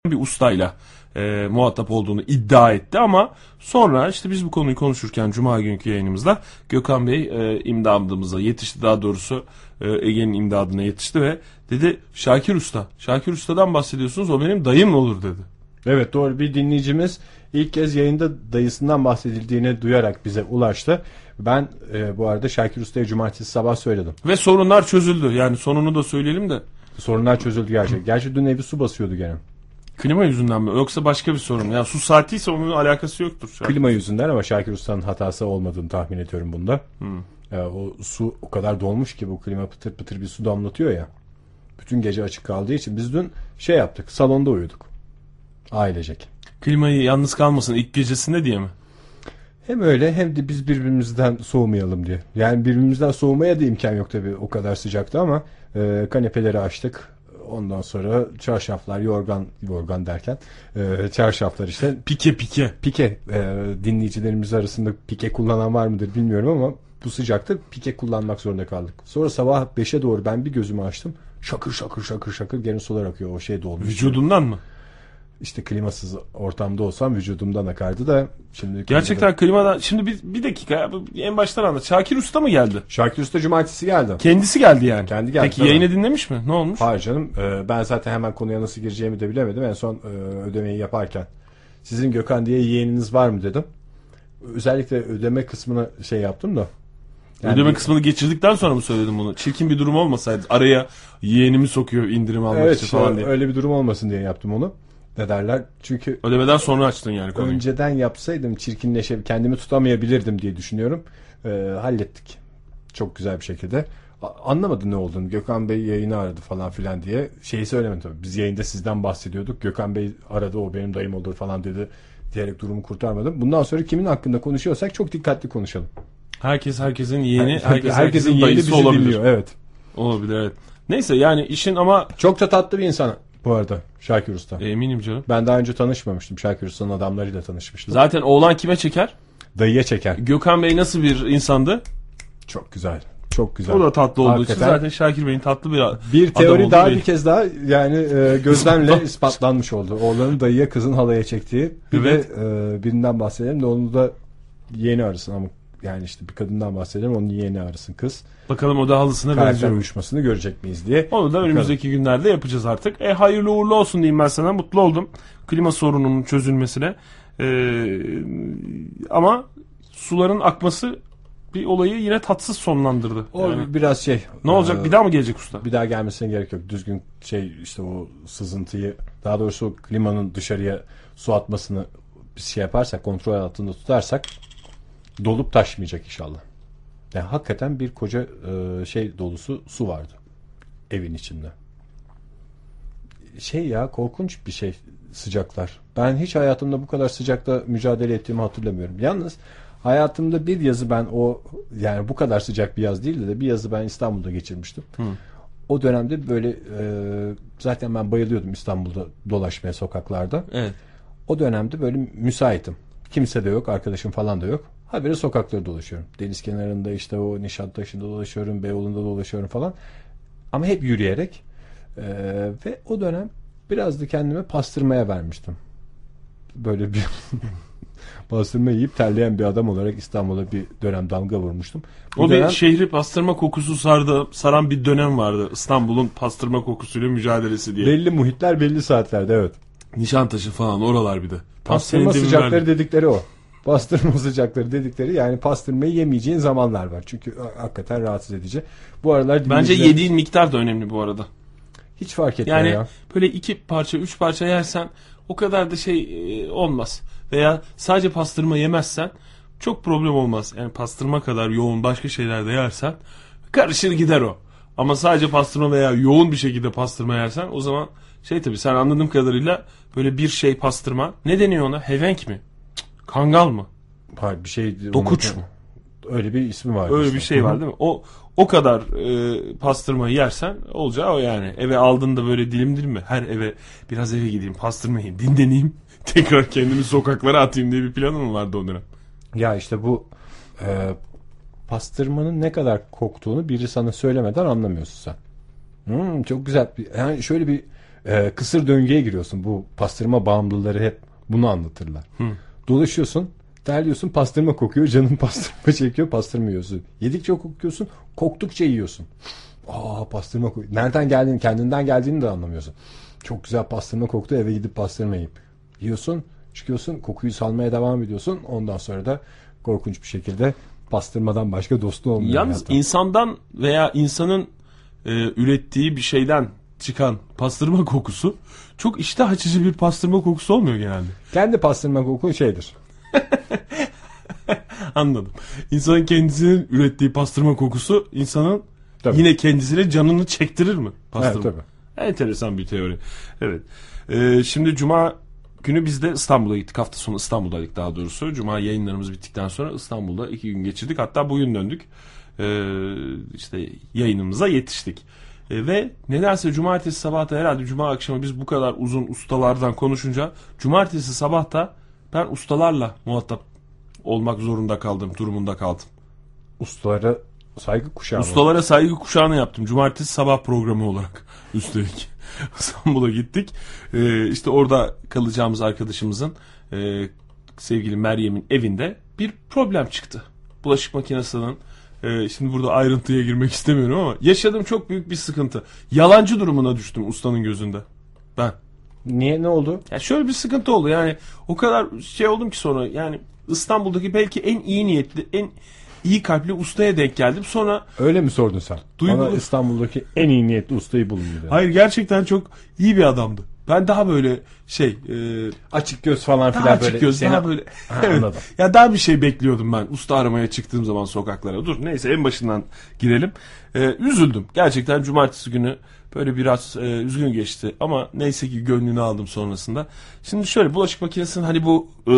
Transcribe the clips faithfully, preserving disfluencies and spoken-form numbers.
bir ustayla e, muhatap olduğunu iddia etti ama sonra işte biz bu konuyu konuşurken Cuma günkü yayınımızda Gökhan Bey e, imdadımıza yetişti, daha doğrusu e, Ege'nin imdadına yetişti ve dedi Şakir Usta, Şakir Usta'dan bahsediyorsunuz, o benim dayım olur dedi. Evet, doğru, bir dinleyicimiz ilk kez yayında dayısından bahsedildiğini duyarak bize ulaştı. Ben e, bu arada Şakir Usta'ya cumartesi sabah söyledim. Ve sorunlar çözüldü, yani sonunu da söyleyelim de. Sorunlar çözüldü gerçekten. Gerçi dün evi su basıyordu gene. Klima yüzünden mi yoksa başka bir sorun? Ya su saatiyse onun alakası yoktur. Şakir. Klima yüzünden, ama Şakir Usta'nın hatası olmadığını tahmin ediyorum bunda. Hmm. Ya, o su o kadar dolmuş ki bu klima pıtır pıtır bir su damlatıyor ya. Bütün gece açık kaldığı için biz dün şey yaptık, salonda uyuduk. Ailecek. Klimayı yalnız kalmasın ilk gecesinde diye mi? Hem öyle hem de biz birbirimizden soğumayalım diye. Yani birbirimizden soğumaya da imkan yok tabii, o kadar sıcaktı ama e, kanepeleri açtık. Ondan sonra çarşaflar, yorgan, yorgan derken e, çarşaflar işte. Pike pike. Pike e, dinleyicilerimiz arasında pike kullanan var mıdır bilmiyorum ama bu sıcakta pike kullanmak zorunda kaldık. Sonra sabah beşe doğru ben bir gözümü açtım. Şakır şakır şakır şakır gene sular akıyor, o şey dolmuş. Vücudundan mı? İşte klimasız ortamda olsam vücudumdan akardı da şimdi. Gerçekten klimadan. Şimdi bir, bir dakika ya, en baştan anlat. Şakir Usta mı geldi? Şakir Usta cumartesi geldi. Kendisi geldi yani. Kendi geldi. Peki tabii. Yayını dinlemiş mi? Ne olmuş? Hayır canım. Ee, ben zaten hemen konuya nasıl gireceğimi de bilemedim. En son e, ödemeyi yaparken sizin Gökhan diye yeğeniniz var mı dedim. Özellikle ödeme kısmına şey yaptım da. Yani ödeme kısmını geçirdikten sonra mı söyledim bunu? Çirkin bir durum olmasaydı, araya yeğenimi sokuyor indirim almak evet, için falan diye. Öyle bir durum olmasın diye yaptım onu. Ne derler? Çünkü ödemeden sonra açtın yani konuyu. Önceden yapsaydım çirkinleşe kendimi tutamayabilirdim diye düşünüyorum. Ee, hallettik. Çok güzel bir şekilde. A- anlamadı ne olduğunu. Gökhan Bey yayını aradı falan filan diye. Şeyi söylemedim tabii. Biz yayında sizden bahsediyorduk. Gökhan Bey aradı, o benim dayım olur falan dedi diyerek durumu kurtarmadım. Bundan sonra kimin hakkında konuşuyorsak çok dikkatli konuşalım. Herkes herkesin yeğeni, herkes herkesin, herkesin yeğeni dayısı bizi olabilir. dinliyor. Evet. Olabilir, evet. Neyse yani işin ama çok da tatlı bir insan bu arada Şakir Usta. Eminim canım. Ben daha önce tanışmamıştım. Şakir Usta'nın adamlarıyla tanışmıştım. Zaten oğlan kime çeker? Dayıya çeker. Gökhan Bey nasıl bir insandı? Çok güzel. Çok güzel. O da tatlı olduğu Hakikaten. için zaten Şakir Bey'in tatlı bir bir teori daha belli. Bir kez daha yani e, gözlemle ispatlanmış oldu. Oğlanın dayıya kızın halaya çektiği. Bir evet. de e, birinden bahsedelim de onu da yeğeni arasın ama yani işte bir kadından bahsedelim, onun yeğeni arasın kız. Bakalım o da halısına benziyor. Karakter uyuşmasını görecek miyiz diye. Onu da önümüzdeki Bakalım. günlerde yapacağız artık. E hayırlı uğurlu olsun diyeyim ben sana. Mutlu oldum klima sorununun çözülmesine. Ee, ama suların akması bir olayı yine tatsız sonlandırdı. O yani. biraz şey. Ne olacak? E, bir daha mı gelecek usta? Bir daha gelmesine gerek yok. Düzgün şey işte o sızıntıyı, daha doğrusu o klimanın dışarıya su atmasını biz şey yaparsak, kontrol altında tutarsak dolup taşmayacak inşallah. Yani hakikaten bir koca e, şey dolusu su vardı evin içinde. Şey ya, korkunç bir şey sıcaklar. Ben hiç hayatımda bu kadar sıcakta mücadele ettiğimi hatırlamıyorum. Yalnız hayatımda bir yazı ben o yani bu kadar sıcak bir yaz değildi de bir yazı ben İstanbul'da geçirmiştim. Hı. O dönemde böyle e, zaten ben bayılıyordum İstanbul'da dolaşmaya sokaklarda. Evet. O dönemde böyle müsaitim. Kimse de yok, arkadaşım falan da yok. Habire sokakları dolaşıyorum. Deniz kenarında işte o Nişantaşı'nda dolaşıyorum, Beyoğlu'nda dolaşıyorum falan. Ama hep yürüyerek. Ee, ve o dönem biraz da kendime pastırmaya vermiştim. Böyle bir pastırma yiyip terleyen bir adam olarak İstanbul'a bir dönem damga vurmuştum. Bu o dönem... bir şehri pastırma kokusu sardı, saran bir dönem vardı. İstanbul'un pastırma kokusuyla mücadelesi diye. Belli muhitler, belli saatlerde, evet. Nişantaşı falan, oralar bir de. Pastırma sıcakları verdi. Dedikleri o. Pastırma sıcakları dedikleri, yani pastırmayı yemeyeceğin zamanlar var. Çünkü hakikaten rahatsız edici. Bu aralar bence yediğin miktar da önemli bu arada. Hiç fark etmiyor yani, ya. Yani böyle iki parça, üç parça yersen o kadar da şey e, olmaz. Veya sadece pastırma yemezsen çok problem olmaz. Yani pastırma kadar yoğun başka şeyler de yersen karışır gider o. Ama sadece pastırma veya yoğun bir şekilde pastırma yersen o zaman şey, tabii sen anladığım kadarıyla böyle bir şey pastırma. Ne deniyor ona? Hevenk mi? Cık, kangal mı? Hayır, bir şey. Dokuç mu? Öyle bir ismi var. Öyle işte. Bir şey var değil mi? O o kadar e, pastırmayı yersen olacağı o yani. Eve aldığında böyle dilim dilim mi? Her eve biraz eve gideyim, pastırma yiyeyim, dinleneyim. Tekrar kendimi sokaklara atayım diye bir planım mı vardı o dönem? Ya işte bu e, pastırmanın ne kadar koktuğunu biri sana söylemeden anlamıyorsun sen. Hmm, çok güzel. Yani şöyle bir Ee, kısır döngüye giriyorsun. Bu pastırma bağımlıları hep bunu anlatırlar. Hı. Dolaşıyorsun, terliyorsun, pastırma kokuyor, canın pastırma çekiyor, pastırma yiyorsun. Yedikçe kokuyorsun, koktukça yiyorsun. Aa, pastırma kokuyor. Nereden geldiğini, kendinden geldiğini de anlamıyorsun. Çok güzel pastırma koktu, eve gidip pastırma yiyip yiyorsun, çıkıyorsun, kokuyu salmaya devam ediyorsun. Ondan sonra da korkunç bir şekilde pastırmadan başka dostun olmuyor. Yalnız hatta. insandan veya insanın e, ürettiği bir şeyden çıkan pastırma kokusu çok iştah açıcı bir pastırma kokusu olmuyor genelde. Kendi pastırma koku şeydir. Anladım. İnsanın kendisinin ürettiği pastırma kokusu insanın tabii. Yine kendisine canını çektirir mi? Pastırma. Evet, tabii. Enteresan bir teori. Evet. Ee, şimdi Cuma günü biz de İstanbul'a gittik. Hafta sonu İstanbul'daydık daha doğrusu. Cuma yayınlarımız bittikten sonra İstanbul'da iki gün geçirdik. Hatta bugün döndük. Ee, işte yayınımıza yetiştik. Ee, ve nedense cumartesi sabahı da herhalde Cuma akşamı biz bu kadar uzun ustalardan konuşunca cumartesi sabah da ben ustalarla muhatap olmak zorunda kaldım, durumunda kaldım. Ustalara saygı kuşağı Ustalara mı? Saygı kuşağını yaptım. Cumartesi sabah programı olarak üstelik. İstanbul'a gittik. Ee, işte orada kalacağımız arkadaşımızın e, sevgili Meryem'in evinde bir problem çıktı. Bulaşık makinesinin e, şimdi burada ayrıntıya girmek istemiyorum ama yaşadığım çok büyük bir sıkıntı. Yalancı durumuna düştüm ustanın gözünde. Ben. Niye, ne oldu? Ya şöyle bir sıkıntı oldu. Yani o kadar şey oldum ki sonra yani İstanbul'daki belki en iyi niyetli, en iyi kalpli ustaya denk geldim. Sonra öyle mi sordun sen? Duygulu... Bana İstanbul'daki en iyi niyetli ustayı bulun dedi. Hayır, gerçekten çok iyi bir adamdı. Ben daha böyle şey e... açık göz falan filan böyle. Açık göz seni... daha böyle. Ha, evet. Ya daha bir şey bekliyordum ben usta aramaya çıktığım zaman sokaklara. Dur neyse en başından girelim. Ee, üzüldüm. Gerçekten cumartesi günü böyle biraz e, üzgün geçti ama neyse ki gönlünü aldım sonrasında. Şimdi şöyle bulaşık makinesinin hani bu e,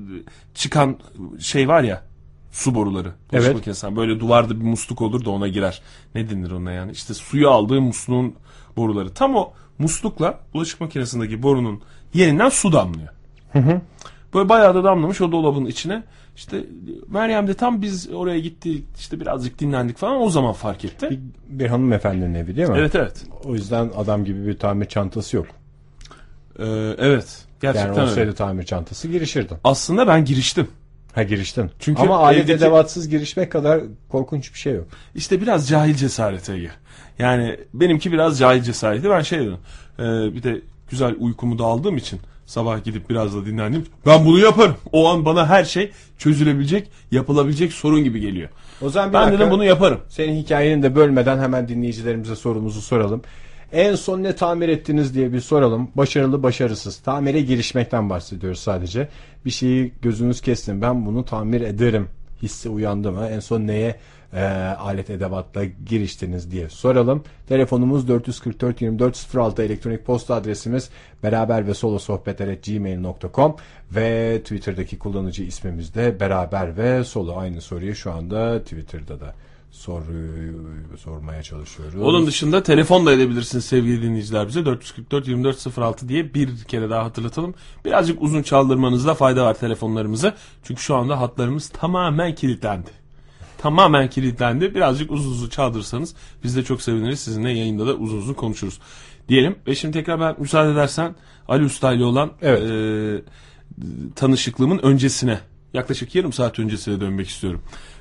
çıkan şey var ya, su boruları. Bulaşık evet. makinesinden böyle duvarda bir musluk olur da ona girer. Ne denir ona yani? İşte suyu aldığı musluğun boruları. Tam o muslukla bulaşık makinesindeki borunun yerinden su damlıyor. Hı hı. Böyle bayağı da damlamış o dolabın içine. İşte Meryem de tam biz oraya gittik, işte birazcık dinlendik falan, o zaman fark etti. Bir, bir hanımefendinin evi değil mi? Evet evet. O yüzden adam gibi bir tamir çantası yok. Ee, evet. Gerçekten yani olsaydı öyle. Tamir çantası girişirdi. Aslında ben giriştim. Ha giriştin. Çünkü ama alet evdeki... edevatsız girişmek kadar korkunç bir şey yok. İşte biraz cahil cesareti Ege. Yani benimki biraz cahil cesareti. Ben şey dedim. E, bir de güzel uykumu da aldığım için sabah gidip biraz da dinlendim. Ben bunu yaparım. O an bana her şey çözülebilecek, yapılabilecek sorun gibi geliyor. O zaman bir ben dakika, dedim bunu yaparım. Senin hikayeni de bölmeden hemen dinleyicilerimize sorumuzu soralım. En son ne tamir ettiniz diye bir soralım. Başarılı, başarısız. Tamire girişmekten bahsediyoruz sadece. Bir şeyi gözünüz kessin, ben bunu tamir ederim hissi uyandı mı? En son neye e, alet edevatla giriştiniz diye soralım. Telefonumuz dört yüz kırk dört yirmi dört sıfır altı, elektronik posta adresimiz beraber ve solo sohbetler at gmail nokta com ve Twitter'daki kullanıcı ismimiz de beraber ve solo. Aynı soruyu şu anda Twitter'da da soruyu sormaya çalışıyoruz. Onun dışında telefon da edebilirsiniz sevgili dinleyiciler bize. dört yüz kırk dört yirmi dört sıfır altı diye bir kere daha hatırlatalım. Birazcık uzun çaldırmanızda fayda var telefonlarımızı. Çünkü şu anda hatlarımız tamamen kilitlendi. Tamamen kilitlendi. Birazcık uzun uzun çaldırsanız biz de çok seviniriz. Sizinle yayında da uzun uzun konuşuruz diyelim. Ve şimdi tekrar ben müsaade edersen Ali Usta ile olan evet. e, tanışıklığımın öncesine, yaklaşık yarım saat öncesine dönmek istiyorum.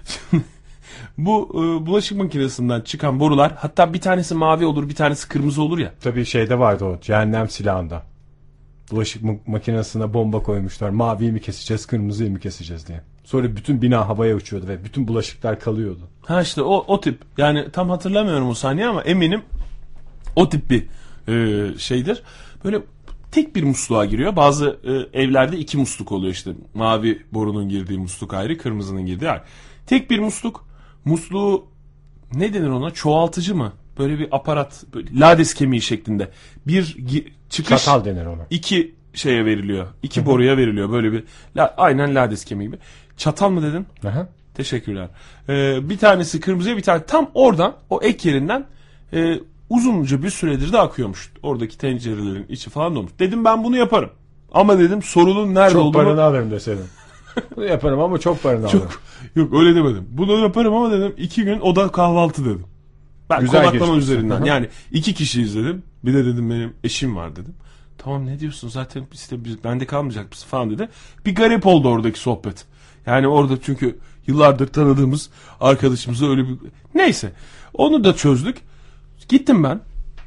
Bu e, bulaşık makinesinden çıkan borular, hatta bir tanesi mavi olur, bir tanesi kırmızı olur ya. Tabii şeyde vardı o cehennem silahında. Bulaşık makinesine bomba koymuşlar. Maviyi mi keseceğiz, kırmızıyı mı keseceğiz diye. Sonra bütün bina havaya uçuyordu ve bütün bulaşıklar kalıyordu. Ha işte o o tip. Yani tam hatırlamıyorum o saniye ama eminim o tip bir e, şeydir. Böyle tek bir musluğa giriyor. Bazı e, evlerde iki musluk oluyor işte. Mavi borunun girdiği musluk ayrı, kırmızının girdiği ayrı. Tek bir musluk. Musluğu ne denir ona? Çoğaltıcı mı? Böyle bir aparat, böyle lades kemiği şeklinde. Bir gi- çıkış. Çatal denir ona. İki şeye veriliyor. İki boruya veriliyor. Böyle bir la, aynen lades kemiği gibi. Çatal mı dedin? Aha. Teşekkürler. Ee, bir tanesi kırmızıya, bir tane tam oradan, o ek yerinden e, uzunca bir süredir de akıyormuş. Oradaki tencerelerin içi falan dolmuş. Dedim ben bunu yaparım. Ama dedim sorunun nerede çok olduğunu. Çok paranı alırım deseydin. Bunu yaparım ama çok paranı alırım. Çok, yok öyle demedim. Bunu yaparım ama dedim iki gün oda kahvaltı dedim. Ben Güzel konaklama geçmişsin. üzerinden. Hı-hı. Yani iki kişi izledim. Bir de dedim benim eşim var dedim. Tamam ne diyorsun zaten işte biz, bende kalmayacak mısın falan dedi. Bir garip oldu oradaki sohbet. Yani orada çünkü yıllardır tanıdığımız arkadaşımızla öyle bir... Neyse onu da çözdük. Gittim ben.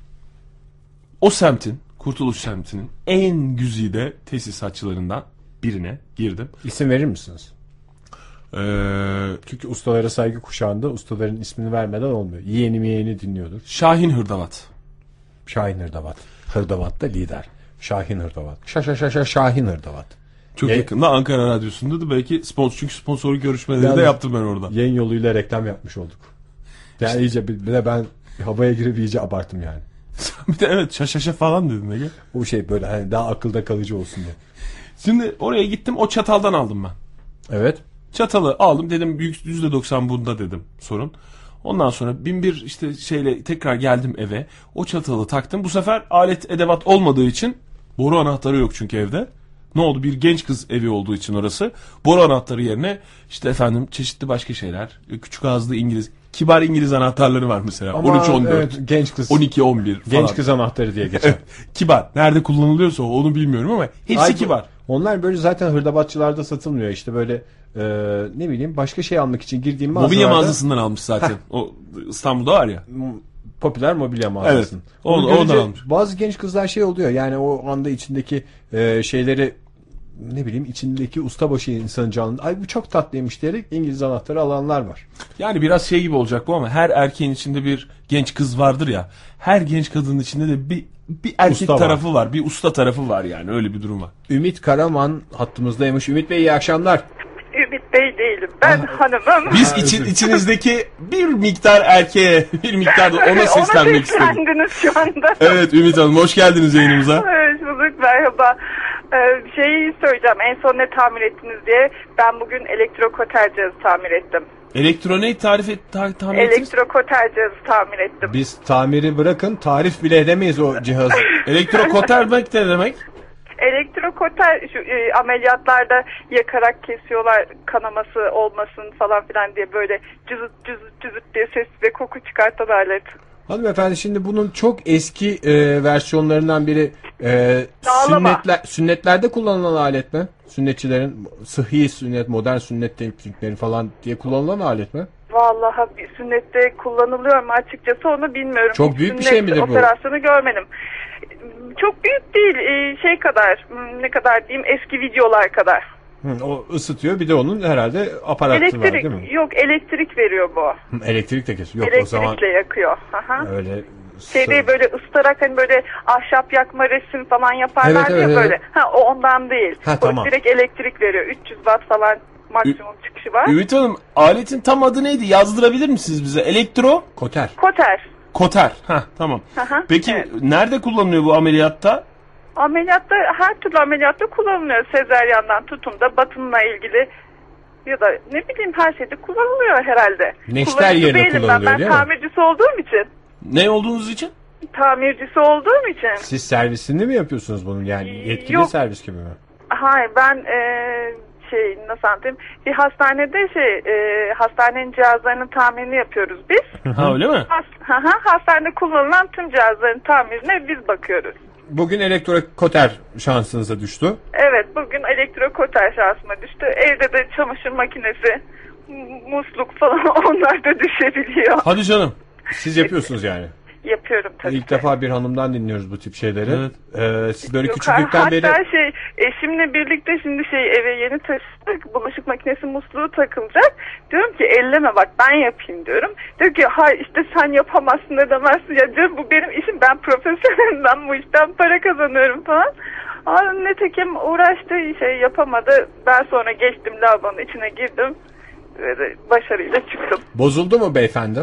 O semtin, Kurtuluş semtinin en güzide tesisatçılarından birine girdim. İsim verir misiniz? Ee, Çünkü ustalara saygı kuşağında ustaların ismini vermeden olmuyor. Yeğeni yeğeni dinliyordur. Şahin Hırdavat. Şahin Hırdavat. Hırdavat da lider. Şahin Hırdavat. Şa şa şa şa Şahin Hırdavat. Çok Ye- yakında Ankara Radyosu'nda da belki sponsor, çünkü sponsorluk görüşmeleri Yalnız- de yaptım ben orada. Yayın yoluyla reklam yapmış olduk. Yani iyice bir, bir de ben havaya girip iyice abarttım yani. Bir de evet şaşaşa falan dedin Ege. O şey böyle hani daha akılda kalıcı olsun diye. Şimdi oraya gittim, o çataldan aldım ben. Evet. Çatalı aldım dedim, büyük yüzde doksan bunda dedim sorun. Ondan sonra bin bir işte şeyle tekrar geldim eve. O çatalı taktım. Bu sefer alet edevat olmadığı için, boru anahtarı yok çünkü evde. Ne oldu? Bir genç kız evi olduğu için orası. Boru anahtarı yerine işte efendim çeşitli başka şeyler. Küçük ağızlı İngiliz, kibar İngiliz anahtarları var mesela. Ama on üç on dört, evet, genç kız. on iki on bir falan. Genç kız anahtarı diye geçer. Kibar. Nerede kullanılıyorsa onu bilmiyorum ama hepsi Ay, kibar. Onlar böyle zaten hırdavatçılarda satılmıyor. İşte böyle e, ne bileyim başka şey almak için girdiğim mağazalarda. Mobilya mağazasından almış zaten. O İstanbul'da var ya. Popüler mobilya mağazası. Evet. Onu Onu- görünce oradan almış. bazı genç kızlar şey oluyor. Yani o anda içindeki e, şeyleri ne bileyim içindeki ustabaşı insanın canlı. Ay bu çok tatlıymış diyerek İngiliz anahtarı alanlar var. Yani biraz şey gibi olacak bu ama her erkeğin içinde bir genç kız vardır ya. Her genç kadının içinde de bir bir erkek Usta var. tarafı var. Bir usta tarafı var yani. Öyle bir durum var. Ümit Karaman hattımızdaymış. Ümit Bey iyi akşamlar. Ümit Bey değilim. Ben hanımım. Biz için içinizdeki bir miktar erkeğe, bir miktar da ona seslenmek istedim. Ona seslendiniz şu anda. Evet Ümit Hanım, hoş geldiniz yayınımıza. Hoş bulduk, merhaba. Ee, şeyi söyleyeceğim, en son ne tamir ettiniz diye. Ben bugün elektrokoter cihazı tamir ettim. Elektronik tarif et, ta, tahmin ettiniz. Elektrokoter cihazı tamir ettim. Biz tamiri bırakın tarif bile edemeyiz o cihazı. Elektrokotermek ne demek? Elektrokoter şu e, ameliyatlarda yakarak kesiyorlar, kanaması olmasın falan filan diye böyle cızıt cızıt cızıt diye ses ve koku çıkartan alet. Hanımefendi şimdi bunun çok eski e, versiyonlarından biri e, Dağlama. sünnetler, sünnetlerde kullanılan alet mi? Sünnetçilerin sıhhi sünnet, modern sünnet teknikleri falan diye kullanılan alet mi? Vallahi bir sünnette kullanılıyor mu açıkçası onu bilmiyorum. Çok Hiç büyük bir sünnet şey midir bu? operasyonu görmedim. Çok büyük değil, e, şey kadar, hmm, ne kadar diyeyim, eski videolar kadar. Hı, o ısıtıyor bir de onun herhalde aparatı var değil mi? Elektrik yok, elektrik veriyor bu. Hı, elektrik de kesiyor. Yok Elektrikle o zaman yakıyor. Aha. öyle Şeyde böyle ıstarak hani böyle ahşap yakma resim falan yaparlar Evet, evet, ya evet. böyle. Ha o ondan değil. Ha, o tamam. direkt elektrik veriyor. üç yüz watt falan maksimum çıkışı var. Ümit Hanım, aletin tam adı neydi? Yazdırabilir misiniz bize? Elektro koter. Koter. koter. Heh, tamam. Aha, Peki evet. nerede kullanılıyor bu ameliyatta? Ameliyatta her türlü ameliyatta kullanılıyor. Sezeryandan tutun da batınla ilgili ya da ne bileyim her şeyde kullanılıyor herhalde. Neşter Kullanıcı yerine değilim kullanılıyor, ben. Ben değil mi? tamircisi olduğum için. Ne olduğunuz için? Tamircisi olduğum için. Siz servisini mi yapıyorsunuz bunun yani yetkili Yok. servis gibi mi? Hayır ben eee şey nasıl anlatayım bir hastanede şey eee hastanenin cihazlarının tamirini yapıyoruz biz. Ha öyle mi? Has, hı hı, hastanede kullanılan tüm cihazların tamirine biz bakıyoruz. Bugün elektrokoter şansınıza düştü. Evet bugün elektrokoter şansıma düştü. Evde de çamaşır makinesi, m- musluk falan onlar da düşebiliyor. Hadi canım. Siz yapıyorsunuz yani. Yapıyorum tabii. İlk ki. defa bir hanımdan dinliyoruz bu tip şeyleri. Evet. Ee, siz böyle Yok, küçüklükten hatta beri... şey eşimle birlikte şimdi şey eve yeni taşıdık. Bulaşık makinesi musluğu takılacak. Diyorum ki elleme bak ben yapayım diyorum. Diyor ki hayır işte sen yapamazsın edemezsin. Ya diyorum bu benim işim ben profesyonelim ben bu işten para kazanıyorum falan. Aa, nitekim uğraştı şey yapamadı. Ben sonra geçtim lavabonun içine girdim. Ve de başarıyla çıktım. Bozuldu mu beyefendi?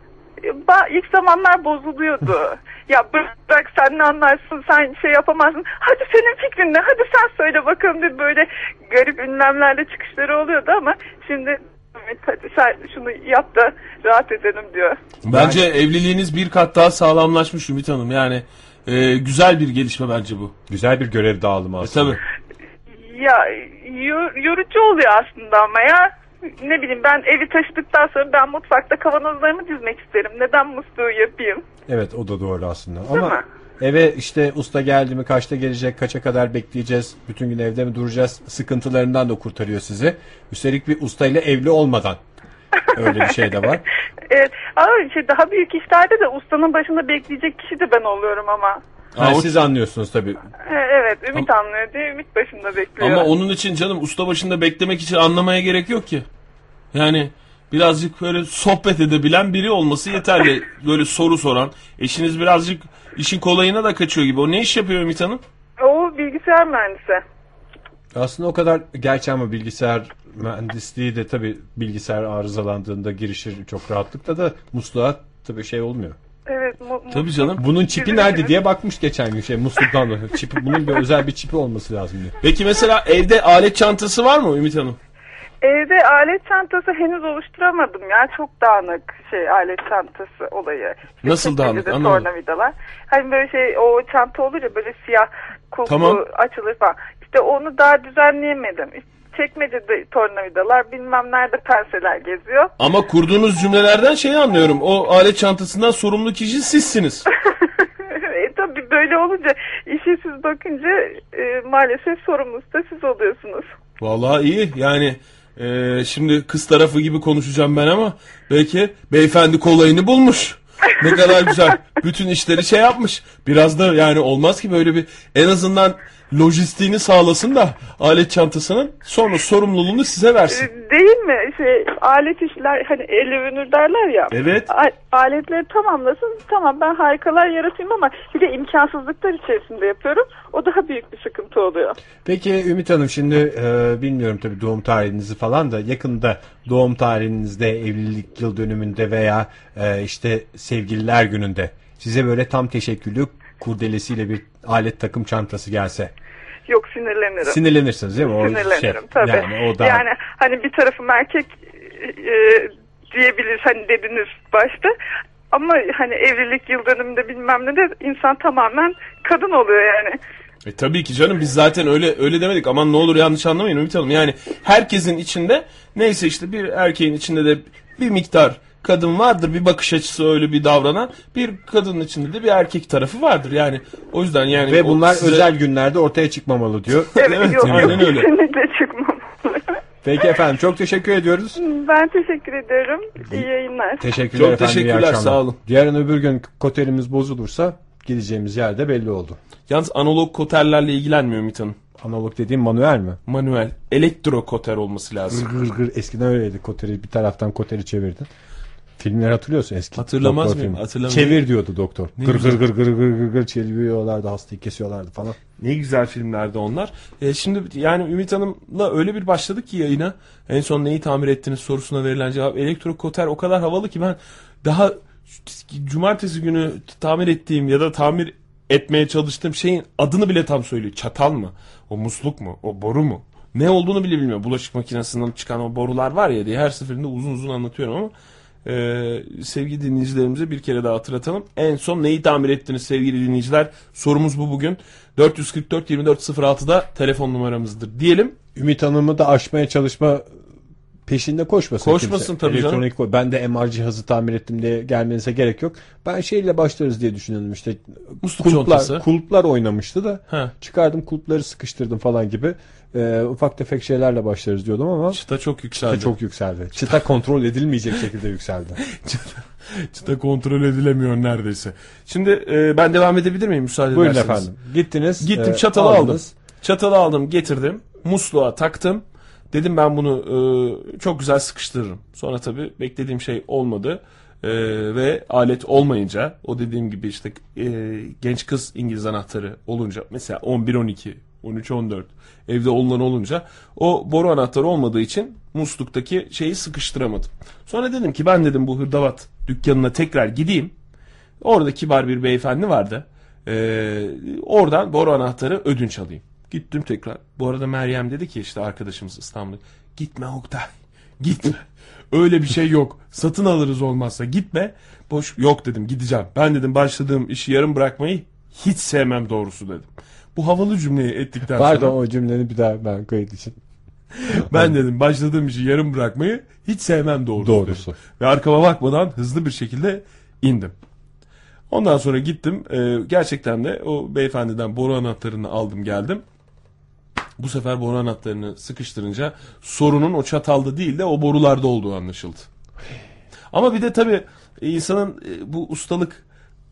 Ba ilk zamanlar bozuluyordu. Ya bırak sen ne anlarsın sen şey yapamazsın. Hadi senin fikrin ne hadi sen söyle bakalım diye böyle garip ünlemlerle çıkışları oluyordu ama şimdi evet, hadi sen şunu yap da rahat edelim diyor. Bence evliliğiniz bir kat daha sağlamlaşmış Ümit Hanım. Yani e, güzel bir gelişme bence bu. Güzel bir görev dağılımı E, aslında. tabii. Ya yor- yorucu oluyor aslında ama ya ne bileyim ben evi taşıdıktan sonra ben mutfakta kavanozlarımı dizmek isterim. Neden musluğu yapayım? Evet, o da doğru aslında. Değil Ama mi? eve işte usta geldi mi, kaçta gelecek, kaça kadar bekleyeceğiz, bütün gün evde mi duracağız sıkıntılarından da kurtarıyor sizi. Üstelik bir ustayla evli olmadan öyle bir şey de var. Evet ama şey, daha büyük işlerde de ustanın başında bekleyecek kişi de ben oluyorum ama. Ha, o- siz anlıyorsunuz tabii. E, Evet Ümit anlıyor diye Ümit başında bekliyor. Ama onun için canım usta başında beklemek için anlamaya gerek yok ki. Yani birazcık böyle sohbet edebilen biri olması yeterli. Böyle soru soran. Eşiniz birazcık işin kolayına da kaçıyor gibi. O ne iş yapıyor Ümit Hanım? O bilgisayar mühendisi. Aslında o kadar, gerçi ama bilgisayar mühendisliği de tabii bilgisayar arızalandığında girişir çok rahatlıkla da musluğa tabii şey olmuyor. Evet. Mu, mu- Tabii canım. Bunun çipi nerede diye bakmış geçen gün şey musluktan da. Çipi, bunun bir özel bir çipi olması lazım diye. Peki mesela evde alet çantası var mı Ümit Hanım? Evde alet çantası henüz oluşturamadım ya. Çok dağınık şey alet çantası olayı. İşte Nasıl dağınık? çekmecede Anlamadım. tornavidalar. Hani böyle şey o çanta olur ya böyle siyah kulpu Tamam. açılır falan. İşte onu daha düzenleyemedim. Çekmecede tornavidalar bilmem nerede penseler geziyor. Ama kurduğunuz cümlelerden şeyi anlıyorum. O alet çantasından sorumlu kişi sizsiniz. e, tabii böyle olunca işe siz bakınca e, maalesef sorumlusu da siz oluyorsunuz. Vallahi iyi. Yani e, şimdi kız tarafı gibi konuşacağım ben ama belki beyefendi kolayını bulmuş. Ne kadar güzel. Bütün işleri şey yapmış. Biraz da yani olmaz ki böyle bir en azından lojistiğini sağlasın da alet çantasının sonra sorumluluğunu size versin. E, Değil mi? Şey alet işler hani el övünür derler ya. Evet. A- aletleri tamamlasın. Tamam ben harikalar yaratayım ama bir de imkansızlıklar içerisinde yapıyorum. O daha büyük bir sıkıntı oluyor. Peki Ümit Hanım şimdi e, bilmiyorum tabii doğum tarihinizi falan da yakında doğum tarihinizde evlilik yıl dönümünde veya e, işte sevgililer gününde size böyle tam teşekküllü kurdelesiyle bir alet takım çantası gelse Yok sinirlenirim. sinirlenirsiniz değil mi? O Sinirlenirim şey, tabii. Yani o da Yani hani bir tarafım erkek e, diyebilir hani dediniz başta. Ama hani evlilik yıl dönümünde bilmem ne de insan tamamen kadın oluyor yani. E tabii ki canım biz zaten öyle öyle demedik. Aman ne olur yanlış anlamayın Ümit Hanım. Yani herkesin içinde neyse işte bir erkeğin içinde de bir miktar kadın vardır. Bir bakış açısı öyle bir davranan. Bir kadının içinde de bir erkek tarafı vardır. Yani o yüzden yani. ve o bunlar size- özel günlerde ortaya çıkmamalı diyor. Evet, Evet, yok, aynen yok, öyle. kesinlikle çıkmam. Peki efendim çok teşekkür ediyoruz. Ben teşekkür ederim. İyi yayınlar. Teşekkürler Çok efendim. iyi teşekkürler, akşamlar. sağ olun. Yarın öbür gün koterimiz bozulursa gideceğimiz yer de belli oldu. Yalnız analog koterlerle ilgilenmiyor Ümit Hanım. Analog dediğim manuel mi? Manuel. Elektro koter olması lazım. Gır gır gır. Eskiden öyleydi. Koteri bir taraftan koteri çevirdin. Filmleri hatırlıyorsun eski. Hatırlamaz doktor mıyım? filmi. Hatırlamıyorum. Çevir diyordu doktor. Ne Gır güzel. gır gır gır gır gır gır çeviriyorlardı, hastayı kesiyorlardı falan. Ne güzel filmlerdi onlar. E, şimdi yani Ümit Hanım'la öyle bir başladık ki yayına. En son neyi tamir ettiniz sorusuna verilen cevap. Elektrokoter o kadar havalı ki ben daha cumartesi günü tamir ettiğim ya da tamir etmeye çalıştığım şeyin adını bile tam söylüyor. Çatal mı? O musluk mu? O boru mu? Ne olduğunu bile bilmiyorum. Bulaşık makinesinden çıkan o borular var ya diye her seferinde uzun uzun anlatıyorum ama e, sevgili dinleyicilerimize bir kere daha hatırlatalım. En son neyi tamir ettiniz sevgili dinleyiciler? Sorumuz bu bugün. dört yüz kırk dört yirmi dört sıfır altıda telefon numaramızdır diyelim. Ümit Hanım'ı da aşmaya çalışma peşinde koşmasın. Koşmasın kimse. tabii canım. Elektronik koy. Ben de M R cihazı tamir ettim diye gelmenize gerek yok. Ben şeyle başlarız diye düşünüyordum işte. Musluk contası. Kulplar, kulplar oynamıştı da. Ha. Çıkardım kulpları sıkıştırdım falan gibi. Ee, ufak tefek şeylerle başlarız diyordum ama Çıta çok yükseldi. çıta çok yükseldi. Çıta kontrol edilmeyecek şekilde yükseldi. Çıta, çıta kontrol edilemiyor neredeyse. Şimdi e, ben devam edebilir miyim müsaade Buyurun ederseniz? efendim. Gittiniz. Gittim e, çatalı aldınız. aldım. Çatalı aldım getirdim. Musluğa taktım. Dedim ben bunu e, çok güzel sıkıştırırım. Sonra tabii beklediğim şey olmadı. E, ve alet olmayınca o dediğim gibi işte e, genç kız İngiliz anahtarı olunca mesela on bir on iki on üç on dört evde olunan olunca o boru anahtarı olmadığı için musluktaki şeyi sıkıştıramadım. Sonra dedim ki ben dedim bu hırdavat dükkanına tekrar gideyim. Orada kibar bir beyefendi vardı. Ee, oradan boru anahtarı ödünç alayım. Gittim tekrar. Bu arada Meryem dedi ki işte arkadaşımız İstanbul'da. Gitme Oktay. Gitme. Öyle bir şey yok. Satın alırız olmazsa. Gitme. Boş. Yok dedim gideceğim. Ben dedim başladığım işi yarım bırakmayı hiç sevmem doğrusu dedim. Bu havalı cümleyi ettikten Pardon sonra. o cümleni bir daha ben kayıt için. Ben dedim başladığım işi yarım bırakmayı hiç sevmem doğrusu. Doğrusu. Ve arkama bakmadan hızlı bir şekilde indim. Ondan sonra gittim. Ee, gerçekten de o beyefendiden boru anahtarını aldım geldim. Bu sefer boru anahtarını sıkıştırınca sorunun o çatalda değil de o borularda olduğu anlaşıldı. Ama bir de tabii insanın bu ustalık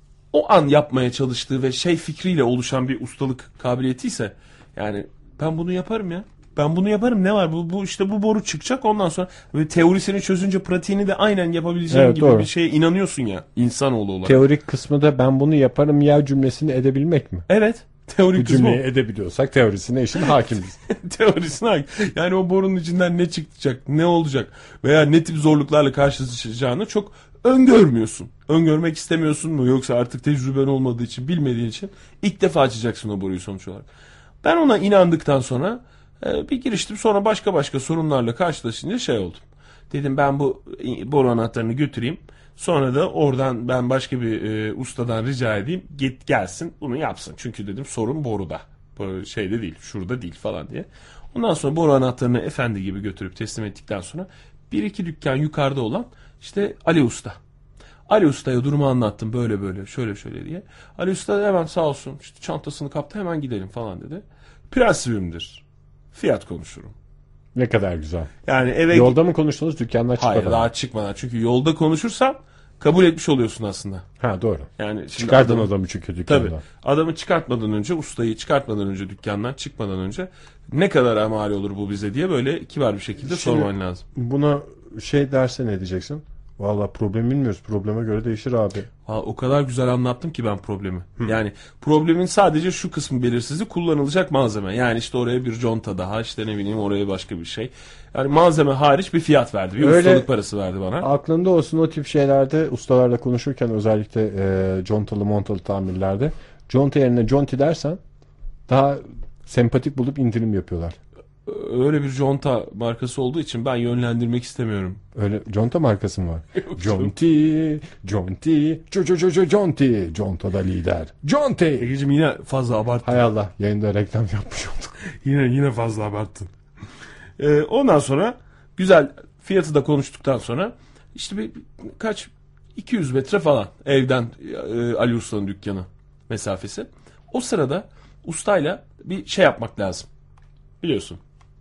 o an yapmaya çalıştığı ve şey fikriyle oluşan bir ustalık kabiliyeti ise yani ben bunu yaparım ya. Ben bunu yaparım ne var bu, bu işte bu boru çıkacak ondan sonra ve teorisini çözünce pratiğini de aynen yapabileceğin evet, gibi doğru. bir şeye inanıyorsun ya insanoğlu olarak. Teorik kısmı da ben bunu yaparım ya cümlesini edebilmek mi? Evet. Teorik bu cümleyi edebiliyorsak teorisine işin hakimiz. Teorisine hakim. Yani o borunun içinden ne çıkacak, ne olacak veya ne tip zorluklarla karşılaşacağını çok öngörmüyorsun. Öngörmek istemiyorsun mu yoksa artık tecrüben olmadığı için bilmediğin için ilk defa açacaksın o boruyu sonuç olarak. Ben ona inandıktan sonra e, bir giriştim sonra başka başka sorunlarla karşılaşınca şey oldum. Dedim ben bu boru anahtarını götüreyim. Sonra da oradan ben başka bir e, ustadan rica edeyim. Git gelsin bunu yapsın. Çünkü dedim sorun boruda. Bu şeyde değil şurada değil falan diye. Ondan sonra boru anahtarını efendi gibi götürüp teslim ettikten sonra bir iki dükkan yukarıda olan işte Ali Usta. Ali Usta'ya durumu anlattım böyle böyle şöyle şöyle diye. Ali Usta hemen sağ olsun işte çantasını kaptı hemen gidelim falan dedi. Prensibimdir. Fiyat konuşurum. Ne kadar güzel. Yani eve yolda mı konuştunuz dükkandan çıkmadan? Hayır daha çıkmadan. Çünkü yolda konuşursan kabul etmiş oluyorsun aslında. Ha doğru. Yani çıkardın adamı, adamı çünkü dükkandan. Tabii. Adamı çıkartmadan önce, ustayı çıkartmadan önce dükkandan çıkmadan önce ne kadar mal olur bu bize diye böyle kibar bir şekilde Şimdi, sorman lazım. Buna şey derse ne diyeceksin? Vallahi problem bilmiyoruz. Probleme göre değişir abi. Aa, o kadar güzel anlattım ki ben problemi. Hı. Yani problemin sadece şu kısmı belirsizliği kullanılacak malzeme. Yani işte oraya bir conta daha işte ne bileyim oraya başka bir şey. Yani malzeme hariç bir fiyat verdi. Bir öyle, ustalık parası verdi bana. Aklında olsun o tip şeylerde ustalarla konuşurken özellikle e, contalı montalı tamirlerde conta yerine conti dersen daha sempatik bulup indirim yapıyorlar. Öyle bir conta markası olduğu için ben yönlendirmek istemiyorum. Öyle conta markası mı var? Conti, Conti, co co co co Conti, Conta'da lider. Conti. Egeciğim yine fazla abarttın. Hay Allah, yayında reklam yapmış olduk. yine yine fazla abarttın. Ee, ondan sonra güzel fiyatı da konuştuktan sonra işte bir kaç iki yüz metre falan evden e, Ali Usta'nın dükkanı mesafesi. O sırada ustayla bir şey yapmak lazım. Biliyorsun.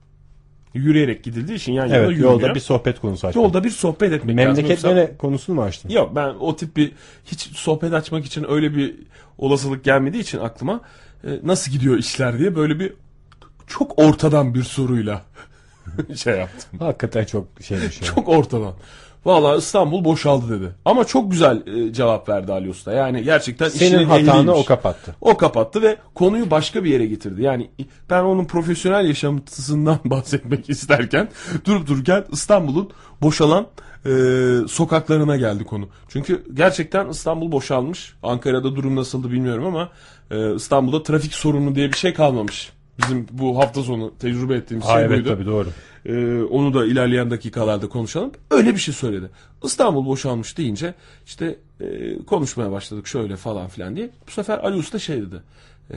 Yürüyerek gidildiği için yan yana evet, yürüyor. yolda bir sohbet konusu açmak. Yolda bir sohbet etmek Memleket lazım. nere konusunu mu açtın? Yok ben o tip bir hiç sohbet açmak için öyle bir olasılık gelmediği için aklıma e, nasıl gidiyor işler diye böyle bir çok ortadan bir soruyla şey yaptım. Hakikaten çok şeymiş. Yani. Çok ortadan. Vallahi İstanbul boşaldı dedi. Ama çok güzel e, cevap verdi Ali Usta. Yani gerçekten senin işinin hatanı ehliymiş. o kapattı. O kapattı ve konuyu başka bir yere getirdi. Yani ben onun profesyonel yaşantısından bahsetmek isterken durup dururken İstanbul'un boşalan e, sokaklarına geldi konu. Çünkü gerçekten İstanbul boşalmış. Ankara'da durum nasıldı bilmiyorum ama e, İstanbul'da trafik sorunu diye bir şey kalmamış. Bizim bu hafta sonu tecrübe ettiğimiz ha, şey evet, buydu. Tabii doğru. Ee, onu da ilerleyen dakikalarda konuşalım. Öyle bir şey söyledi. İstanbul boşalmış deyince işte e, konuşmaya başladık şöyle falan filan diye. Bu sefer Ali Usta şey dedi. E,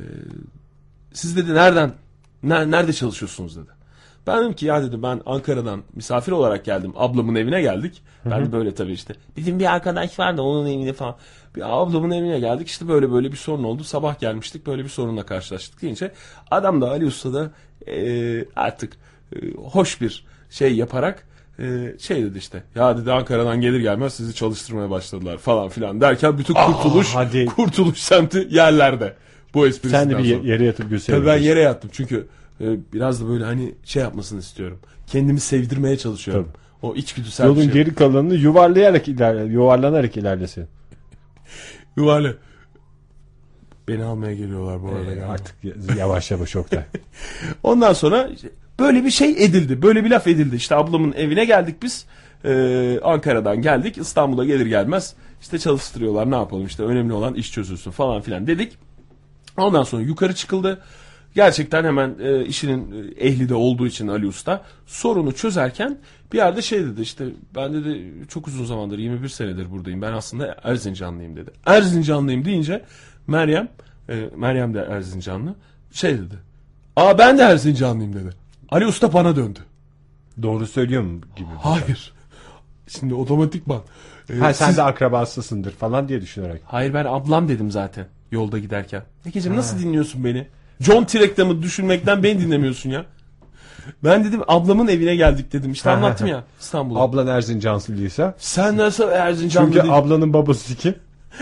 siz dedi nereden ne, nerede çalışıyorsunuz dedi. Ben dedim ki ya dedi ben Ankara'dan misafir olarak geldim. Ablamın evine geldik. Hı hı. Ben de böyle tabii işte. Bizim bir arkadaş var da onun evine falan. Bir ablamın evine geldik. İşte böyle böyle bir sorun oldu. Sabah gelmiştik böyle bir sorunla karşılaştık deyince adam da Ali Usta da e, artık e, hoş bir şey yaparak e, şey dedi işte. Ya dedi Ankara'dan gelir gelmez sizi çalıştırmaya başladılar falan filan derken bütün kurtuluş Aa, hadi. kurtuluş semti yerlerde. Bu esprisinden Sen de bir sonra. yere yatıp gülseydin. Tabii ben yere yattım çünkü biraz da böyle hani şey yapmasını istiyorum. Kendimi sevdirmeye çalışıyorum. Tabii. O içgüdüsel yolun bir şey. geri kalanını yuvarlayarak ilerle, yuvarlanarak ilerlesin. Yuvarla. Beni almaya geliyorlar bu arada. Ee, artık yavaş yavaş Oktay. Ondan sonra böyle bir şey edildi. Böyle bir laf edildi. İşte ablamın evine geldik biz. Ee, Ankara'dan geldik. İstanbul'a gelir gelmez işte çalıştırıyorlar. Ne yapalım işte önemli olan iş çözülsün falan filan dedik. Ondan sonra yukarı çıkıldı. Gerçekten hemen e, işinin ehli de olduğu için Ali Usta sorunu çözerken bir yerde şey dedi işte ben dedi çok uzun zamandır yirmi bir senedir buradayım ben aslında Erzincanlıyım dedi. Erzincanlıyım deyince Meryem e, Meryem de Erzincanlı şey dedi. Aa ben de Erzincanlıyım dedi. Ali Usta bana döndü. Doğru söylüyor mu gibi. Hayır. Şimdi otomatikman. E, Ha, sen siz- de akrabasısındır falan diye düşünerek. Hayır, ben ablam dedim zaten yolda giderken. Ekeciğim nasıl dinliyorsun beni? John Trek'tamı düşünmekten beni dinlemiyorsun ya. Ben dedim ablamın evine geldik dedim. İşte anlattım ya İstanbul'a. Ablan Erzincanlıysa. Sen nasıl Erzincanlı Çünkü değil? ablanın babası kim?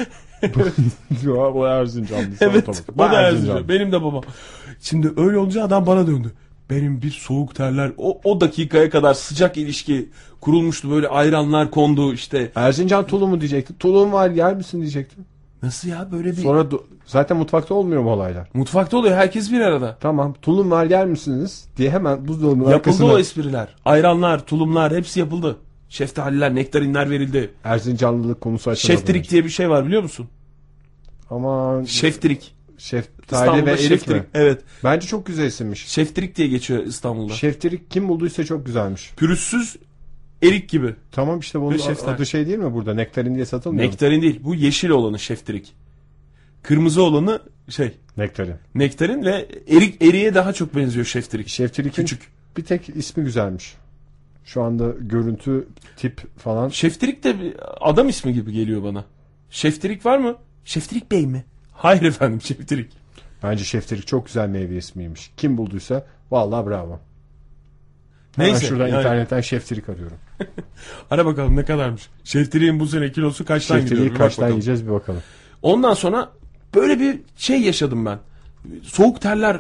O Erzincanlıysa Evet, otomatik. o da Ben Erzincan. Benim de babam. Şimdi öyle olunca adam bana döndü. Benim bir soğuk terler, o, o dakikaya kadar sıcak ilişki kurulmuştu. Böyle ayranlar kondu işte. Erzincan tulumu diyecektin. Tulum var yer misin diyecektin. Nasıl ya böyle bir... Sonra do- zaten mutfakta olmuyor mu olaylar? Mutfakta oluyor, herkes bir arada. Tamam, tulum var yer misiniz diye hemen buzdolabının Yapıldı arkasına. o espriler. Ayranlar, tulumlar hepsi yapıldı. Şeftaliler, nektarinler verildi. Erzincanlılık konusu açılmadı. Şeftirik diye bir şey var biliyor musun? Ama Şeftirik. şeftali İstanbul'da ve erik şeftirik. mi? Evet. Bence çok güzel isimmiş. Şeftirik diye geçiyor İstanbul'da. Şeftirik kim bulduysa çok güzelmiş. Pürüzsüz erik gibi. Tamam işte bunun Ve şeftali. adı şey değil mi burada? Nektarin diye satılmıyor mu? Nektarin değil. Bu yeşil olanı şeftirik. Kırmızı olanı şey Nektarin. nektarin ve erik eriğe daha çok benziyor şeftirik. Şeftirik'in Küçük. bir tek ismi güzelmiş. Şu anda görüntü, tip falan. Şeftirik de bir adam ismi gibi geliyor bana. Şeftirik var mı? Şeftirik Bey mi? Hayır efendim, Şeftirik. Bence Şeftirik çok güzel meyve ismiymiş. Kim bulduysa vallahi bravo. Hemen Neyse. şuradan yani- internetten Şeftirik arıyorum. Ara bakalım ne kadarmış. Şeftirik'in bu sene kilosu kaçtan gidiyor? Şeftirik'i Bir bak kaçtan bakalım. yiyeceğiz bir bakalım. Ondan sonra böyle bir şey yaşadım ben. Soğuk terler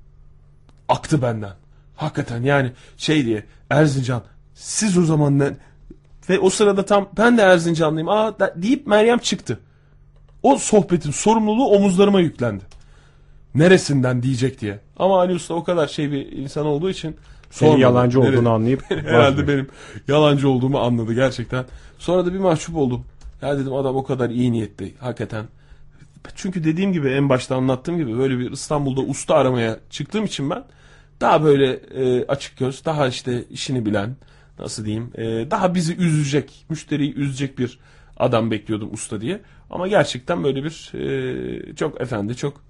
aktı benden. Hakikaten yani şey diye Erzincan siz o zaman ne? Ve o sırada tam ben de Erzincanlıyım aa da- deyip Meryem çıktı. O sohbetin sorumluluğu omuzlarıma yüklendi. Neresinden diyecek diye. Ama Ali Usta o kadar şey bir insan olduğu için Senin sormadı. yalancı Nere- olduğunu anlayıp Herhalde vazgeçti. benim yalancı olduğumu anladı gerçekten. Sonra da bir mahcup oldum. Ya dedim adam o kadar iyi niyetli hakikaten. Çünkü dediğim gibi en başta anlattığım gibi böyle bir İstanbul'da usta aramaya çıktığım için ben daha böyle e, açık göz, daha işte işini bilen, nasıl diyeyim, e, daha bizi üzecek, müşteriyi üzecek bir adam bekliyordum usta diye. Ama gerçekten böyle bir e, çok efendi, çok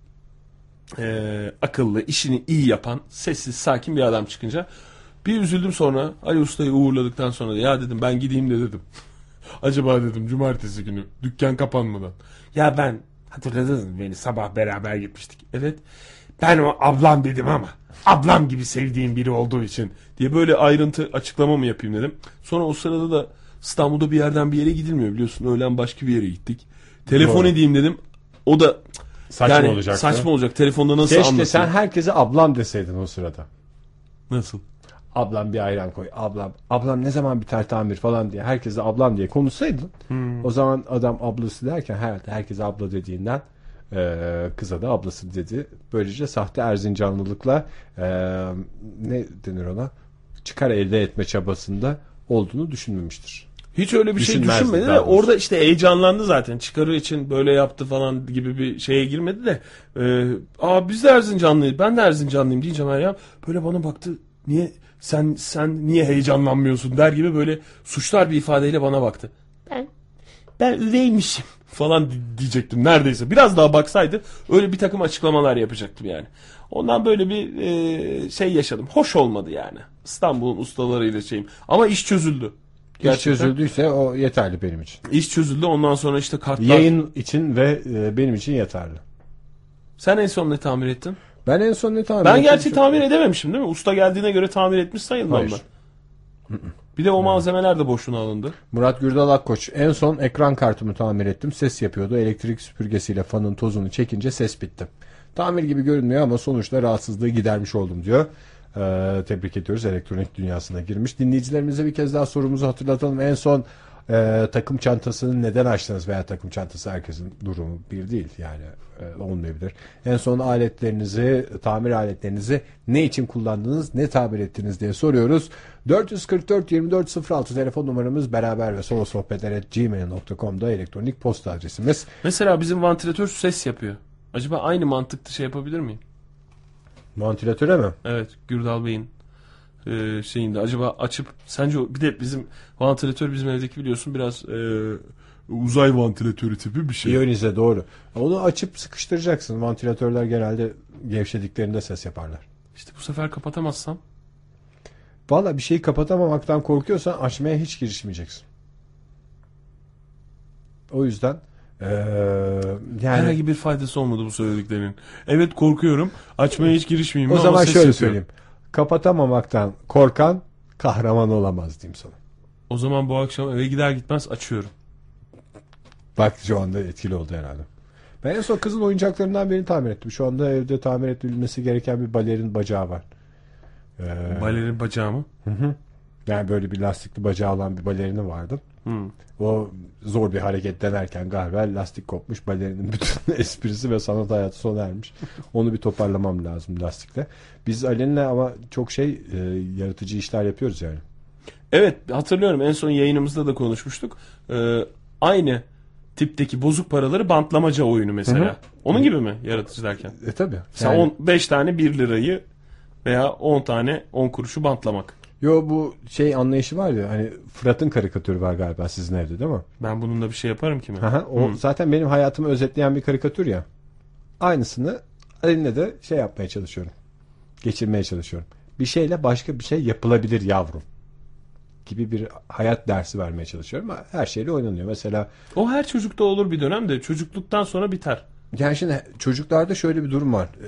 e, akıllı, işini iyi yapan, sessiz, sakin bir adam çıkınca bir üzüldüm sonra. Ali Usta'yı uğurladıktan sonra da ya dedim ben gideyim de dedim. Acaba dedim cumartesi günü dükkan kapanmadan. Ya ben hatırladınız mı beni sabah beraber gitmiştik. Evet ben o ablam dedim ama ablam gibi sevdiğim biri olduğu için diye böyle ayrıntı açıklama mı yapayım dedim. Sonra o sırada da İstanbul'da bir yerden bir yere gidilmiyor biliyorsun. Öğlen başka bir yere gittik. Telefon Doğru. edeyim dedim. O da Saçma yani olacaktı. saçma olacak. Telefonda nasıl Keşke anlatayım? sen herkese ablam deseydin o sırada. Nasıl? Ablam bir ayran koy. Ablam. Ablam ne zaman biter tamir falan diye. Herkese ablam diye konuşsaydın. Hmm. O zaman adam ablası derken herhalde herkese abla dediğinden e, kıza da ablası dedi. Böylece sahte Erzincanlılıkla e, ne denir ona? Çıkar elde etme çabasında olduğunu düşünmemiştir. Hiç öyle bir şey Düşünmezdi düşünmedi de daha doğrusu. orada işte heyecanlandı zaten. Çıkarı için böyle yaptı falan gibi bir şeye girmedi de. E, Aa biz de Erzincanlıyız. Ben de Erzincanlıyım deyince Meryem böyle bana baktı. Niye sen sen niye heyecanlanmıyorsun der gibi böyle suçlar bir ifadeyle bana baktı. Ben ben üveymişim falan di- diyecektim neredeyse. Biraz daha baksaydı öyle bir takım açıklamalar yapacaktım yani. Ondan böyle bir e, şey yaşadım. Hoş olmadı yani. İstanbul'un ustalarıyla şeyim. Ama iş çözüldü. İş çözüldüyse o yeterli benim için. İş çözüldü. Ondan sonra işte kartlar. Yayın için ve e, benim için yeterli. Sen en son ne tamir ettin? Ben en son ne tamir Ben ettim? gerçi tamir edememişim değil mi? Usta geldiğine göre tamir etmiş sayılmam Hayır. ben. Bir de o malzemeler de boşuna alındı. Murat Gürdal Akkoç. En son ekran kartımı tamir ettim. Ses yapıyordu. Elektrik süpürgesiyle fanın tozunu çekince ses bitti. Tamir gibi görünmüyor ama sonuçta rahatsızlığı gidermiş oldum diyor. Ee, tebrik ediyoruz. Elektronik dünyasına girmiş. Dinleyicilerimize bir kez daha sorumuzu hatırlatalım. En son e, takım çantasını neden açtınız veya takım çantası herkesin durumu bir değil. Yani e, olmayabilir. En son aletlerinizi, tamir aletlerinizi ne için kullandınız, ne tamir ettiniz diye soruyoruz. dört yüz kırk dört yirmi dört sıfır altı telefon numaramız, beraber ve solo sohbetler at gmail nokta com'da elektronik posta adresimiz. Mesela bizim vantilatör ses yapıyor. Acaba aynı mantıklı şey yapabilir miyim? Vantilatöre mi? Evet, Gürdal Bey'in e, şeyinde. Acaba açıp sence o, bir de bizim vantilatör bizim evdeki biliyorsun biraz e, uzay vantilatörü tipi bir şey. İyonize, doğru. Onu açıp sıkıştıracaksın. Vantilatörler genelde gevşediklerinde ses yaparlar. İşte bu sefer kapatamazsam Valla bir şeyi kapatamamaktan korkuyorsan açmaya hiç girişmeyeceksin. O yüzden ee, yani Herhangi bir faydası olmadı bu söylediklerinin. Evet, korkuyorum. Açmaya hiç girişmeyeyim. o ama zaman ses şöyle yapıyorum. söyleyeyim. Kapatamamaktan korkan kahraman olamaz diyeyim sana. O zaman bu akşam eve gider gitmez açıyorum. Bak şu anda etkili oldu herhalde. Ben en son kızın oyuncaklarından birini tamir ettim. Şu anda evde tamir edilmesi gereken bir balerin bacağı var. Ee, Balerin bacağı mı? Hı hı. Yani böyle bir lastikli bacağı olan bir balerini vardı. Hmm. O zor bir hareket denerken galiba lastik kopmuş. Balerinin bütün esprisi ve sanat hayatı sona ermiş. Onu bir toparlamam lazım lastikle. Biz Ali'nle ama çok şey e, yaratıcı işler yapıyoruz yani. Evet, hatırlıyorum, en son yayınımızda da konuşmuştuk. Ee, aynı tipteki bozuk paraları bantlamaca oyunu mesela. Hı hı. Onun gibi mi yaratıcı derken? E tabi. Mesela on, beş tane bir lirayı veya on tane on kuruşu bantlamak. Yo, bu şey anlayışı var ya, hani Fırat'ın karikatürü var galiba sizin evde değil mi? Ben bununla bir şey yaparım ki mi? Aha, o Hmm. zaten benim hayatımı özetleyen bir karikatür ya. Aynısını elimle de şey yapmaya çalışıyorum. Geçirmeye çalışıyorum. Bir şeyle başka bir şey yapılabilir yavrum gibi bir hayat dersi vermeye çalışıyorum. Her şeyle oynanıyor. Mesela O her çocukta olur bir dönem de çocukluktan sonra biter. yani şimdi çocuklarda şöyle bir durum var.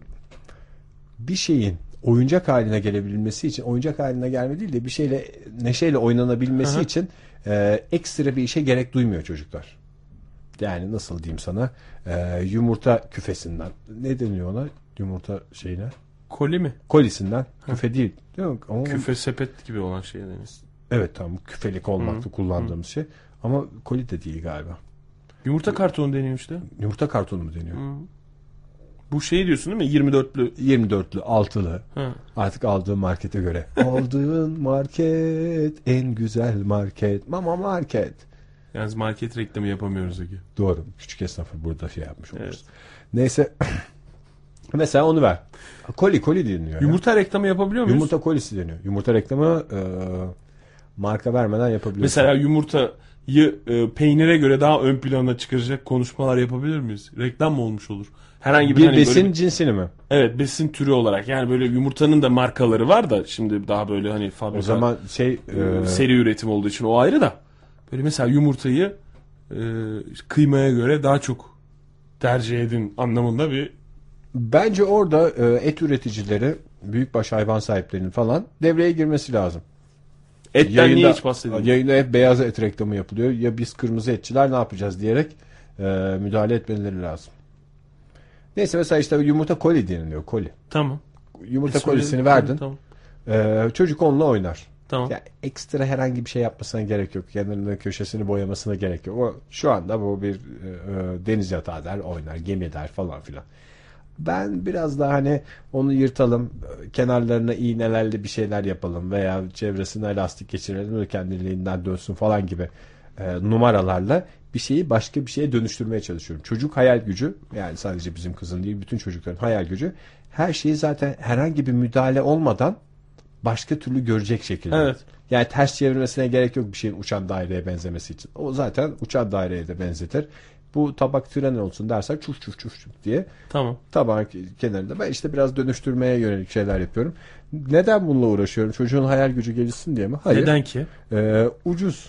Bir şeyin oyuncak haline gelebilmesi için, oyuncak haline gelme değil de bir şeyle neşeyle oynanabilmesi Aha. için e, ekstra bir işe gerek duymuyor çocuklar. Yani nasıl diyeyim sana, e, yumurta küfesinden, ne deniyor ona, yumurta şeyine, Koli mi? kolisinden, küfe değil, değil mi? Ama Küfe sepet gibi olan şey deniz. evet, tamam, küfelik olmakta kullandığımız şey, ama koli de değil galiba. Yumurta kartonu deniyor işte. Yumurta kartonu mu deniyor? Hı. Bu şey diyorsun değil mi? yirmi dörtlü. yirmi dörtlü, altılı. Ha. Artık aldığın markete göre. Aldığın market en güzel market. Mama market. Yalnız market reklamı yapamıyoruz Ege. Doğru. Küçük esnafı burada şey yapmış oluruz. Evet. Neyse. Mesela onu ver. Koli koli deniyor. Yumurta ya. reklamı yapabiliyor muyuz? Yumurta kolisi deniyor. Yumurta reklamı e, marka vermeden yapabiliyorsun. Mesela yumurtayı e, peynire göre daha ön plana çıkaracak konuşmalar yapabilir miyiz? Reklam mı olmuş olur? Herhangi bir, bir hani besin böyle, cinsini mi? evet, besin türü olarak. Yani böyle yumurtanın da markaları var da şimdi daha böyle hani fabrika, O zaman şey e, seri üretim olduğu için o ayrı da. Böyle mesela yumurtayı e, kıymaya göre daha çok tercih edin anlamında bir. bence orada e, et üreticileri, büyükbaş hayvan sahiplerinin falan devreye girmesi lazım. Etten niye hiç bahsedilmiyor? Yayında hep beyaz et reklamı yapılıyor. Ya biz kırmızı etçiler ne yapacağız diyerek e, müdahale etmeleri lazım. Neyse, mesela işte yumurta koli deniliyor. Koli. Tamam. Yumurta E, kolisini söyledim. verdin. Tamam. E, çocuk onunla oynar. Tamam. Yani ekstra herhangi bir şey yapmasına gerek yok. Kenarının köşesini boyamasına gerek yok. O, şu anda bu bir e, deniz yatağı der, oynar, gemi der falan filan. Ben biraz daha hani onu yırtalım, kenarlarına iğnelerle bir şeyler yapalım veya çevresine lastik geçirelim ve kendiliğinden dönsün falan gibi e, numaralarla bir şeyi başka bir şeye dönüştürmeye çalışıyorum. Çocuk hayal gücü, yani sadece bizim kızın değil, bütün çocukların hayal gücü, her şeyi zaten herhangi bir müdahale olmadan başka türlü görecek şekilde. Evet. Yani ters çevirmesine gerek yok bir şeyin uçan daireye benzemesi için. O zaten uçan daireye de benzetir. Bu tabak tren olsun dersen çuf çuf çuf çuf diye Tamam. tabak kenarında ben işte biraz dönüştürmeye yönelik şeyler yapıyorum. Neden bununla uğraşıyorum? Çocuğun hayal gücü gelişsin diye mi? Hayır. Neden ki? Ee, ucuz.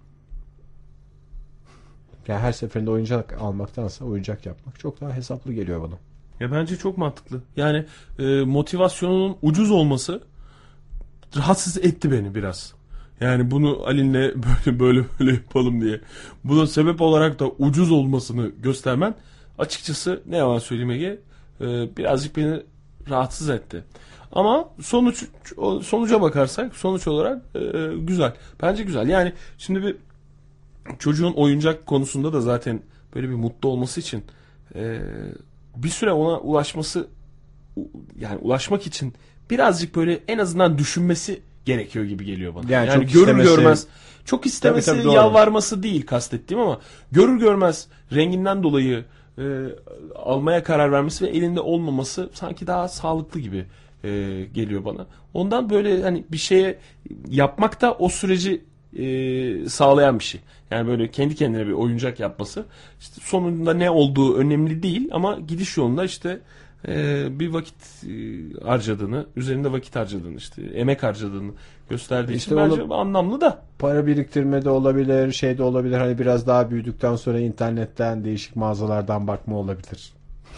Yani her seferinde oyuncak almaktansa oyuncak yapmak çok daha hesaplı geliyor bana. Ya bence çok mantıklı. Yani e, motivasyonunun ucuz olması rahatsız etti beni biraz. Yani bunu Ali'nle böyle böyle böyle yapalım diye. Buna sebep olarak da ucuz olmasını göstermen açıkçası, ne yalan söyleyeyim Ege, e, birazcık beni rahatsız etti. Ama sonuç sonuca bakarsak sonuç olarak e, güzel. Bence güzel. Yani şimdi bir çocuğun oyuncak konusunda da zaten böyle bir mutlu olması için e, bir süre ona ulaşması, yani ulaşmak için birazcık böyle en azından düşünmesi gerekiyor gibi geliyor bana. Yani Yani, çok görür istemesi- görmez, çok istemesi, Tabii, tabii, doğru. yalvarması değil kastettiğim, ama görür görmez renginden dolayı e, almaya karar vermesi ve elinde olmaması sanki daha sağlıklı gibi e, geliyor bana. Ondan böyle hani bir şeye yapmak da o süreci e, sağlayan bir şey. Yani böyle kendi kendine bir oyuncak yapması, işte sonunda ne olduğu önemli değil ama gidiş yolunda işte e, bir vakit e, harcadığını, üzerinde vakit harcadığını, işte emek harcadığını gösterdiği İşte için bence onu- anlamlı da. Para biriktirme de olabilir, şey de olabilir. Hani biraz daha büyüdükten sonra internetten, değişik mağazalardan bakma olabilir.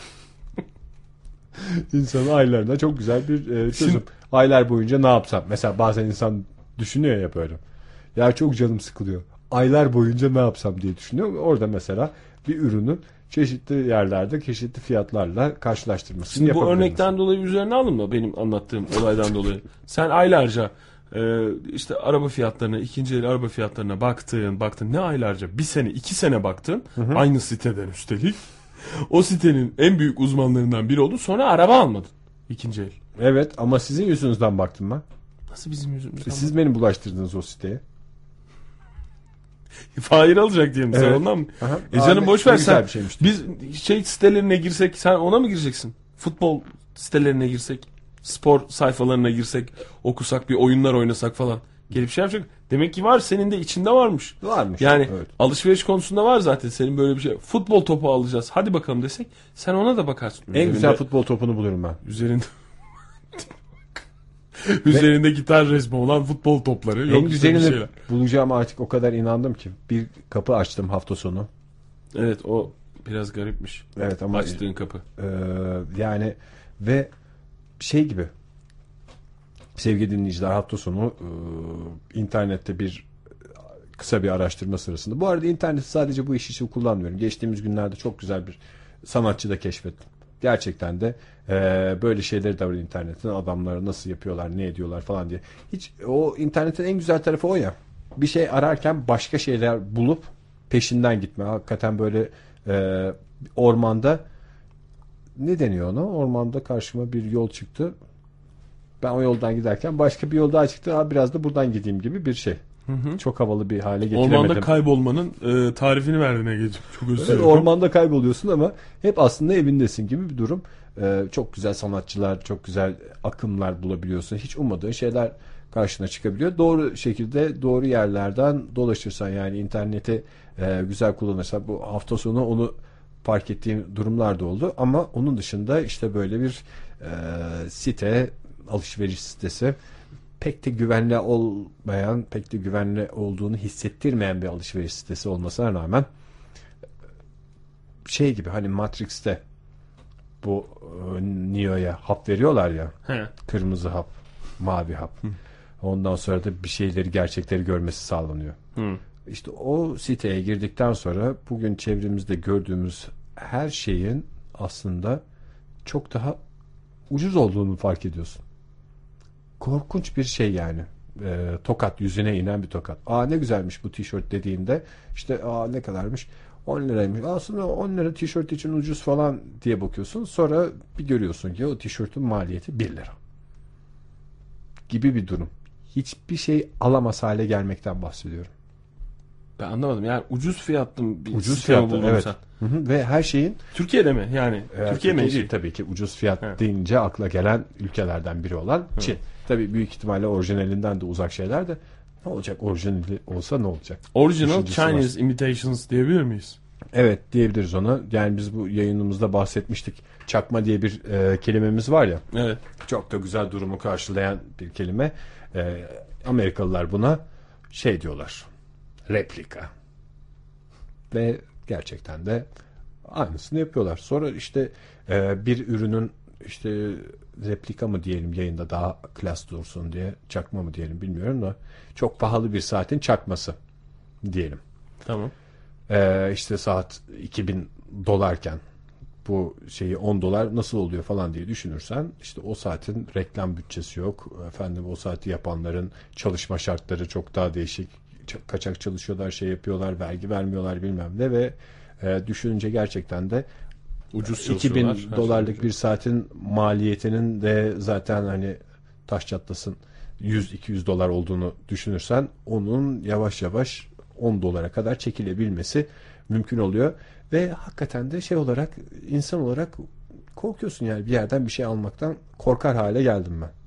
İnsanın aylarına çok güzel bir e, çözüm. Şimdi- Aylar boyunca ne yapsam? Mesela bazen insan düşünüyor ya böyle. Ya çok canım sıkılıyor. Aylar boyunca ne yapsam diye düşünüyor. Orada mesela bir ürünün çeşitli yerlerde çeşitli fiyatlarla karşılaştırmasını Şimdi bu yapabilir örnekten mesela. dolayı üzerine alınma benim anlattığım olaydan dolayı. Sen aylarca e, işte araba fiyatlarına, ikinci el araba fiyatlarına baktın, baktın ne aylarca? Bir sene, iki sene baktın. Aynı siteden üstelik. O sitenin en büyük uzmanlarından biri oldun. Sonra araba almadın. İkinci el. Evet ama sizin yüzünüzden baktım ben. Nasıl bizim yüzümüzden? Siz beni bulaştırdınız o siteye. Fahir alacak diye mi? Sen Evet. ondan mı? Aha. E canım Abi, boş ne ver güzel sen. bir şeymişti. Biz şey sitelerine girsek sen ona mı gireceksin? Futbol sitelerine girsek, spor sayfalarına girsek, okusak, bir oyunlar oynasak falan. Gelip şey yapacak. Demek ki var, senin de içinde varmış. Varmış. Yani Evet. alışveriş konusunda var zaten senin böyle bir şey. Futbol topu alacağız. Hadi bakalım desek sen ona da bakarsın. En Üzerinde- güzel futbol topunu bulurum ben. üzerinde üzerinde gitar resmi olan futbol topları. En Yok işte bir güzelini şeyler. bulacağım artık, o kadar inandım ki. Bir kapı açtım hafta sonu. Evet, o biraz garipmiş. Evet ama Açtığın kapı. e, yani ve şey gibi, sevgili dinleyiciler, hafta sonu e, internette bir kısa bir araştırma sırasında. Bu arada interneti sadece bu iş için kullanmıyorum. Geçtiğimiz günlerde çok güzel bir sanatçı da keşfettim. Gerçekten de e, böyle şeyleri de var internetin. Adamları nasıl yapıyorlar, ne ediyorlar falan diye. Hiç, o internetin en güzel tarafı o ya. Bir şey ararken başka şeyler bulup peşinden gitme. Hakikaten böyle e, ormanda, ne deniyor ona? Ormanda karşıma bir yol çıktı. Ben o yoldan giderken başka bir yol daha çıktı. Ha, biraz da buradan gideyim gibi bir şey. Hı hı. Çok havalı bir hale getiremedim. Ormanda kaybolmanın e, tarifini verdiğine geçiyorum. Çok özür Evet, dilerim. ormanda kayboluyorsun ama hep aslında evindesin gibi bir durum. Ee, çok güzel sanatçılar, çok güzel akımlar bulabiliyorsun. Hiç ummadığın şeyler karşına çıkabiliyor. Doğru şekilde doğru yerlerden dolaşırsan, yani interneti e, güzel kullanırsan, bu hafta sonu onu fark ettiğim durumlar da oldu. Ama onun dışında işte böyle bir e, site, alışveriş sitesi, pek de güvenli olmayan, pek de güvenli olduğunu hissettirmeyen bir alışveriş sitesi olmasına rağmen, şey gibi, hani Matrix'te bu e, Neo'ya hap veriyorlar ya, He. kırmızı hap, mavi hap. Ondan sonra da bir şeyleri, gerçekleri görmesi sağlanıyor. Hı. İşte o siteye girdikten sonra bugün çevremizde gördüğümüz her şeyin aslında çok daha ucuz olduğunu fark ediyorsun. Korkunç bir şey yani. E, tokat, yüzüne inen bir tokat. Aa ne güzelmiş bu tişört dediğinde, işte aa ne kadarmış? on liraymış. Aslında on lira tişört için ucuz falan diye bakıyorsun. Sonra bir görüyorsun ki o tişörtün maliyeti bir lira. Gibi bir durum. Hiçbir şey alamaz hale gelmekten bahsediyorum. Ben anlamadım. Yani ucuz fiyatlı bir Ucuz sistemi fiyatlı, buldun evet. sen. Hı hı. Ve her şeyin Türkiye'de mi? Yani e, Türkiye mi? Türkiye- Değil. tabii ki ucuz fiyat Evet. deyince akla gelen ülkelerden biri olan Çin. Tabii büyük ihtimalle orijinalinden de uzak şeyler de, ne olacak, orijinali olsa ne olacak? Original Düşüncesi Chinese imitations diyebilir miyiz? Evet, diyebiliriz ona. Yani biz bu yayınımızda bahsetmiştik. Çakma diye bir e, kelimemiz var ya. Evet. Çok da güzel durumu karşılayan bir kelime. E, Amerikalılar buna şey diyorlar. Replika. Ve gerçekten de aynısını yapıyorlar. Sonra işte e, bir ürünün işte replika mı diyelim, yayında daha klas dursun diye, çakma mı diyelim bilmiyorum da, çok pahalı bir saatin çakması diyelim. Tamam. Ee, işte saat iki bin dolarken bu şeyi on dolar nasıl oluyor falan diye düşünürsen, işte o saatin reklam bütçesi yok. Efendim, o saati yapanların çalışma şartları çok daha değişik. Ç- kaçak çalışıyorlar, şey yapıyorlar, vergi vermiyorlar bilmem ne ve e, düşününce gerçekten de Ucuz iki bin çalışıyorlar. Her dolarlık şey bir saatin maliyetinin de zaten hani taş çatlasın yüz iki yüz dolar olduğunu düşünürsen, onun yavaş yavaş on dolara kadar çekilebilmesi mümkün oluyor. Ve hakikaten de şey olarak, insan olarak korkuyorsun yani, bir yerden bir şey almaktan korkar hale geldim ben.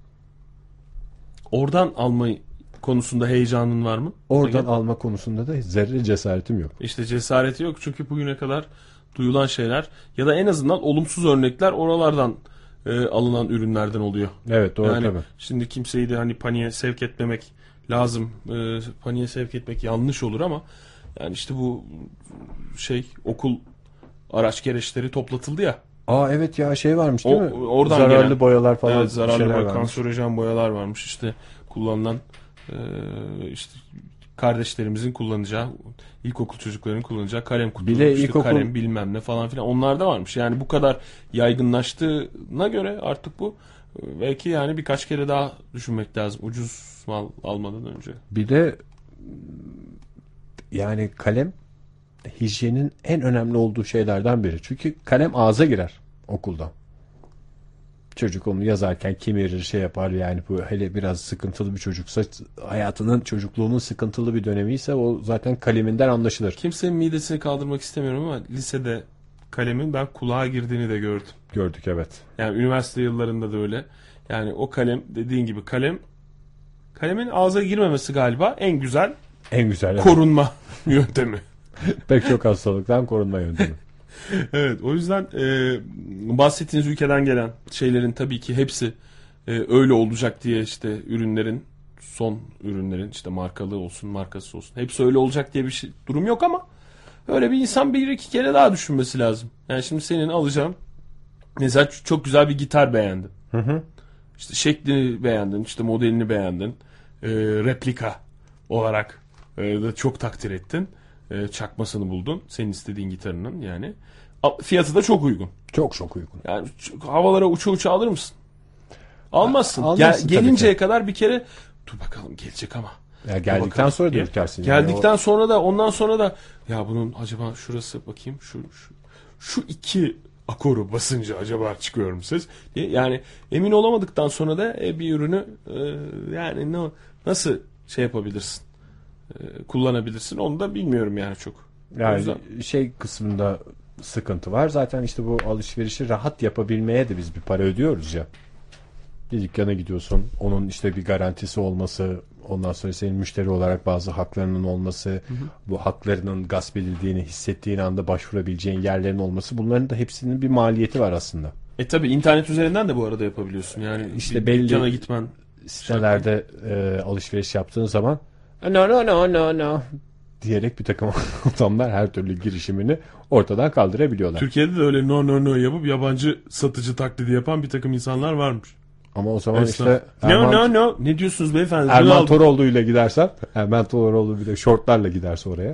Oradan alma konusunda heyecanın var mı? Oradan Peki. alma konusunda da zerre cesaretim yok. İşte cesareti yok çünkü bugüne kadar duyulan şeyler ya da en azından olumsuz örnekler oralardan e, alınan ürünlerden oluyor. Evet, doğru yani tabii. Şimdi kimseyi de hani paniğe sevk etmemek lazım. E, paniğe sevk etmek yanlış olur ama yani işte bu şey okul araç gereçleri toplatıldı ya. Aa evet ya şey varmış değil o, mi? Oradan zararlı gelen, boyalar falan. Evet, zararlı şeyler boya, varmış. kanserojen boyalar varmış. İşte kullanılan e, işte kardeşlerimizin kullanacağı, ilkokul çocuklarının kullanacağı kalem kutusu, Bile işte ilkokul... kalem bilmem ne falan filan. Onlar da varmış. Yani bu kadar yaygınlaştığına göre artık bu belki yani birkaç kere daha düşünmek lazım. Ucuz mal almadan önce. Bir de yani kalem hijyenin en önemli olduğu şeylerden biri. Çünkü kalem ağza girer okulda. Çocuk onu yazarken kemirir, şey yapar yani, bu hele biraz sıkıntılı bir çocuksa, hayatının, çocukluğunun sıkıntılı bir dönemiyse o zaten kaleminden anlaşılır. Kimsenin midesini kaldırmak istemiyorum ama lisede kalemin ben kulağa girdiğini de gördüm. Gördük evet. Yani üniversite yıllarında da öyle. Yani o kalem dediğin gibi kalem kalemin ağza girmemesi galiba en güzel En güzel evet. korunma yöntemi. Pek çok hastalıktan korunma yöntemi. Evet, o yüzden e, bahsettiğiniz ülkeden gelen şeylerin tabii ki hepsi e, öyle olacak diye, işte ürünlerin, son ürünlerin işte markalı olsun markasız olsun hepsi öyle olacak diye bir şey, durum yok ama öyle bir insan bir iki kere daha düşünmesi lazım. Yani şimdi senin alacağım mesela çok güzel bir gitar beğendin. Hı hı. İşte şeklini beğendin, işte modelini beğendin, e, replika olarak e, da çok takdir ettin. E, çakmasını buldun. Senin istediğin gitarının yani. Fiyatı da çok uygun. Çok çok uygun. Yani havalara uça uça alır mısın? Almazsın. Almazsın Gel, gelinceye kadar bir kere dur bakalım gelecek ama. Ya geldikten bakalım, sonra da ürkersin. Geldikten yani o... sonra da ondan sonra da ya bunun acaba şurası bakayım şu şu, şu iki akoru basınca acaba çıkıyor mu ses? Yani emin olamadıktan sonra da e, bir ürünü e, yani ne, nasıl şey yapabilirsin? E, kullanabilirsin. Onu da bilmiyorum yani çok. Yani şey kısmında sıkıntı var. Zaten işte bu alışverişi rahat yapabilmeye de biz bir para ödüyoruz ya. Bir dükkana gidiyorsun. Onun işte bir garantisi olması, ondan sonra senin müşteri olarak bazı haklarının olması, hı hı. bu haklarının gasp edildiğini hissettiğin anda başvurabileceğin yerlerin olması, bunların da hepsinin bir maliyeti var aslında. E tabi internet üzerinden de bu arada yapabiliyorsun. Yani işte belli dükkana gitmen, sitelerde e, alışveriş yaptığın zaman no no no no no diyerek bir takım adamlar her türlü girişimini ortadan kaldırabiliyorlar. Türkiye'de de öyle no no no yapıp yabancı satıcı taklidi yapan bir takım insanlar varmış. Ama o zaman Esnaf. işte no Erman, no no ne diyorsunuz beyefendi? Erman Toroğlu ile gidersen, Erman Toroğlu bir de şortlarla giderse oraya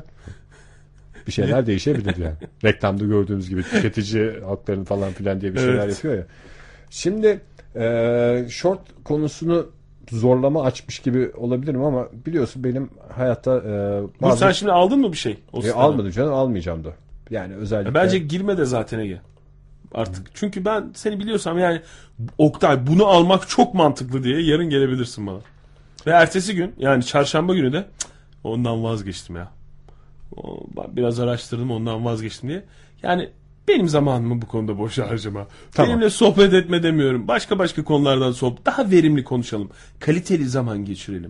bir şeyler değişebilir yani. Reklamda gördüğümüz gibi tüketici haklarını falan filan diye bir şeyler evet. yapıyor ya. Şimdi e, şort konusunu zorlama açmış gibi olabilirim ama biliyorsun benim hayatta e, bazı... Sen şimdi aldın mı bir şey? E, almadım canım, almayacağım da. Yani özellikle. E, bence girme de zaten Ege. Artık. Çünkü ben seni biliyorsam yani Oktay bunu almak çok mantıklı diye yarın gelebilirsin bana. Ve ertesi gün yani çarşamba günü de ondan vazgeçtim ya. O, biraz araştırdım ondan vazgeçtim diye. Yani benim zamanımı bu konuda boşa harcama. Tamam. Benimle sohbet etme demiyorum. Başka başka konulardan sohbet. Daha verimli konuşalım. Kaliteli zaman geçirelim.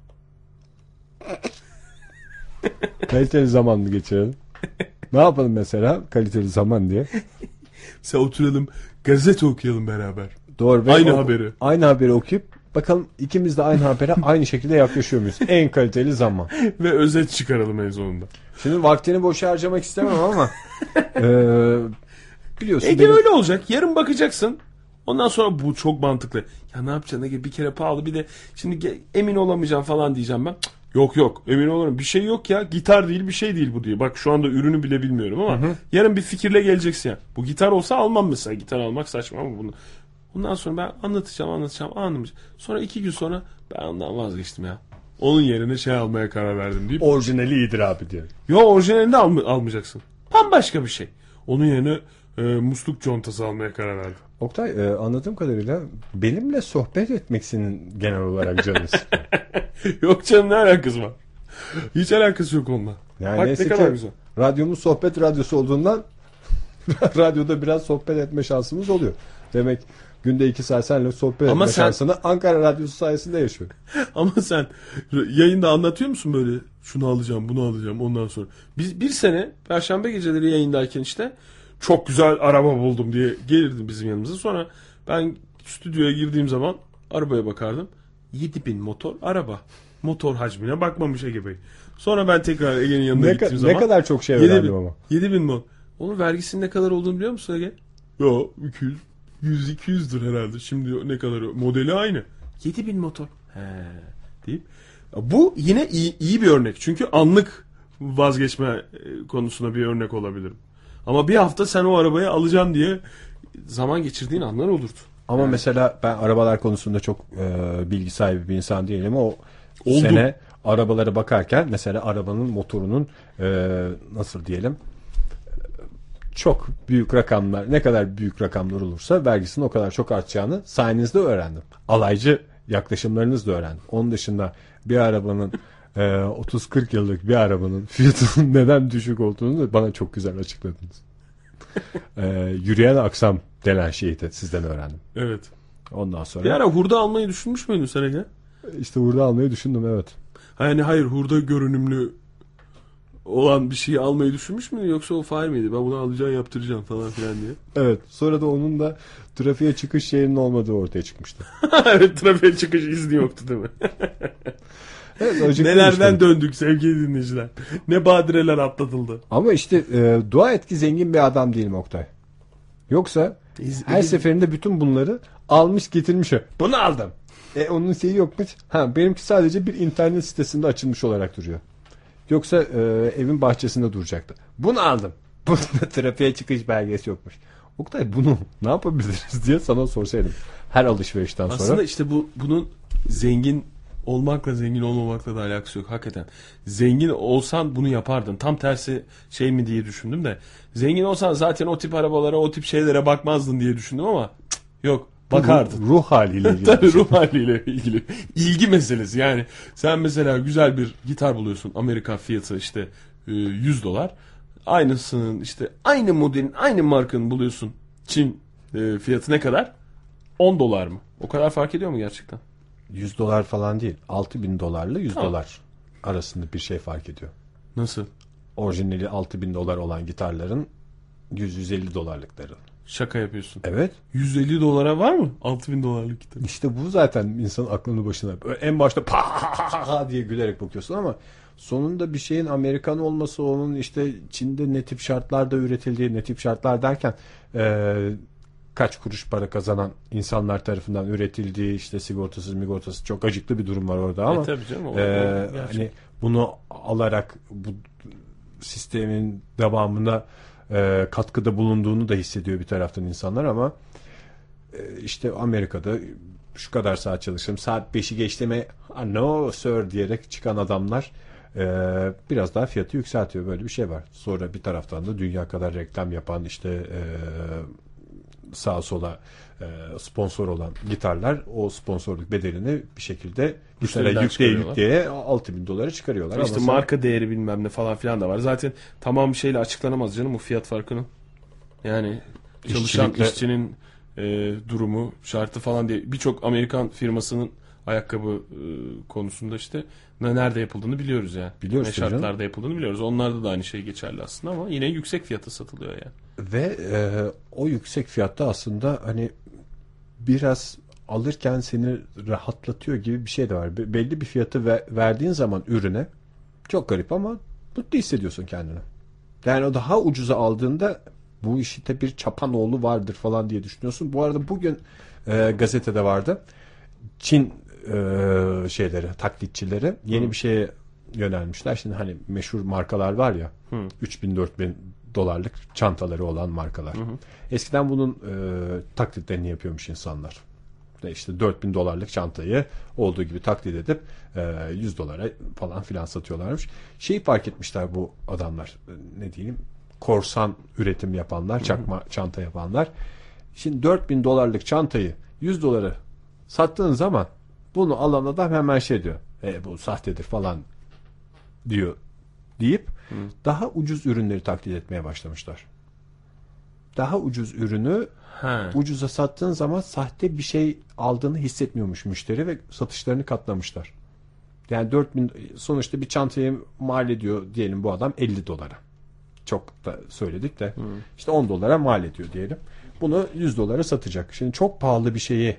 Kaliteli zaman mı geçirelim? Ne yapalım mesela kaliteli zaman diye? Mesela oturalım gazete okuyalım beraber. Doğru. Aynı o, haberi. Aynı haberi okuyup bakalım ikimiz de aynı habere aynı şekilde yaklaşıyor muyuz? En kaliteli zaman. Ve özet çıkaralım en sonunda. Şimdi vaktini boşa harcamak istemem ama e, biliyorsun. Ege benim... öyle olacak. Yarın bakacaksın. Ondan sonra bu çok mantıklı. Ya ne yapacaksın Ege? Bir kere pahalı, bir de şimdi emin olamayacağım falan diyeceğim ben. Yok yok emin olurum. Bir şey yok ya. Gitar değil, bir şey değil bu diyor. Bak şu anda ürünü bile bilmiyorum ama hı hı. yarın bir fikirle geleceksin ya. Bu gitar olsa almam mesela. Gitar almak saçma ama bunu. Ondan sonra ben anlatacağım anlatacağım anlamayacağım. Sonra iki gün sonra ben ondan vazgeçtim ya. Onun yerine şey almaya karar verdim deyip. Orijinali iyidir abi diyor. Yo orijinalini de alm- almayacaksın. Bambaşka bir şey. Onun yerine e, musluk contası almaya karar verdim. Oktay e, anladığım kadarıyla benimle sohbet etmek senin genel olarak canın sıkıyor. Yok canım, ne alakası var? Hiç alakası yok onunla. Yani bak neyse ne kadar ki güzel. Radyomuz sohbet radyosu olduğundan radyoda biraz sohbet etme şansımız oluyor. Demek günde iki saat seninle sohbet Ama etme sen- şansını Ankara Radyosu sayesinde yaşıyor. Ama sen yayında anlatıyor musun böyle şunu alacağım bunu alacağım ondan sonra. Biz bir sene Perşembe geceleri yayındayken işte çok güzel araba buldum diye gelirdi bizim yanımıza. Sonra ben stüdyoya girdiğim zaman arabaya bakardım. yedi bin motor araba. Motor hacmine bakmamış Ege Bey. Sonra ben tekrar Ege'nin yanına Ne, gittiğim ka- zaman. ne kadar çok şey yedi bin öğrendim ama. yedi bin mod. Onun vergisinin ne kadar olduğunu biliyor musun Ege? Yo iki yüz yüz iki yüzdür herhalde. Şimdi ne kadar modeli aynı. yedi bin motor. He deyip. Bu yine iyi, iyi bir örnek. Çünkü anlık vazgeçme e, konusuna bir örnek olabilirim. Ama bir hafta sen o arabayı alacağım diye zaman geçirdiğin anlar olurdu. Ama Yani. mesela ben arabalar konusunda çok e, bilgi sahibi bir insan değilim. O Oldum. sene arabalara bakarken mesela arabanın motorunun e, nasıl diyelim çok büyük rakamlar, ne kadar büyük rakamlar olursa vergisinin o kadar çok artacağını sayenizde öğrendim. Alaycı yaklaşımlarınızla öğrendim. Onun dışında bir arabanın e, otuz kırk yıllık bir arabanın fiyatının neden düşük olduğunu da bana çok güzel açıkladınız. e, yürüyen aksam denen şeyi de sizden öğrendim. Evet. Ondan sonra Bir ara hurda almayı düşünmüş müydün sen Ege? işte burada almayı düşündüm, evet. Yani hayır hurda görünümlü olan bir şeyi almayı düşünmüş müydün yoksa o fail miydi? Ben bunu alacağım yaptıracağım falan filan diye. Evet. Sonra da onun da trafiğe çıkış yerinin olmadığı ortaya çıkmıştı. Evet trafiğe çıkış izni yoktu değil mi? Evet, acıklı Nelerden işte. döndük sevgili dinleyiciler. Ne badireler atlatıldı. Ama işte e, dua et ki zengin bir adam değilim Oktay. Yoksa İz- her iz- seferinde bütün bunları almış getirmiş. Bunu aldım. E onun şeyi yokmuş. Ha, benimki sadece bir internet sitesinde açılmış olarak duruyor. Yoksa e, evin bahçesinde duracaktı. Bunu aldım. Bunda trafiğe çıkış belgesi yokmuş. Oktay bunu ne yapabiliriz diye sana sorsaydım. Her alışverişten sonra. Aslında işte bu bunun zengin olmakla zengin olmamakla da alakası yok hakikaten. Zengin olsan bunu yapardın. Tam tersi şey mi diye düşündüm de. Zengin olsan zaten o tip arabalara, o tip şeylere bakmazdın diye düşündüm ama cık, yok. Bakardın. Ruh, ruh haliyle ilgili. Tabii ruh haliyle ilgili. İlgi meselesi. Yani sen mesela güzel bir gitar buluyorsun. Amerikan fiyatı işte e, yüz dolar. Aynısının işte aynı modelin, aynı markanın buluyorsun. Çin e, fiyatı ne kadar? on dolar mı? O kadar fark ediyor mu gerçekten? yüz dolar falan değil. altı bin dolarla yüz Tamam. dolar arasında bir şey fark ediyor. Nasıl? Orijinali altı bin dolar olan gitarların yüz yüz elli dolarlıkları. Şaka yapıyorsun. Evet. yüz elli dolara var mı? altı bin dolarlık gitar. İşte bu zaten insanın aklını başına. Böyle en başta pa diye gülerek bakıyorsun ama sonunda bir şeyin Amerikan olması, onun işte Çin'de ne tip şartlarda üretildiği, ne tip şartlar derken e, kaç kuruş para kazanan insanlar tarafından üretildiği, işte sigortasız migortasız çok acıklı bir durum var orada ama E, tabii canım, o- e, o gerçek. hani bunu alarak bu sistemin devamına e, katkıda bulunduğunu da hissediyor bir taraftan insanlar ama e, işte Amerika'da şu kadar saat çalıştım, saat beşi geçti mi no sir diyerek çıkan adamlar e, biraz daha fiyatı yükseltiyor, böyle bir şey var. Sonra bir taraftan da dünya kadar reklam yapan işte e, sağa sola e, sponsor olan gitarlar o sponsorluk bedelini bir şekilde gitara Müşteriden yükleye çıkarıyorlar. yükleye altı bin dolara çıkarıyorlar. İşte Ama sen- marka değeri bilmem ne falan filan da var. Zaten tamam bir şeyle açıklanamaz canım bu fiyat farkının. Yani çalışan İşçilikle- işçinin e, durumu, şartı falan diye birçok Amerikan firmasının ayakkabı e, konusunda işte ne- nerede yapıldığını biliyoruz yani. Biliyoruz Ne tabii canım. şartlarda yapıldığını biliyoruz. Onlarda da aynı şey geçerli aslında ama yine yüksek fiyata satılıyor yani. Ve e, o yüksek fiyatta aslında hani biraz alırken seni rahatlatıyor gibi bir şey de var. Be- belli bir fiyatı ve- verdiğin zaman ürüne çok garip ama mutlu hissediyorsun kendini. Yani o daha ucuza aldığında bu işte bir çapanoğlu vardır falan diye düşünüyorsun. Bu arada bugün e, gazetede vardı. Çin e, şeyleri, taklitçileri yeni Hı. bir şeye yönelmişler. Şimdi hani meşhur markalar var ya, Hı. üç bin dört bin dolarlık çantaları olan markalar. Hı hı. Eskiden bunun e, taklitlerini yapıyormuş insanlar. İşte, işte dört bin dolarlık çantayı olduğu gibi taklit edip e, yüz dolara falan filan satıyorlarmış. Şeyi fark etmişler bu adamlar. E, ne diyeyim? Korsan üretim yapanlar, çakma çanta yapanlar. Şimdi dört bin dolarlık çantayı yüz dolara sattığın zaman bunu alan adam hemen şey diyor. E, bu sahtedir falan diyor deyip daha ucuz ürünleri taklit etmeye başlamışlar. daha ucuz ürünü Ha. ucuza sattığın zaman sahte bir şey aldığını hissetmiyormuş müşteri ve satışlarını katlamışlar. Yani dört bin sonuçta bir çantayı mal ediyor diyelim bu adam elli dolara. Çok da söyledik de hmm. işte on dolara mal ediyor diyelim. Bunu yüz dolara satacak. Şimdi çok pahalı bir şeyi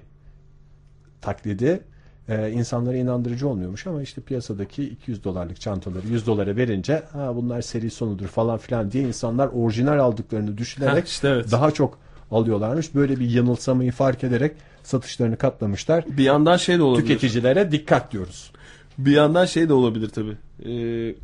taklidi e, insanlara inandırıcı olmuyormuş ama işte piyasadaki iki yüz dolarlık çantaları yüz dolara verince ha bunlar seri sonudur falan filan diye insanlar orijinal aldıklarını düşünerek ha, işte evet. daha çok alıyorlarmış. Böyle bir yanılsamayı fark ederek satışlarını katlamışlar. Bir yandan şey de olabilir. Tüketicilere dikkat diyoruz. Bir yandan şey de olabilir tabii. Ee,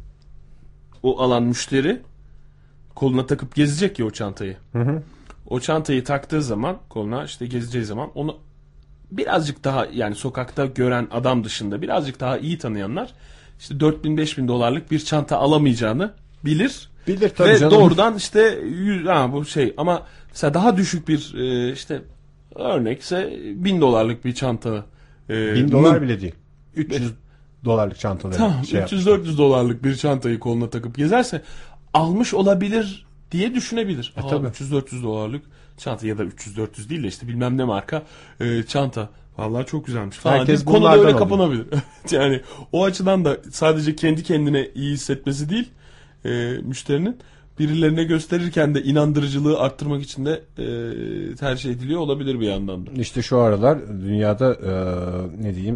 o alan müşteri koluna takıp gezecek ya o çantayı. Hı hı. O çantayı taktığı zaman koluna işte gezeceği zaman onu birazcık daha yani sokakta gören adam dışında birazcık daha iyi tanıyanlar işte dört bin beş bin dolarlık bir çanta alamayacağını bilir. Bilir tabii ve canım. doğrudan işte yüz, ha, bu şey ama mesela daha düşük bir e, işte örnekse bin dolarlık bir çanta. E, bin dolar bile değil. üç yüz dolarlık çantaları. Tamam, şey üç yüz dört yüz dolarlık bir çantayı koluna takıp gezerse almış olabilir diye düşünebilir. E, Aa, tabii. üç yüz dört yüz dolarlık çanta ya da üç yüz dört yüz değil de işte bilmem ne marka e, çanta. Vallahi çok güzelmiş falan. Herkes Konu bunlardan böyle alıyor. kapanabilir. Yani o açıdan da sadece kendi kendine iyi hissetmesi değil e, müşterinin birilerine gösterirken de inandırıcılığı arttırmak için de e, tercih ediliyor olabilir bir yandan da. İşte şu aralar dünyada e, ne diyeyim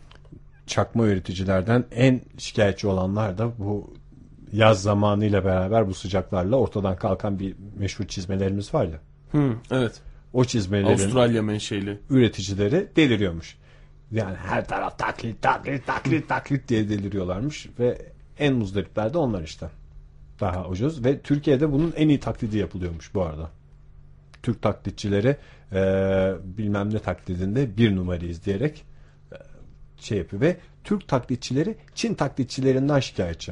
çakma üreticilerden en şikayetçi olanlar da bu yaz zamanıyla beraber bu sıcaklarla ortadan kalkan bir meşhur çizmelerimiz var ya. Hı, evet. O çizmelerin Avustralya menşeli üreticileri deliriyormuş. Yani her taraf taklit taklit taklit taklit diye deliriyorlarmış ve en muzdaripler de onlar işte. Daha ucuz ve Türkiye'de bunun en iyi taklidi yapılıyormuş bu arada. Türk taklitçileri e, bilmem ne taklidinde bir numarayız diyerek e, şey yapıyor ve Türk taklitçileri Çin taklitçilerinden şikayetçi.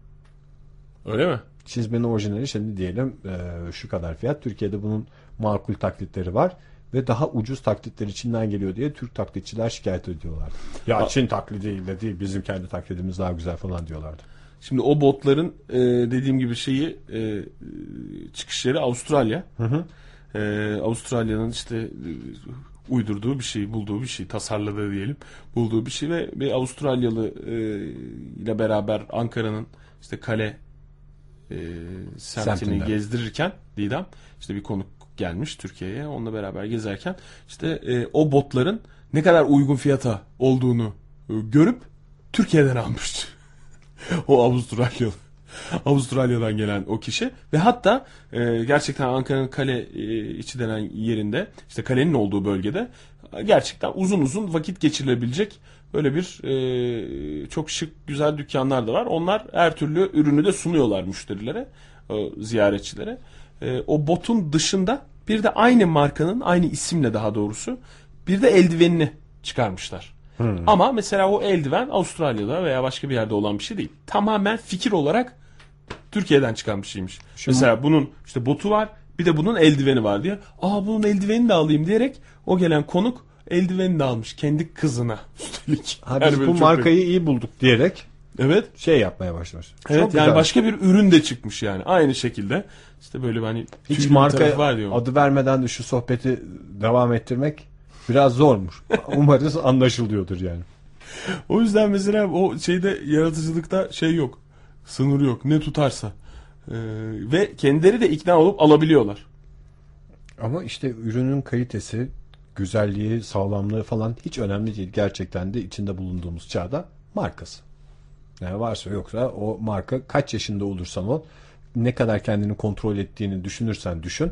Öyle mi? Çizmenin orijinali şimdi diyelim e, şu kadar fiyat. Türkiye'de bunun makul taklitleri var ve daha ucuz taklitleri Çin'den geliyor diye Türk taklitçiler şikayet ediyorlar. Ya A- Çin taklidiyle değil bizim kendi taklidimiz daha güzel falan diyorlardı. Şimdi o botların e, dediğim gibi şeyi e, çıkış yeri Avustralya. Hı hı. E, Avustralya'nın işte e, uydurduğu bir şey, bulduğu bir şey, tasarladığı diyelim, bulduğu bir şey ve bir Avustralyalı e, ile beraber Ankara'nın işte kale e, semtini Semtinde. gezdirirken Didem işte bir konuk gelmiş Türkiye'ye. Onunla beraber gezerken işte e, o botların ne kadar uygun fiyata olduğunu e, görüp Türkiye'den almış. O Avustralyalı. Avustralya'dan gelen o kişi ve hatta e, gerçekten Ankara'nın kale e, içi denen yerinde işte kalenin olduğu bölgede gerçekten uzun uzun vakit geçirilebilecek böyle bir e, çok şık güzel dükkanlar da var. Onlar her türlü ürünü de sunuyorlar müşterilere, o ziyaretçilere. E, o botun dışında bir de aynı markanın aynı isimle daha doğrusu bir de eldivenini çıkarmışlar. Hmm. Ama mesela o eldiven Avustralya'da veya başka bir yerde olan bir şey değil. Tamamen fikir olarak Türkiye'den çıkan bir şeymiş. Şimdi, mesela bunun işte botu var, bir de bunun eldiveni var diye. Aa bunun eldivenini de alayım diyerek o gelen konuk eldivenini de almış kendi kızına. Üstelik. Ha, biz yani bu markayı bir... iyi bulduk diyerek evet şey yapmaya başlamış. Evet çok yani güzel. Başka bir ürün de çıkmış yani aynı şekilde. İşte böyle hani hiç marka var adı vermeden de şu sohbeti devam ettirmek biraz zormuş. Umarız anlaşılıyordur yani. O yüzden mesela o şeyde yaratıcılıkta şey yok. Sınır yok. Ne tutarsa. Ee, ve kendileri de ikna olup alabiliyorlar. Ama işte ürünün kalitesi, güzelliği, sağlamlığı falan hiç önemli değil. Gerçekten de içinde bulunduğumuz çağda markası. Yani varsa yoksa o marka kaç yaşında olursan ol, ne kadar kendini kontrol ettiğini düşünürsen düşün.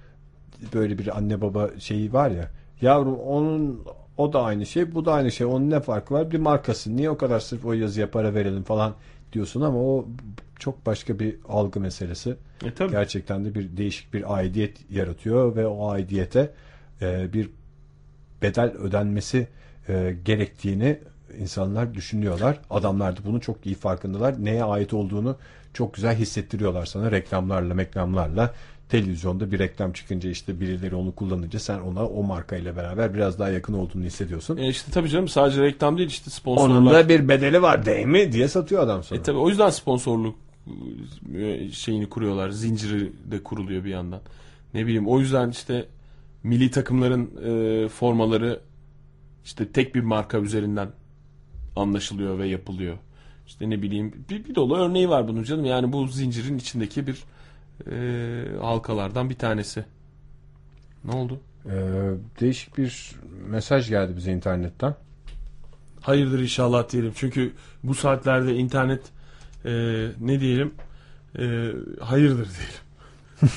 Böyle bir anne baba şeyi var ya. Yavrum onun o da aynı şey, bu da aynı şey. Onun ne farkı var? Bir markası. Niye o kadar sırf o yazıya para verelim falan diyorsun ama o çok başka bir algı meselesi. E, tabii. Gerçekten de bir değişik bir aidiyet yaratıyor ve o aidiyete e, bir bedel ödenmesi e, gerektiğini insanlar düşünüyorlar. Adamlar da bunun çok iyi farkındalar. Neye ait olduğunu çok güzel hissettiriyorlar sana reklamlarla, meklamlarla. Televizyonda bir reklam çıkınca işte birileri onu kullanınca sen ona o markayla beraber biraz daha yakın olduğunu hissediyorsun. E işte tabii canım sadece reklam değil işte sponsorlar. Onun da bir bedeli var değil mi diye satıyor adam sana. E tabii o yüzden sponsorluk şeyini kuruyorlar. Zinciri de kuruluyor bir yandan. Ne bileyim, o yüzden işte milli takımların e, formaları işte tek bir marka üzerinden anlaşılıyor ve yapılıyor. İşte ne bileyim, bir, bir dolu örneği var bunun canım. Yani bu zincirin içindeki bir e, halkalardan bir tanesi. Ne oldu? Ee, değişik bir mesaj geldi bize internetten. Hayırdır inşallah diyelim. Çünkü bu saatlerde internet e, ne diyelim e, hayırdır diyelim.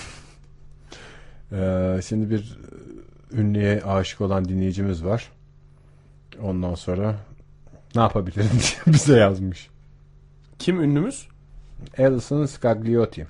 Ee, şimdi bir ünlüye aşık olan dinleyicimiz var. Ondan sonra ne yapabilirim diye bize yazmış. Kim ünlümüz? Alison Scagliotti.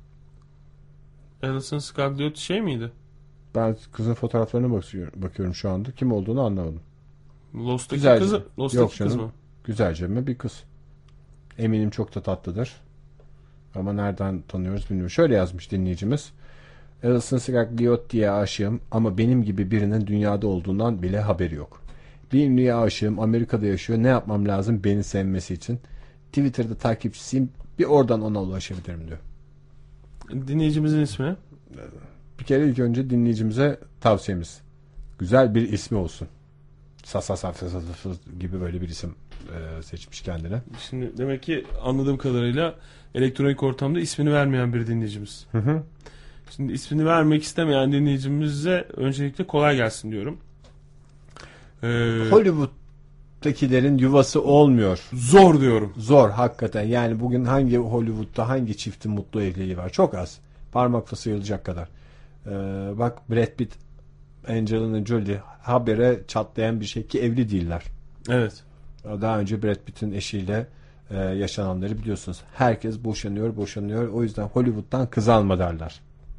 Alison Scagliotti şey miydi? Ben kızın fotoğraflarına bakıyorum, bakıyorum şu anda. Kim olduğunu anlamadım. Lost'taki Güzelce. kızı. Lost'taki Yok kız canım. mı? Güzelce mi bir kız. Eminim çok da tatlıdır. Ama nereden tanıyoruz bilmiyorum. Şöyle yazmış dinleyicimiz. Alison Scagliotti'ye aşığım ama benim gibi birinin dünyada olduğundan bile haberi yok. Bir ünlüye aşığım, Amerika'da yaşıyor. Ne yapmam lazım beni sevmesi için? Twitter'da takipçisiyim. Bir oradan ona ulaşabilirim diyor. Dinleyicimizin ismi? Bir kere ilk önce dinleyicimize tavsiyemiz. Güzel bir ismi olsun. Sasa sasa sasa gibi böyle bir isim e, seçmiş kendine. Şimdi demek ki anladığım kadarıyla elektronik ortamda ismini vermeyen bir dinleyicimiz. Hı hı. Şimdi ismini vermek istemeyen dinleyicimize öncelikle kolay gelsin diyorum. Ee, Hollywood'dakilerin yuvası olmuyor. Zor diyorum. Zor hakikaten. Yani bugün hangi Hollywood'da hangi çiftin mutlu evliliği var? Çok az. Parmakla sayılacak kadar. Ee, bak Brad Pitt, Angelina Jolie habere çatlayan bir şey ki evli değiller. Evet. Daha önce Brad Pitt'in eşiyle e, yaşananları biliyorsunuz. Herkes boşanıyor, boşanıyor. O yüzden Hollywood'dan kız alma derler.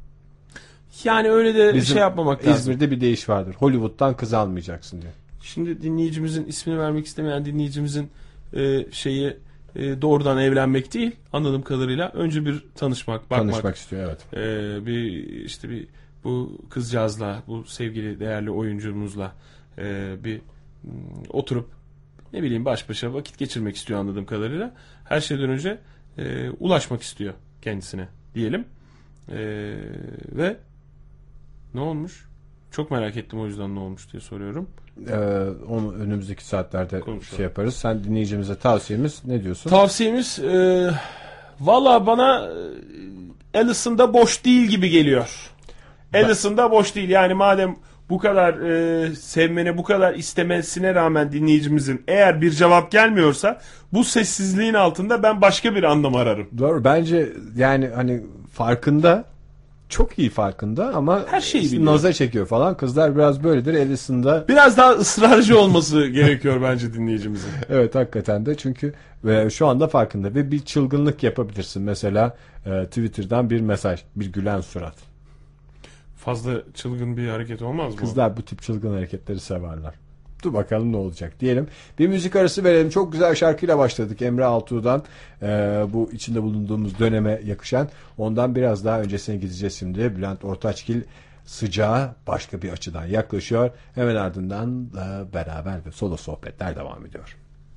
Yani öyle de Bizim şey yapmamak lazım. İzmir'de bir deyiş vardır. Hollywood'dan kız almayacaksın diyor. Şimdi dinleyicimizin ismini vermek istemeyen dinleyicimizin e, şeyi e, doğrudan evlenmek değil anladığım kadarıyla. Önce bir tanışmak, bakmak. Tanışmak istiyor, evet. E, bir işte bir bu kızcağızla, bu sevgili değerli oyuncumuzla e, bir m, oturup ne bileyim baş başa vakit geçirmek istiyor anladığım kadarıyla. Her şeyden önce e, ulaşmak istiyor kendisine diyelim. E, ve ne olmuş? Çok merak ettim, o yüzden ne olmuş diye soruyorum. Ee, onu önümüzdeki saatlerde Konuşalım. şey yaparız. Sen dinleyicimize tavsiyemiz ne diyorsun? Tavsiyemiz e, valla bana e, Alison'da boş değil gibi geliyor. Alison'da boş değil. Yani madem bu kadar e, sevmene, bu kadar istemesine rağmen dinleyicimizin eğer bir cevap gelmiyorsa bu sessizliğin altında ben başka bir anlam ararım. Doğru. Bence yani hani farkında, çok iyi farkında ama Her şeyi biliyor. naza çekiyor falan. Kızlar biraz böyledir. Alison'da Biraz daha ısrarcı olması gerekiyor bence dinleyicimizin. evet hakikaten de çünkü ve şu anda farkında ve bir çılgınlık yapabilirsin. Mesela e, Twitter'dan bir mesaj, bir gülen surat. Fazla çılgın bir hareket olmaz mı? Kızlar bu tip çılgın hareketleri severler. Dur bakalım ne olacak diyelim. Bir müzik arası verelim. Çok güzel şarkıyla başladık Emre Altuğ'dan. Ee, bu içinde bulunduğumuz döneme yakışan. Ondan biraz daha öncesine gideceğiz şimdi. Bülent Ortaçgil sıcağı başka bir açıdan yaklaşıyor. Hemen ardından da beraber ve solo sohbetler devam ediyor.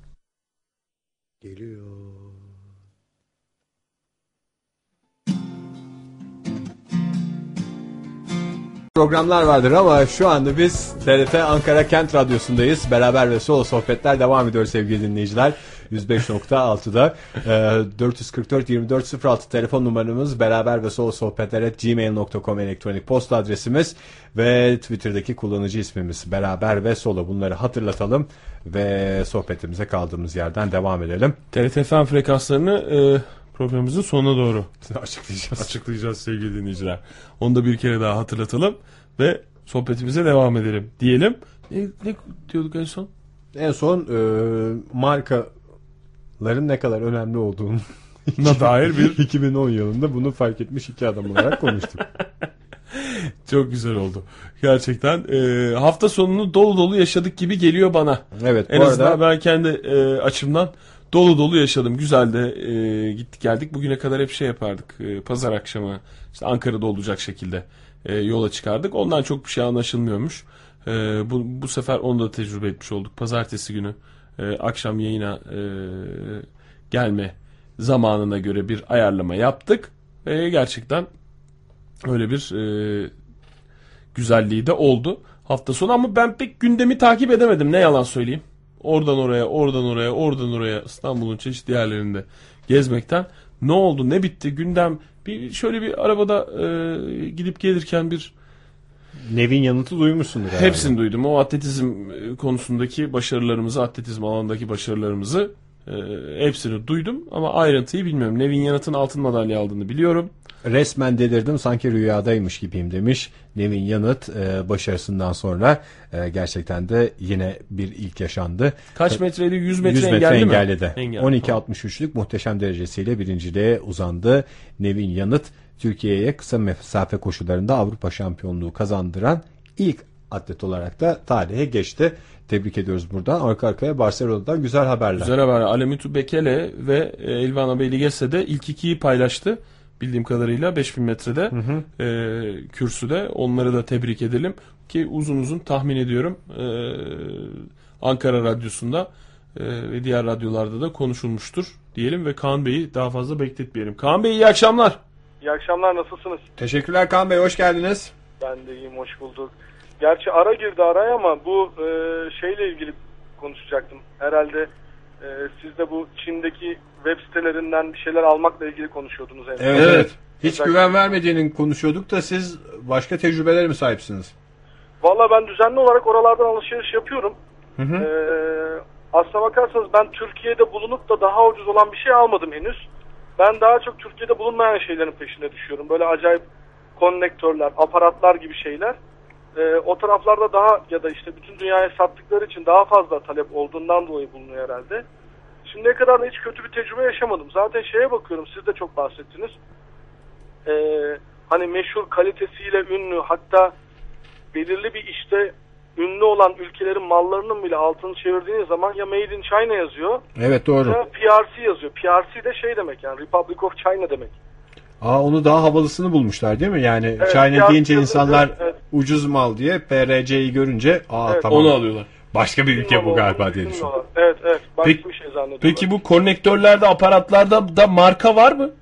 Geliyor. Programlar vardır ama şu anda biz T R T Ankara Kent Radyosu'ndayız. Beraber ve solo sohbetler devam ediyor sevgili dinleyiciler. yüz beş nokta altıda e, dört yüz kırk dört yirmi dört sıfır altı telefon numaramız, beraber ve solo sohbetler at gmail nokta com elektronik posta adresimiz ve Twitter'daki kullanıcı ismimiz beraber ve solo. Bunları hatırlatalım ve sohbetimize kaldığımız yerden devam edelim. T R T F M frekanslarını e, programımızın sonuna doğru Açıklayacağız. açıklayacağız sevgili dinleyiciler. Onu da bir kere daha hatırlatalım ve sohbetimize devam edelim diyelim. Ne, ne diyorduk en son? En son e, markaların ne kadar önemli olduğunu Na dair bir iki bin on yılında bunu fark etmiş iki adam olarak konuştuk. çok güzel oldu. Gerçekten e, hafta sonunu dolu dolu yaşadık gibi geliyor bana. Evet, En bu azından arada ben kendi e, açımdan dolu dolu yaşadım. Güzel de e, gittik geldik. Bugüne kadar hep şey yapardık. E, pazar akşamı işte Ankara'da olacak şekilde e, yola çıkardık. Ondan çok bir şey anlaşılmıyormuş. E, bu, bu sefer onu da tecrübe etmiş olduk. Pazartesi günü e, akşam yayına e, gelme zamanına göre bir ayarlama yaptık. Ve gerçekten öyle bir e, güzelliği de oldu hafta sonu ama ben pek gündemi takip edemedim, ne yalan söyleyeyim. Oradan oraya, oradan oraya, oradan oraya İstanbul'un çeşitli yerlerinde gezmekten ne oldu, ne bitti gündem, bir şöyle bir arabada e, gidip gelirken bir Nevin Yanıt'ı duymuşsundur herhalde. hepsini duydum. O atletizm konusundaki başarılarımızı, atletizm alanındaki başarılarımızı e, hepsini duydum ama ayrıntıyı bilmiyorum. Nevin Yanıt'ın altın madalya aldığını biliyorum. Resmen delirdim, sanki rüyadaymış gibiyim demiş Nevin Yanıt e, başarısından sonra. E, gerçekten de yine bir ilk yaşandı. Kaç metreydi? yüz metre, yüz metre engelli mi? engelledi. Engel. on iki altmış üçlük muhteşem derecesiyle birinciliğe uzandı. Nevin Yanıt Türkiye'ye kısa mesafe koşularında Avrupa şampiyonluğu kazandıran ilk atlet olarak da tarihe geçti. Tebrik ediyoruz buradan. Arka arkaya Barcelona'dan güzel haberler. Güzel haber. Alemitu Bekele ve Elvana Beyligese de ilk ikiyi paylaştı. Bildiğim kadarıyla beş bin metrede hı hı. E, kürsüde. Onları da tebrik edelim. Ki uzun uzun tahmin ediyorum e, Ankara Radyosu'nda e, ve diğer radyolarda da konuşulmuştur diyelim ve Kaan Bey'i daha fazla bekletmeyelim. Kaan Bey iyi akşamlar. İyi akşamlar, nasılsınız? Teşekkürler Kaan Bey, hoş geldiniz. Ben de iyiyim, hoş bulduk. Gerçi ara girdi araya ama bu e, şeyle ilgili konuşacaktım. Herhalde e, siz de bu Çin'deki web sitelerinden bir şeyler almakla ilgili konuşuyordunuz. Evet, evet. evet. Hiç Özellikle... güven vermediğini konuşuyorduk da siz başka tecrübelere mi sahipsiniz? Valla ben düzenli olarak oralardan alışveriş yapıyorum. Hı hı. E, aslına bakarsanız ben Türkiye'de bulunup da daha ucuz olan bir şey almadım henüz. Ben daha çok Türkiye'de bulunmayan şeylerin peşinde düşüyorum. Böyle acayip konnektörler, aparatlar gibi şeyler. Ee, o taraflarda daha ya da işte bütün dünyaya sattıkları için daha fazla talep olduğundan dolayı bulunuyor herhalde. Şimdiye kadar da hiç kötü bir tecrübe yaşamadım. Zaten şeye bakıyorum, siz de çok bahsettiniz. Ee, hani meşhur kalitesiyle ünlü, hatta belirli bir işte ünlü olan ülkelerin mallarının bile altını çevirdiğiniz zaman ya Made in China yazıyor. Evet, doğru. Ya P R C yazıyor. P R C de şey demek, yani Republic of China demek. Aa, onu daha havalısını bulmuşlar değil mi? Yani evet, China deyince insanlar evet. ucuz mal diye P R C'yi görünce aa evet, tamam. Onu alıyorlar. Başka bir ülke bu galiba diye düşünüyorum. Evet evet. Başka peki, bir şey zannediyorlar. Peki bu konnektörlerde, aparatlarda da marka var mı?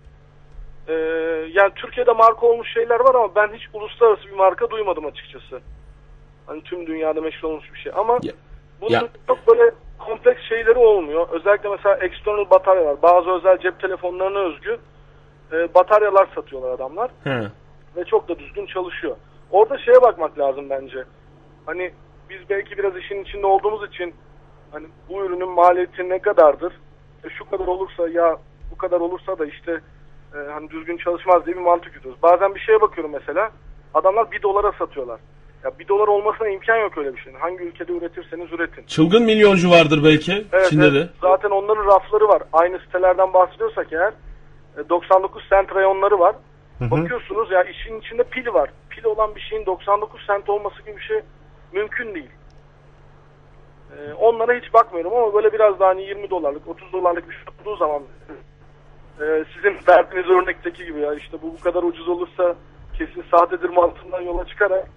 Ee, yani Türkiye'de marka olmuş şeyler var ama ben hiç uluslararası bir marka duymadım açıkçası. Hani tüm dünyada meşhur olmuş bir şey. Ama ya, bunun ya. çok böyle kompleks şeyleri olmuyor. Özellikle mesela external bataryalar. Bazı özel cep telefonlarına özgü e, bataryalar satıyorlar adamlar. He. Ve çok da düzgün çalışıyor. Orada şeye bakmak lazım bence. Hani biz belki biraz işin içinde olduğumuz için hani bu ürünün maliyeti ne kadardır? E, şu kadar olursa ya bu kadar olursa da işte e, hani düzgün çalışmaz diye bir mantık yürüyoruz. Bazen bir şeye bakıyorum mesela. Adamlar bir dolara satıyorlar. Ya bir dolar olmasına imkan yok öyle bir şey. Hangi ülkede üretirseniz üretin. Çılgın milyoncu vardır belki evet, Çin'de evet. de. Zaten onların rafları var. Aynı sitelerden bahsediyorsak eğer doksan dokuz sent reyonları var. Hı hı. Bakıyorsunuz ya işin içinde pil var. Pil olan bir şeyin doksan dokuz sent olması gibi bir şey mümkün değil. Ee, onlara hiç bakmıyorum ama böyle biraz daha hani yirmi dolarlık, otuz dolarlık bir şey olduğu zaman e, sizin verdiğiniz örnekteki gibi ya işte bu bu kadar ucuz olursa kesin sahtedir mantığından yola çıkarak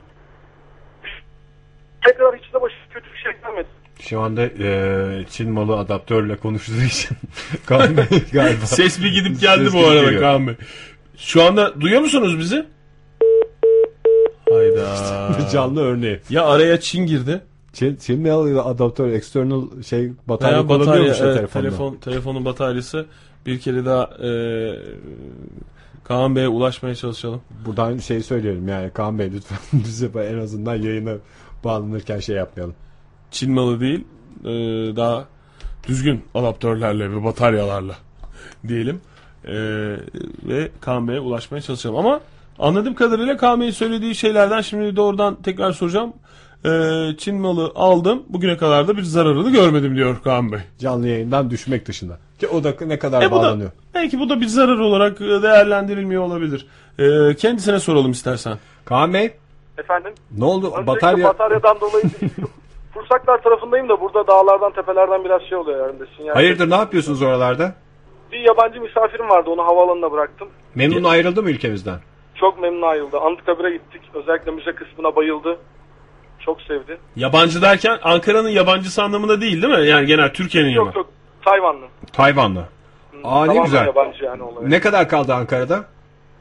tekrar hiç de başı kötü bir şey gelmedi. Şu anda e, Çin malı adaptörle konuştuğu için Kaan Bey galiba. Ses bir gidip geldi bu arada geliyor. Kaan Bey. Şu anda duyuyor musunuz bizi? Hayda. Canlı örneği. Ya araya Çin girdi. Çin, Çin malı adaptör external şey batarya batarya kullanıyormuş evet, telefonda. Telefon, telefonun bataryası bir kere daha e, Kaan Bey'e ulaşmaya çalışalım. Buradan şey söylüyorum yani Kaan Bey lütfen bize en azından yayına bağlanırken şey yapmayalım. Çin malı değil e, daha düzgün adaptörlerle ve bataryalarla diyelim e, ve Kaan Bey'e ulaşmaya çalışalım. Ama anladığım kadarıyla Kaan Bey'in söylediği şeylerden şimdi doğrudan tekrar soracağım. E, Çin malı aldım, bugüne kadar da bir zararını görmedim diyor Kaan Bey. Canlı yayından düşmek dışında. Ki o da ne kadar e, bağlanıyor. Da, belki bu da bir zarar olarak değerlendirilmiyor olabilir. E, kendisine soralım istersen. Kaan Bey. Efendim? Ne oldu? Öncelikle batarya... bataryadan dolayı Fursaklar tarafındayım da burada dağlardan tepelerden biraz şey oluyor yani. Sinyal Hayırdır şey. Ne yapıyorsunuz oralarda? Bir yabancı misafirim vardı, onu havaalanına bıraktım. Memnun ayrıldı mı ülkemizden? Çok memnun ayrıldı. Anıtkabir'e gittik. Özellikle müze kısmına bayıldı. Çok sevdi. Yabancı derken Ankara'nın yabancısı anlamında değil değil mi? Yani genel Türkiye'nin yabancı. Yok yok. Tayvanlı. Tayvanlı. Aa, ne güzel. Yabancı yani olay. Ne kadar kaldı Ankara'da?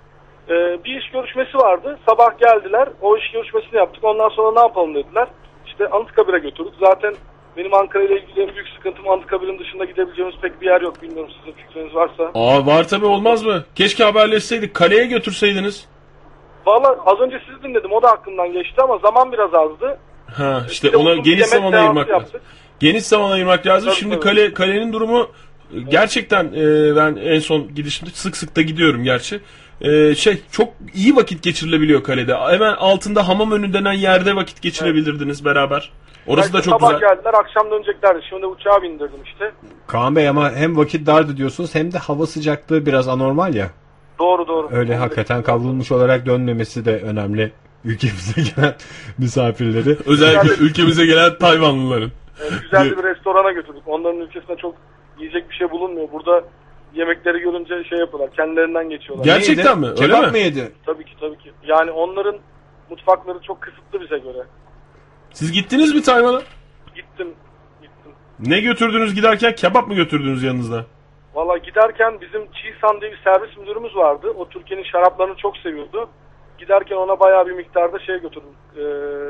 Ee, bir iş görüşmesi vardı. Sabah geldiler. O iş görüşmesini yaptık. Ondan sonra ne yapalım dediler. İşte Anıtkabir'e götürdük. Zaten benim Ankara ile ilgili en büyük sıkıntım Anıtkabir'in dışında gidebileceğimiz pek bir yer yok. Bilmiyorum sizin fikriniz varsa. Aa var tabii, olmaz mı? Keşke haberleşseydik. Kaleye götürseydiniz. Valla az önce sizi dinledim. O da aklımdan geçti ama zaman biraz azdı. Ha işte Bir de ona uzun bir geniş yemek zaman seansı ayırmak lazım. yaptık. Geniş zaman ayırmak lazım. Tabii, Şimdi tabii. kale kalenin durumu gerçekten e, ben en son gidişimde sık sık da gidiyorum gerçi. E, şey çok iyi vakit geçirilebiliyor kalede. Hemen altında hamam önü denen yerde vakit geçirebilirdiniz beraber. Orası da Belki çok sabah güzel. geldiler, akşam döneceklerdi. Şimdi uçağa bindirdim işte. Kaan Bey ama hem vakit dardı diyorsunuz hem de hava sıcaklığı biraz anormal ya. Doğru doğru. Öyle hakikaten kavrulmuş olarak dönmemesi de önemli. Ülkemize gelen misafirleri. Özellikle ülkemize gelen Tayvanlıların. Evet, güzel bir restorana götürdük. Onların ülkesinde çok yiyecek bir şey bulunmuyor. Burada yemekleri görünce şey yapıyorlar. Kendilerinden geçiyorlar. Gel- Gerçekten Neydi? mi? Öyle Kebap mi? mı yedi? Tabii ki tabii ki. Yani onların mutfakları çok kısıtlı bize göre. Siz gittiniz mi Tayvan'a? Gittim. Gittim. Ne götürdünüz giderken? Kebap mı götürdünüz yanınızda? Valla giderken bizim Çiğsan diye bir servis müdürümüz vardı. O Türkiye'nin şaraplarını çok seviyordu. Giderken ona bayağı bir miktarda şey götürdüm. Ee,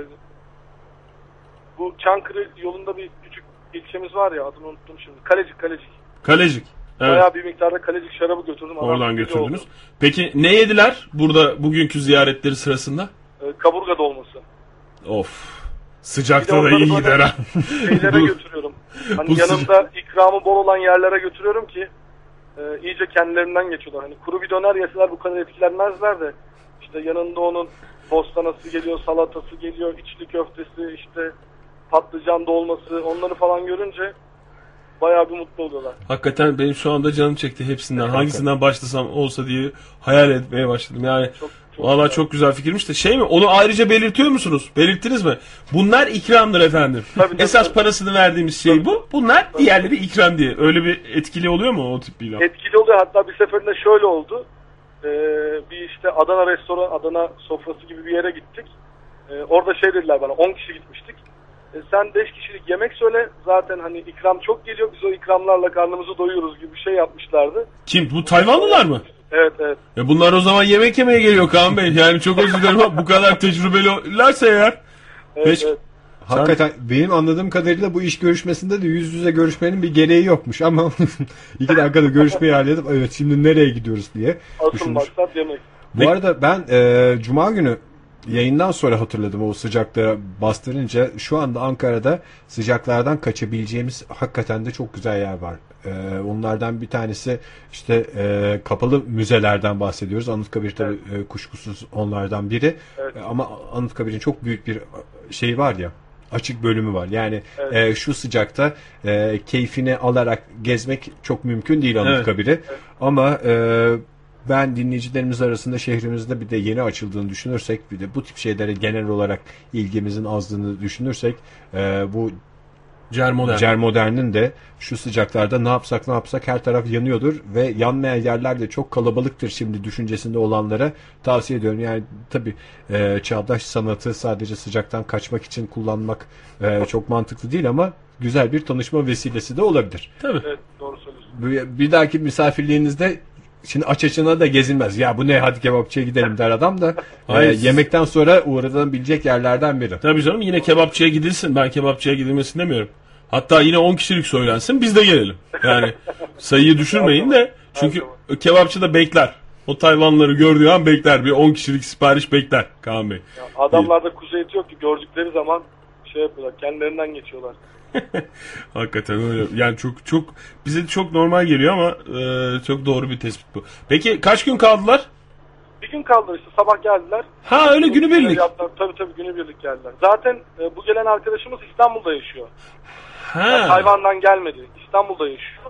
bu Çankırı yolunda bir küçük ilçemiz var ya, adını unuttum şimdi. Kalecik Kalecik. Kalecik. Evet. Bayağı bir miktarda Kalecik şarabı götürdüm. Adam Oradan deli götürdünüz. oldu. Peki ne yediler burada bugünkü ziyaretleri sırasında? Ee, kaburga dolması. Of. Bir de Sıcakta da onları iyi böyle gider ha. Şeylere Bu- götürüyorum. Hani bu yanımda ikramı bol olan yerlere götürüyorum ki e, iyice kendilerinden geçiyorlar. Hani kuru bir döner yeseler bu kadar etkilenmezler de işte yanında onun bostanası geliyor, salatası geliyor, içli köftesi, işte patlıcan dolması, onları falan görünce bayağı bir mutlu oluyorlar. Hakikaten benim şu anda canım çekti hepsinden. Hangisinden başlasam olsa diye hayal etmeye başladım. Yani Çok, çok valla güzel. çok güzel fikirmiş de şey mi? Onu ayrıca belirtiyor musunuz? Belirttiniz mi? Bunlar ikramdır efendim. Tabii, tabii, Esas tabii. parasını verdiğimiz şey bu. Bunlar diğerleri ikram diye. Öyle bir etkili oluyor mu o tip bir laf? Etkili oluyor. Hatta bir seferinde şöyle oldu. Ee, bir işte Adana restoran, Adana sofrası gibi bir yere gittik. Ee, orada şey dediler bana, on kişi gitmiştik. Ee, sen beş kişilik yemek söyle, zaten hani ikram çok geliyor, biz o ikramlarla karnımızı doyuyoruz gibi bir şey yapmışlardı. Kim? Bu Tayvanlılar mı? Evet evet. E bunlar o zaman yemek yemeye geliyor Kaan Bey. Yani çok özür dilerim ama bu kadar tecrübelilerse eğer. evet, Beş- evet. Hakikaten benim anladığım kadarıyla bu iş görüşmesinde de yüz yüze görüşmenin bir gereği yokmuş ama iki dakikada görüşmeyi halledip evet şimdi nereye gidiyoruz diye Asıl düşünmüş. maksat yemek. Bu arada ben e, Cuma günü yayından sonra hatırladım o sıcaklığa bastırınca. Şu anda Ankara'da sıcaklardan kaçabileceğimiz hakikaten de çok güzel yer var. E, onlardan bir tanesi işte e, kapalı müzelerden bahsediyoruz. Anıtkabir tabii e, kuşkusuz onlardan biri. Evet. E, ama Anıtkabir'in çok büyük bir şey var ya, açık bölümü var. Yani Evet. e, şu sıcakta e, keyfini alarak gezmek çok mümkün değil Anıtkabir'i. Evet. Ama e, ben dinleyicilerimiz arasında şehrimizde bir de yeni açıldığını düşünürsek, bir de bu tip şeylere genel olarak ilgimizin azlığını düşünürsek e, bu Cermodern. Cermodern'in de şu sıcaklarda ne yapsak ne yapsak her taraf yanıyordur ve yanmayan yerler de çok kalabalıktır şimdi düşüncesinde olanlara tavsiye ediyorum. Yani tabii e, çağdaş sanatı sadece sıcaktan kaçmak için kullanmak e, çok mantıklı değil ama güzel bir tanışma vesilesi de olabilir. Tabii. Evet, doğru söylüyorsun. Bir, bir dahaki misafirliğinizde şimdi aç açına da gezilmez. Ya bu ne, hadi kebapçıya gidelim der adam da e, Hayır. yemekten sonra uğranabilecek yerlerden biri. Tabii canım, yine kebapçıya gidilsin. Ben kebapçıya gidilmesini demiyorum. Hatta yine on kişilik söylensin, biz de gelelim. Yani sayıyı düşürmeyin de, çünkü kebapçı da bekler. O Tayvanlıları gördüğü an bekler. Bir on kişilik sipariş bekler Kaan Bey. Ya adamlarda kuzu eti yok ki, gördükleri zaman şey yapıyorlar, kendilerinden geçiyorlar. Hakikaten öyle. Yani çok çok bize de çok normal geliyor ama e, çok doğru bir tespit bu. Peki kaç gün kaldılar? Bir gün kaldı işte, sabah geldiler. Ha öyle günübirlik. Yaptılar. Tabii tabii günübirlik geldiler. Zaten e, bu gelen arkadaşımız İstanbul'da yaşıyor. Yani Ha. Tayvan'dan gelmedi. İstanbul'da yaşıyor.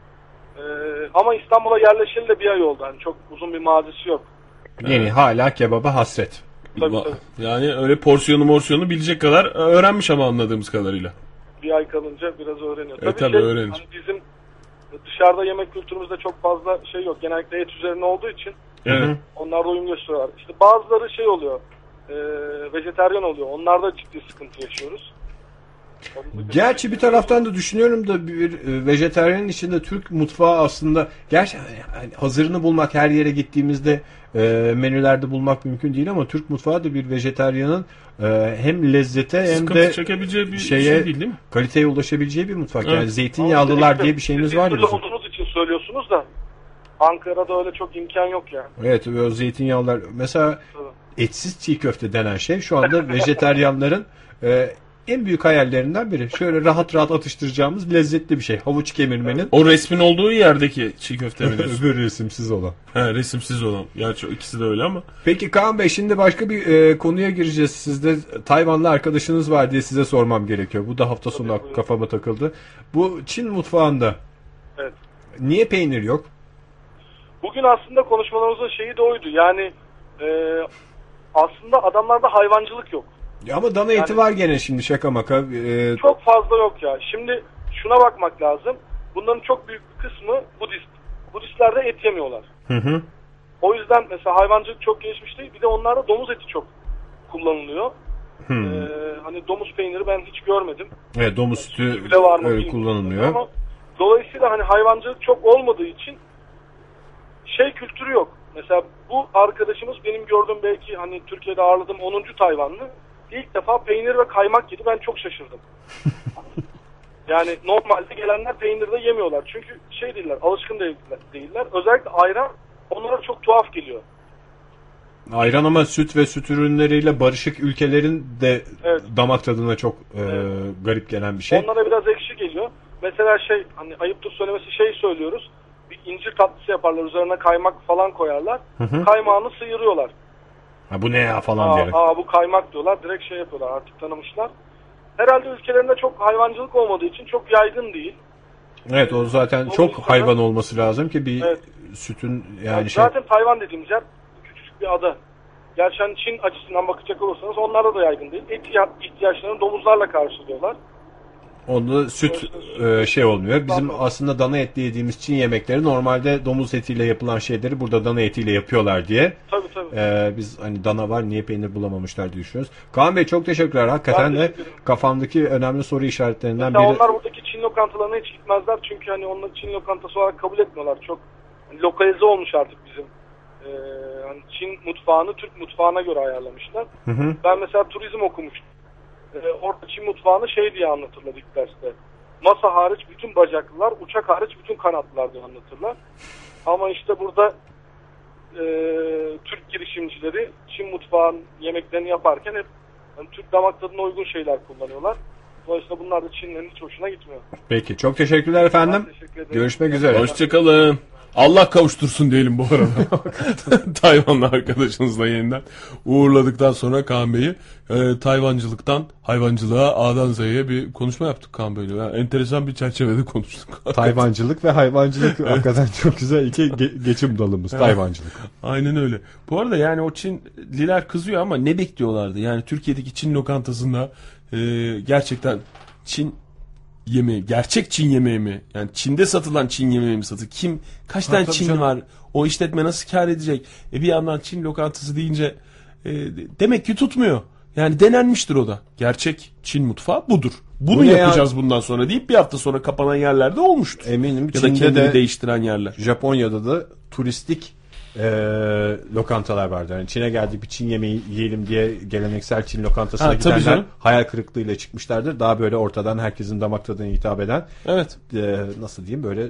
E, ama İstanbul'a yerleşeli de bir ay oldu. Yani çok uzun bir mazisi yok. Yeni hala kebaba hasret. Tabii Va- tabii. Yani öyle porsiyonu morsiyonu bilecek kadar öğrenmiş ama anladığımız kadarıyla. Bir ay kalınca biraz öğreniyor. E, tabii öğrenir. Hani bizim dışarıda yemek kültürümüzde çok fazla şey yok. Genellikle et üzerine olduğu için Evet. onlar da uyum gösteriyorlar. İşte bazıları şey oluyor. E, vejetaryen oluyor. Onlarda ciddi sıkıntı yaşıyoruz. Gerçi bir taraftan da düşünüyorum da bir e, vejetaryenin içinde Türk mutfağı aslında gerçi yani hazırını bulmak her yere gittiğimizde e, menülerde bulmak mümkün değil ama Türk mutfağı da bir vejetaryenin e, hem lezzete hem Sıkıntı de çekebileceği bir şeye, şey değil değil mi? kaliteye ulaşabileceği bir mutfak. Evet. Yani zeytinyağlılar diye bir şeyimiz var ya Siz bizim. olduğunuz için söylüyorsunuz da Ankara'da öyle çok imkan yok yani. Evet, o zeytinyağlılar mesela etsiz çiğ köfte denen şey şu anda vejetaryenlerin e, en büyük hayallerinden biri. Şöyle rahat rahat atıştıracağımız lezzetli bir şey. Havuç kemirmenin. O resmin olduğu yerdeki çiğ köfte mi diyorsun? Öbür resimsiz olan. He, resimsiz olan. Gerçi ikisi de öyle ama. Peki Kaan Bey, şimdi başka bir e, konuya gireceğiz. Sizde Tayvanlı arkadaşınız var diye size sormam gerekiyor. Bu da hafta sonu Tabii, kafama takıldı. Bu Çin mutfağında Evet. niye peynir yok? Bugün aslında konuşmalarımızın şeyi de oydu. Yani e, aslında adamlarda hayvancılık yok. Ya ama dana eti Yani- var gene şimdi, şaka maka. E, Çok fazla yok ya. Şimdi şuna bakmak lazım. Bunların çok büyük bir kısmı Budist. Budistler de et yemiyorlar. hı hı. O yüzden mesela hayvancılık çok gelişmiş değil. Bir de onlarda domuz eti çok kullanılıyor. Hmm. Ee, hani domuz peyniri ben hiç görmedim. Evet, domuz sütü Bile var mı öyle bilmiyorum. kullanılmıyor. Ama dolayısıyla hani hayvancılık çok olmadığı için şey kültürü yok. Mesela bu arkadaşımız benim gördüğüm belki hani Türkiye'de ağırladığım onuncu Tayvanlı. İlk defa peynir ve kaymak yedi. Ben çok şaşırdım. Yani normalde gelenler peynir de yemiyorlar. Çünkü şey değiller, alışkın değiller. değiller. Özellikle ayran onlara çok tuhaf geliyor. Ayran ama süt ve süt ürünleriyle barışık ülkelerin de Evet. damak tadına çok e, Evet. garip gelen bir şey. Onlara biraz ekşi geliyor. Mesela şey hani ayıptır söylemesi şey söylüyoruz. Bir incir tatlısı yaparlar. Üzerine kaymak falan koyarlar. Hı hı. Kaymağını sıyırıyorlar. Ha, bu ne ya falan Aa, diyerek. aa bu kaymak diyorlar. Direkt şey yapıyorlar. Artık tanımışlar. Herhalde ülkelerinde çok hayvancılık olmadığı için çok yaygın değil. Evet, o zaten O çok yüzden- hayvan olması lazım ki bir Evet. sütün yani Yani şey. zaten Tayvan dediğimiz yer küçücük bir ada. Gerçi hani Çin açısından bakacak olursanız onlarda da yaygın değil. Et ihtiyaçlarını domuzlarla karşılıyorlar. Onda süt e, şey olmuyor. Bizim aslında dana etli yediğimiz Çin yemekleri normalde domuz etiyle yapılan şeyleri burada dana etiyle yapıyorlar diye. Tabii tabii. E, biz hani dana var niye peynir bulamamışlar diye düşünüyoruz. Kaan Bey, çok teşekkürler. Hakikaten Ben de teşekkür ederim. kafamdaki önemli soru işaretlerinden Mesela biri. onlar buradaki Çin lokantalarına hiç gitmezler. Çünkü hani onları Çin lokantası olarak kabul etmiyorlar. Çok hani lokalize olmuş artık bizim. Ee, hani Çin mutfağını Türk mutfağına göre ayarlamışlar. Hı hı. Ben mesela turizm okumuştum. Ee, orada Çin mutfağını şey diye anlatırlar ilk derste. Masa hariç bütün bacaklılar, uçak hariç bütün kanatlılar diye anlatırlar. Ama işte burada e, Türk girişimcileri Çin mutfağın yemeklerini yaparken hep hani Türk damak tadına uygun şeyler kullanıyorlar. Dolayısıyla bunlar da Çinlerin hiç hoşuna gitmiyor. Peki, çok teşekkürler efendim. Ben teşekkür ederim. Görüşmek üzere. Hoşçakalın. Allah kavuştursun diyelim bu arada. Tayvanlı arkadaşınızla yeniden uğurladıktan sonra Kaan Bey'i e, Tayvancılıktan hayvancılığa A'dan Z'ye bir konuşma yaptık Kaan Bey'le. Yani enteresan bir çerçevede konuştuk. Tayvancılık ve hayvancılık hakikaten çok güzel iki ge- geçim dalımız. Tayvancılık. Aynen öyle. Bu arada yani o Çinliler kızıyor ama ne bekliyorlardı? Yani Türkiye'deki Çin lokantasında e, gerçekten Çin yemeği, gerçek Çin yemeği mi? Yani Çin'de satılan Çin yemeği mi satı? Kim, kaç Ha, tane tabii Çinli canım. var? O işletme nasıl kar edecek? E bir yandan Çin lokantası deyince e, demek ki tutmuyor. Yani denenmiştir o da. Gerçek Çin mutfağı budur. Bunu Bu ne yapacağız bundan sonra deyip bir hafta sonra kapanan yerlerde olmuştur. Eminim Ya da Çin'de kendini de değiştiren yerler. Japonya'da da turistik e, lokantalar vardı. Yani Çin'e geldik bir Çin yemeği yiyelim diye geleneksel Çin lokantasına Ha, tabii gidenler canım. hayal kırıklığıyla çıkmışlardır. Daha böyle ortadan herkesin damak tadına hitap eden Evet. e, nasıl diyeyim böyle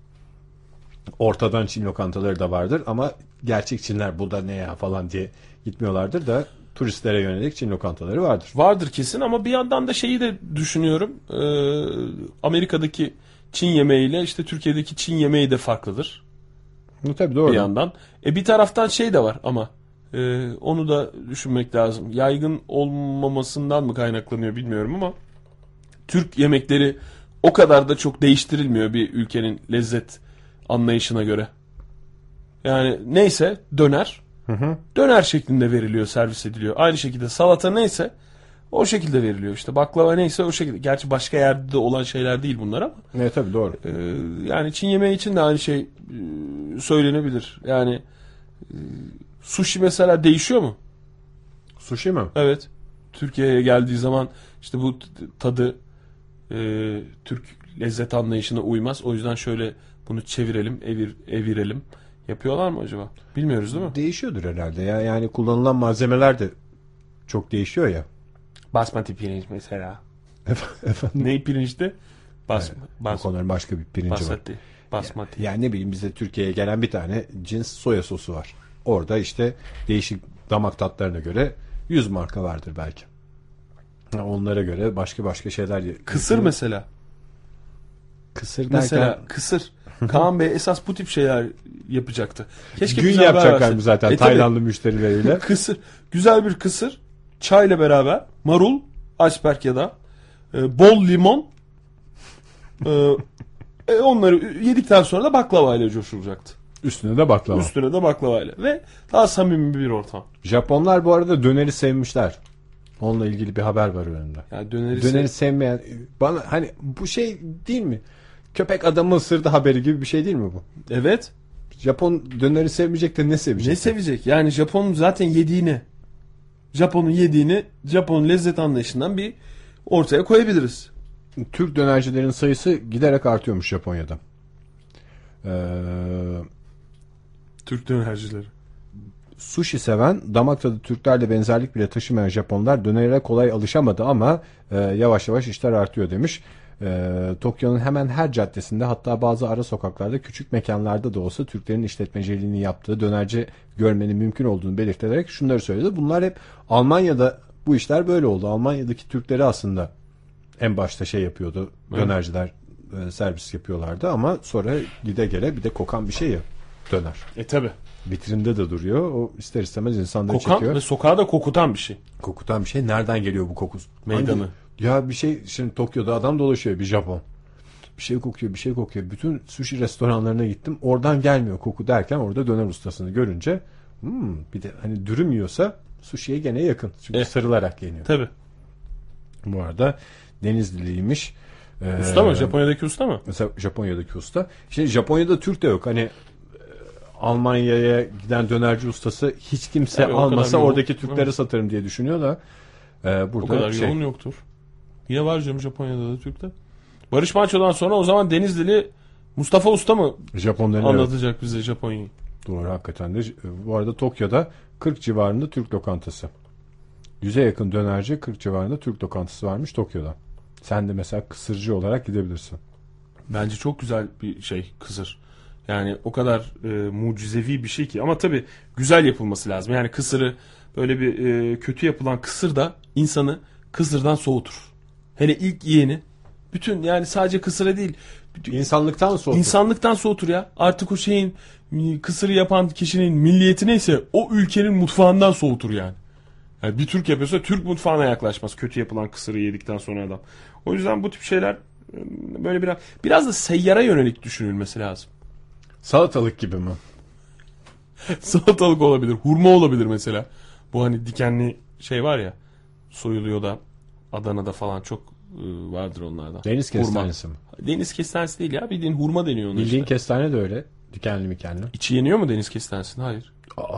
ortadan Çin lokantaları da vardır ama gerçek Çinler bu da ne ya falan diye gitmiyorlardır da turistlere yönelik Çin lokantaları vardır. Vardır kesin ama bir yandan da şeyi de düşünüyorum. Ee, Amerika'daki Çin yemeğiyle işte Türkiye'deki Çin yemeği de farklıdır. Bu tabii doğru. Bir yandan. E bir taraftan şey de var ama e, onu da düşünmek lazım. Yaygın olmamasından mı kaynaklanıyor bilmiyorum ama Türk yemekleri o kadar da çok değiştirilmiyor bir ülkenin lezzet anlayışına göre. Yani neyse döner. Hı hı. Döner şeklinde veriliyor, servis ediliyor. Aynı şekilde salata neyse o şekilde veriliyor. İşte baklava neyse o şekilde. Gerçi başka yerde de olan şeyler değil bunlar ama. Evet tabii doğru. Ee, yani Çin yemeği için de aynı şey e, söylenebilir. Yani e, sushi mesela değişiyor mu? Sushi mi? Evet. Türkiye'ye geldiği zaman işte bu t- tadı e, Türk lezzet anlayışına uymaz. O yüzden şöyle bunu çevirelim, evir, evirelim. Yapıyorlar mı acaba? Bilmiyoruz değil mi? Değişiyordur herhalde. Ya yani kullanılan malzemeler de çok değişiyor ya. Basmati pirinç mesela. Efendim? Ne pirinçti? Bas, Evet, bas, o konuların başka bir pirinci basmati. var. Basmati. Yani ne bileyim bize Türkiye'ye gelen bir tane cins soya sosu var. Orada işte değişik damak tatlarına göre yüz marka vardır belki. Onlara göre başka başka şeyler. Kısır mesela. Kısır derken Mesela kısır. Kaan Bey esas bu tip şeyler yapacaktı. Keşke gün bize haber yapacaklar verse. mı zaten E, tabii. Taylandlı müşterileriyle. Kısır. Güzel bir kısır. Çayla beraber. Marul, iceberg ya da e, bol limon. E, e, onları yedikten sonra da baklavayla coşulacaktı. Üstüne de baklava. Üstüne de baklavayla. Ve daha samimi bir ortam. Japonlar bu arada döneri sevmişler. Onunla ilgili bir haber var önümde. Yani döneri, Döneri sev- sevmeyen bana hani bu şey değil mi? Köpek adamı ısırdı haberi gibi bir şey değil mi bu? Evet. Japon döneri sevmeyecek de ne sevecek? Ne sevecek? Yani Japon'un zaten yediğini, Japon'un yediğini, Japon lezzet anlayışından bir ortaya koyabiliriz. Türk dönercilerin sayısı giderek artıyormuş Japonya'da. Ee, Türk dönercileri. sushi seven, damak tadı Türklerle benzerlik bile taşımayan Japonlar dönere kolay alışamadı ama e, yavaş yavaş işler artıyor demiş. E, Tokyo'nun hemen her caddesinde, hatta bazı ara sokaklarda, küçük mekanlarda da olsa Türklerin işletmeciliğini yaptığı dönerci görmenin mümkün olduğunu belirterek şunları söyledi. Bunlar hep Almanya'da bu işler böyle oldu. Almanya'daki Türkleri aslında en başta şey yapıyordu. Evet. Dönerciler e, servis yapıyorlardı ama sonra gide gele bir de kokan bir şey ya döner. E tabi. Vitrinde de duruyor. O ister istemez insanları Kokan çekiyor. ve sokağa da kokutan bir şey. Kokutan bir şey. Nereden geliyor bu koku? Meydanı. Hangi- Ya bir şey, şimdi Tokyo'da adam dolaşıyor, bir Japon. Bir şey kokuyor, bir şey kokuyor. Bütün sushi restoranlarına gittim. Oradan gelmiyor koku derken orada döner ustasını görünce hmm, bir de hani dürüm yiyorsa sushi'ye gene yakın. Çünkü Eh. sarılarak yeniyor. Tabi. Bu arada Denizliliymiş. Ee, Usta mı? Japonya'daki usta mı? Mesela Japonya'daki usta. Şimdi Japonya'da Türk de yok. Hani e, Almanya'ya giden dönerci ustası hiç kimse Tabii, o kadar almasa yoğun. oradaki Türklere Evet. satarım diye düşünüyor da e, O burada kadar şey, yoğun yoktur. Yine var canım Japonya'da da Türk'te. Barış Manço'dan sonra o zaman Denizlili Mustafa Usta mı Japonların anlatacak bize Japonya'yı? doğru hakikaten de. Bu arada Tokyo'da kırk civarında Türk lokantası. yüze yakın dönerci, kırk civarında Türk lokantası varmış Tokyo'da. Sen de mesela kısırcı olarak gidebilirsin. Bence çok güzel bir şey kısır. Yani o kadar e, mucizevi bir şey ki. Ama tabii güzel yapılması lazım. Yani kısırı böyle bir e, kötü yapılan kısır da insanı kısırdan soğutur. Hele ilk yiyeni. Bütün yani sadece kısıra değil. bütün- İnsanlıktan soğutur. İnsanlıktan soğutur ya. Artık o şeyin kısırı yapan kişinin milliyeti neyse o ülkenin mutfağından soğutur yani. Yani bir Türk yapıyorsa Türk mutfağına yaklaşmaz. Kötü yapılan kısırı yedikten sonra adam. O yüzden bu tip şeyler e, böyle biraz biraz da seyyara yönelik düşünülmesi lazım. Salatalık gibi mi? Salatalık olabilir, hurma olabilir mesela. Bu hani dikenli şey var ya, soyuluyor da Adana'da falan çok e, vardır onlardan. Deniz Hurma. kestanesi mi? Deniz kestanesi değil ya, bildiğin hurma deniyor ona Bildiğin işte. kestane de öyle. Dikenli mikenli. İçi yeniyor mu deniz kestanesinin? Hayır. Aa.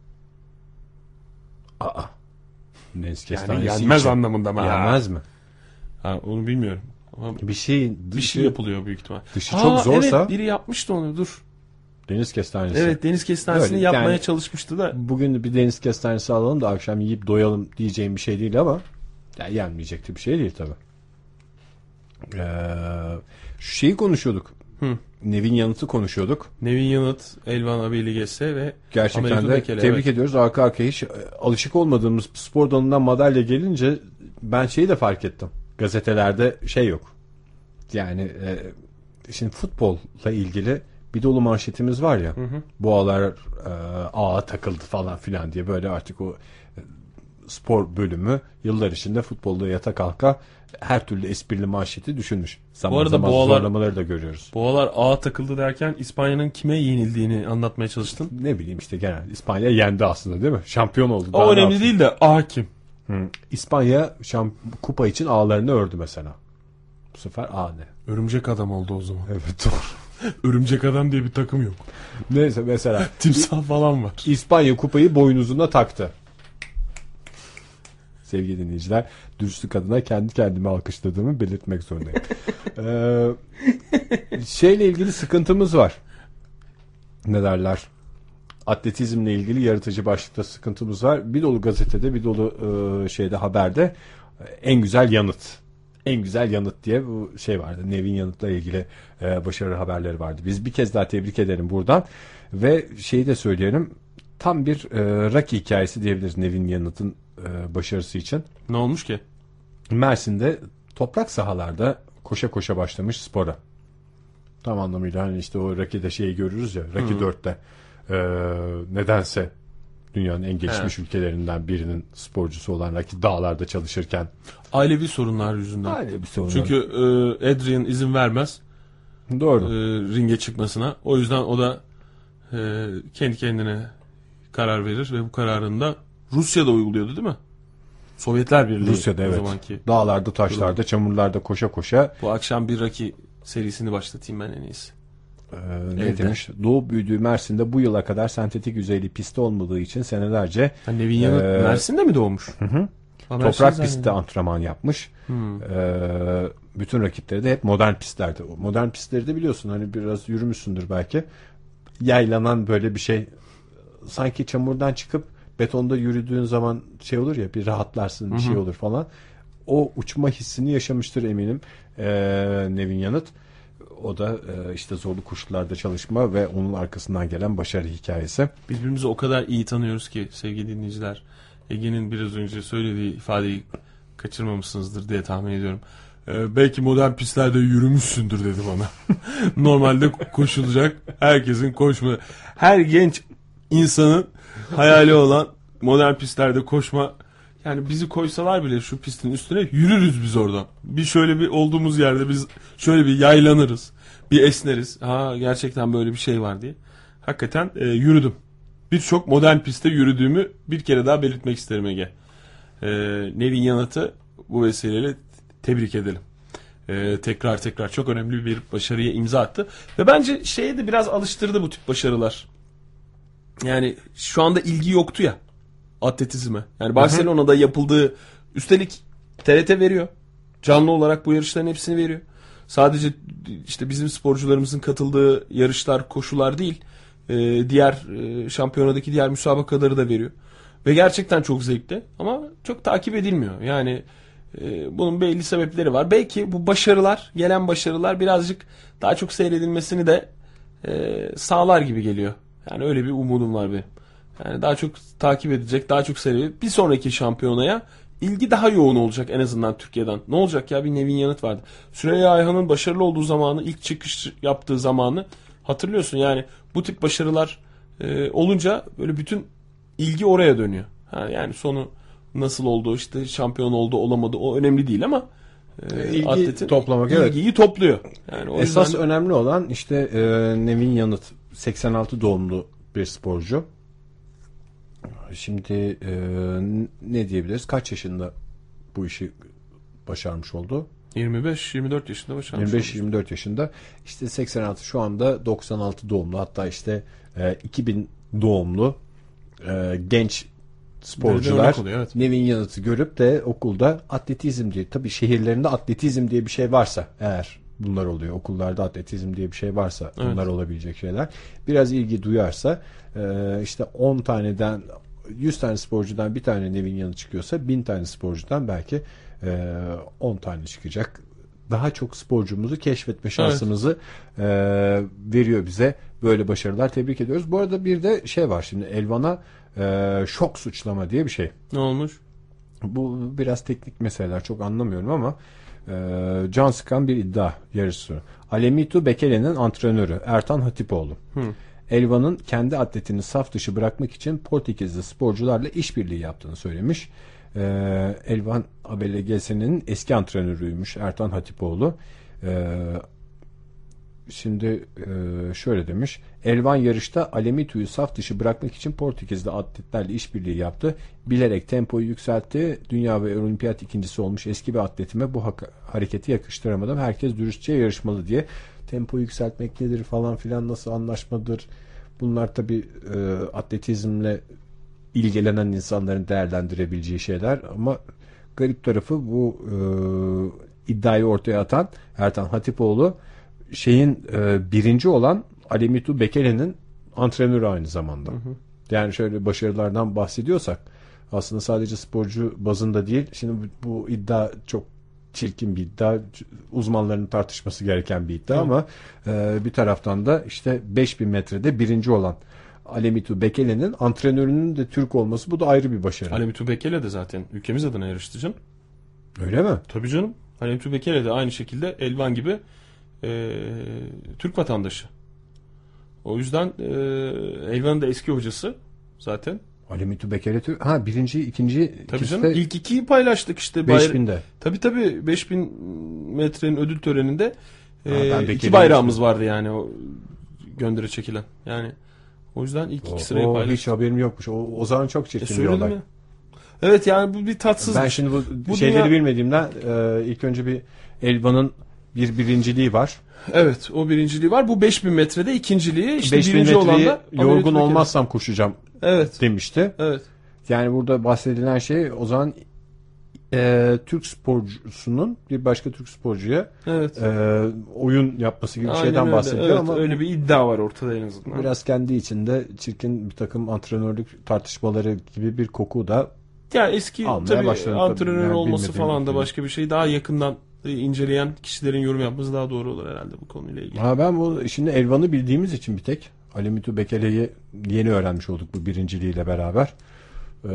Aa. Deniz Yani kestanesi yenmez için. anlamında mı? Yenmez mi? Ha, onu bilmiyorum. Ama Bir şey bir şey yapılıyor büyük ihtimal. dışı Ha, çok zorsa evet, biri yapmıştı onu, dur. deniz kestanesi. Evet, deniz kestanesini Öyle, yapmaya yani- çalışmıştı da. Bugün bir deniz kestanesi alalım da akşam yiyip doyalım diyeceğim bir şey değil ama ya yenmeyecek de bir şey değil tabii. Ee, şu şeyi konuşuyorduk. Hı. Nevin Yanıt'ı konuşuyorduk. Nevin Yanıt, Elvan Abiligese ve Gerçekten Amerika de Bekele, tebrik evet. ediyoruz. Arka arkaya hiç e, alışık olmadığımız spor dalından madalya gelince ben şeyi de fark ettim. Gazetelerde şey yok. Yani e, şimdi futbolla ilgili bir dolu manşetimiz var ya. Hı hı. Boğalar e, ağa takıldı falan filan diye böyle artık o e, spor bölümü yıllar içinde futbolda yata kalka her türlü esprili manşeti düşünmüş. Zaman Bu arada zaman boğalar- zorlamaları da görüyoruz. Boğalar ağa takıldı derken İspanya'nın kime yenildiğini anlatmaya çalıştın. Ne bileyim işte genel İspanya yendi aslında değil mi? Şampiyon oldu. O Daha ne önemli yapsın? değil de ağa kim? Hı. İspanya şamp- kupa için ağlarını ördü mesela. Bu sefer ağ ne? Örümcek adam oldu o zaman. Evet doğru. Örümcek adam diye bir takım yok. Neyse mesela Timsah falan var. İspanya kupayı boynuzuna taktı. Sevgili dinleyiciler, dürüstlük adına kendi kendime alkışladığımı belirtmek zorundayım. ee, şeyle ilgili sıkıntımız var. Ne derler? Atletizmle ilgili yaratıcı başlıkta sıkıntımız var. Bir dolu gazetede, bir dolu e, şeyde, haberde en güzel yanıt. En güzel yanıt diye bu şey vardı. Nevin Yanıt'la ilgili e, başarı haberleri vardı. Biz bir kez daha tebrik edelim buradan. Ve şeyi de söyleyelim. Tam bir e, Rocky hikayesi diyebiliriz Nevin Yanıt'ın e, başarısı için. Ne olmuş ki? Mersin'de toprak sahalarda koşa koşa başlamış spora. Tam anlamıyla hani işte o Rocky'de şeyi görürüz ya. Rocky dörtte e, nedense dünyanın en gelişmiş He. ülkelerinden birinin sporcusu olan Rocky dağlarda çalışırken. Ailevi sorunlar yüzünden. Ailevi sorunlar. Çünkü e, Adrian izin vermez. Doğru. E, ringe çıkmasına. O yüzden o da e, kendi kendine karar verir ve bu kararını da Rusya'da uyguluyordu değil mi? Sovyetler Birliği. Rusya'da evet. Zamanki. Dağlarda, taşlarda, çamurlarda koşa koşa. Bu akşam bir Rocky serisini başlatayım ben en iyisi. Ee, ne Evde. demiş? Doğup büyüdüğü Mersin'de bu yıla kadar sentetik yüzeyli pistte olmadığı için senelerce ha, Nevin Yanıt e, Mersin'de mi doğmuş? Hı hı. Toprak pistte antrenman yapmış. Hmm. Ee, bütün rakipleri de hep modern pistlerde. Modern pistleri de biliyorsun hani biraz yürümüşsündür belki. Yaylanan böyle bir şey. Sanki çamurdan çıkıp betonda yürüdüğün zaman şey olur ya, bir rahatlarsın, bir hı hı. şey olur falan. O uçma hissini yaşamıştır eminim ee, Nevin Yanıt. O da e, işte zorlu koşullarda çalışma ve onun arkasından gelen başarı hikayesi. Birbirimizi o kadar iyi tanıyoruz ki sevgili dinleyiciler. Ege'nin biraz önce söylediği ifadeyi kaçırmamışsınızdır diye tahmin ediyorum. Ee, belki modern pistlerde yürümüşsündür dedi bana. Normalde koşulacak herkesin koşma. Her genç insanın hayali olan modern pistlerde koşma. Yani bizi koysalar bile şu pistin üstüne yürürüz biz oradan. Bir şöyle bir olduğumuz yerde biz şöyle bir yaylanırız. Bir esneriz. Ha gerçekten böyle bir şey var diye. Hakikaten e, yürüdüm. Birçok modern pistte yürüdüğümü bir kere daha belirtmek isterim Ege. E, Nevin Yanıt'ı bu vesileyle tebrik edelim. E, tekrar tekrar çok önemli bir başarıya imza attı. Ve bence şeye de biraz alıştırdı bu tip başarılar. Yani şu anda ilgi yoktu ya atletizme. Yani Barcelona'da yapıldığı, üstelik T R T veriyor. Canlı olarak bu yarışların hepsini veriyor. Sadece işte bizim sporcularımızın katıldığı yarışlar, koşular değil, diğer şampiyonadaki diğer müsabakaları da veriyor. Ve gerçekten çok zevkli ama çok takip edilmiyor. Yani bunun belli sebepleri var. Belki bu başarılar, gelen başarılar birazcık daha çok seyredilmesini de sağlar gibi geliyor. Yani öyle bir umudum var benim. Yani daha çok takip edecek, daha çok seyredecek. Bir sonraki şampiyonaya ilgi daha yoğun olacak en azından Türkiye'den. Ne olacak ya, bir Nevin Yanıt vardı. Süreyya Ayhan'ın başarılı olduğu zamanı, ilk çıkış yaptığı zamanı hatırlıyorsun. Yani bu tip başarılar e, olunca böyle bütün ilgi oraya dönüyor. Ha, yani sonu nasıl oldu, işte şampiyon oldu olamadı o önemli değil ama e, ilgi atletin toplamak, ilgiyi evet. topluyor. Yani o esas yüzden... önemli olan işte e, Nevin Yanıt seksen altı doğumlu bir sporcu. Şimdi e, ne diyebiliriz? Kaç yaşında bu işi başarmış oldu? yirmi beş yirmi dört yaşında başarmış. yirmi beş yirmi dört yaşında. İşte seksen altı, şu anda doksan altı doğumlu. Hatta işte e, iki bin doğumlu e, genç sporcular oluyor, evet. Nevin Yanıt'ı görüp de okulda atletizm diye, tabii şehirlerinde atletizm diye bir şey varsa eğer, bunlar oluyor. Okullarda atletizm diye bir şey varsa evet. bunlar olabilecek şeyler. Biraz ilgi duyarsa e, işte on taneden yüz tane sporcudan bir tane Nevin Yanıt çıkıyorsa bin tane sporcudan belki e, on tane çıkacak. Daha çok sporcumuzu keşfetme şansımızı evet. e, veriyor bize. Böyle başarılar, tebrik ediyoruz. Bu arada bir de şey var şimdi, Elvan'a e, şok suçlama diye bir şey. Ne olmuş? Bu biraz teknik meseleler, çok anlamıyorum ama e, can sıkan bir iddia yarışı. Alemitu Bekele'nin antrenörü Ertan Hatipoğlu. Hı. Elvan'ın kendi atletini saf dışı bırakmak için Portekizli sporcularla işbirliği yaptığını söylemiş. Ee, Elvan A B L G S'nin eski antrenörüymüş Ertan Hatipoğlu. Ee, şimdi e, şöyle demiş. Elvan yarışta Alemitu'yu saf dışı bırakmak için Portekizli atletlerle işbirliği yaptı. Bilerek tempoyu yükseltti. Dünya ve olimpiyat ikincisi olmuş eski bir atletime bu ha- hareketi yakıştıramadım. Herkes dürüstçe yarışmalı diye. Tempo yükseltmek nedir falan filan, nasıl anlaşmadır? Bunlar tabii e, atletizmle ilgilenen insanların değerlendirebileceği şeyler ama garip tarafı bu e, iddiayı ortaya atan Ertan Hatipoğlu şeyin e, birinci olan Ali Mitu Bekele'nin antrenörü aynı zamanda. Hı hı. Yani şöyle başarılardan bahsediyorsak aslında sadece sporcu bazında değil. Şimdi bu, bu iddia çok çirkin bir iddia. Uzmanların tartışması gereken bir iddia hı. ama e, bir taraftan da işte beş bin metrede birinci olan Ali Mitu Bekele'nin antrenörünün de Türk olması, bu da ayrı bir başarı. Ali Mitu Bekele de zaten ülkemiz adına yarıştı canım. Öyle mi? Tabii canım. Ali Mitu Bekele de aynı şekilde Elvan gibi e, Türk vatandaşı. O yüzden e, Elvan'ın da eski hocası zaten. Ali Mitu Bekele Türk. Ha birinci, ikinci. Tabii canım. De... İlk ikiyi paylaştık işte. beş binde. Tabii tabii. beş bin metrenin ödül töreninde e, ha, iki bayrağımız vardı yani o gönderi çekilen. Yani o yüzden ilk o, iki sırayı paylaştık. Hiç haberim yokmuş. O, o zaman çok çirkin e, bir olay. Mi? Evet yani bu bir tatsız. Ben şimdi bu, bu şeyleri dünya... bilmediğimden e, ilk önce bir Elvan'ın bir birinciliği var. Evet, o birinciliği var. Bu beş bin metrede ikinciliği. İşte birinci olan da yorgun olmazsam koşacağım evet. demişti. Evet. Yani burada bahsedilen şey o zaman e, Türk sporcusunun bir başka Türk sporcuya evet. e, oyun yapması gibi bir şeyden öyle. bahsediyor evet, ama öyle bir iddia var ortada en azından. Biraz kendi içinde çirkin bir takım antrenörlük tartışmaları gibi bir koku da ya eski tabii antrenör yani olması falan da başka bir şey, daha yakından inceleyen kişilerin yorum yapması daha doğru olur herhalde bu konuyla ilgili. Ha ben bu şimdi Elvan'ı bildiğimiz için bir tek Ali Mitu Bekele'yi yeni öğrenmiş olduk bu birinciliğiyle beraber. Ee,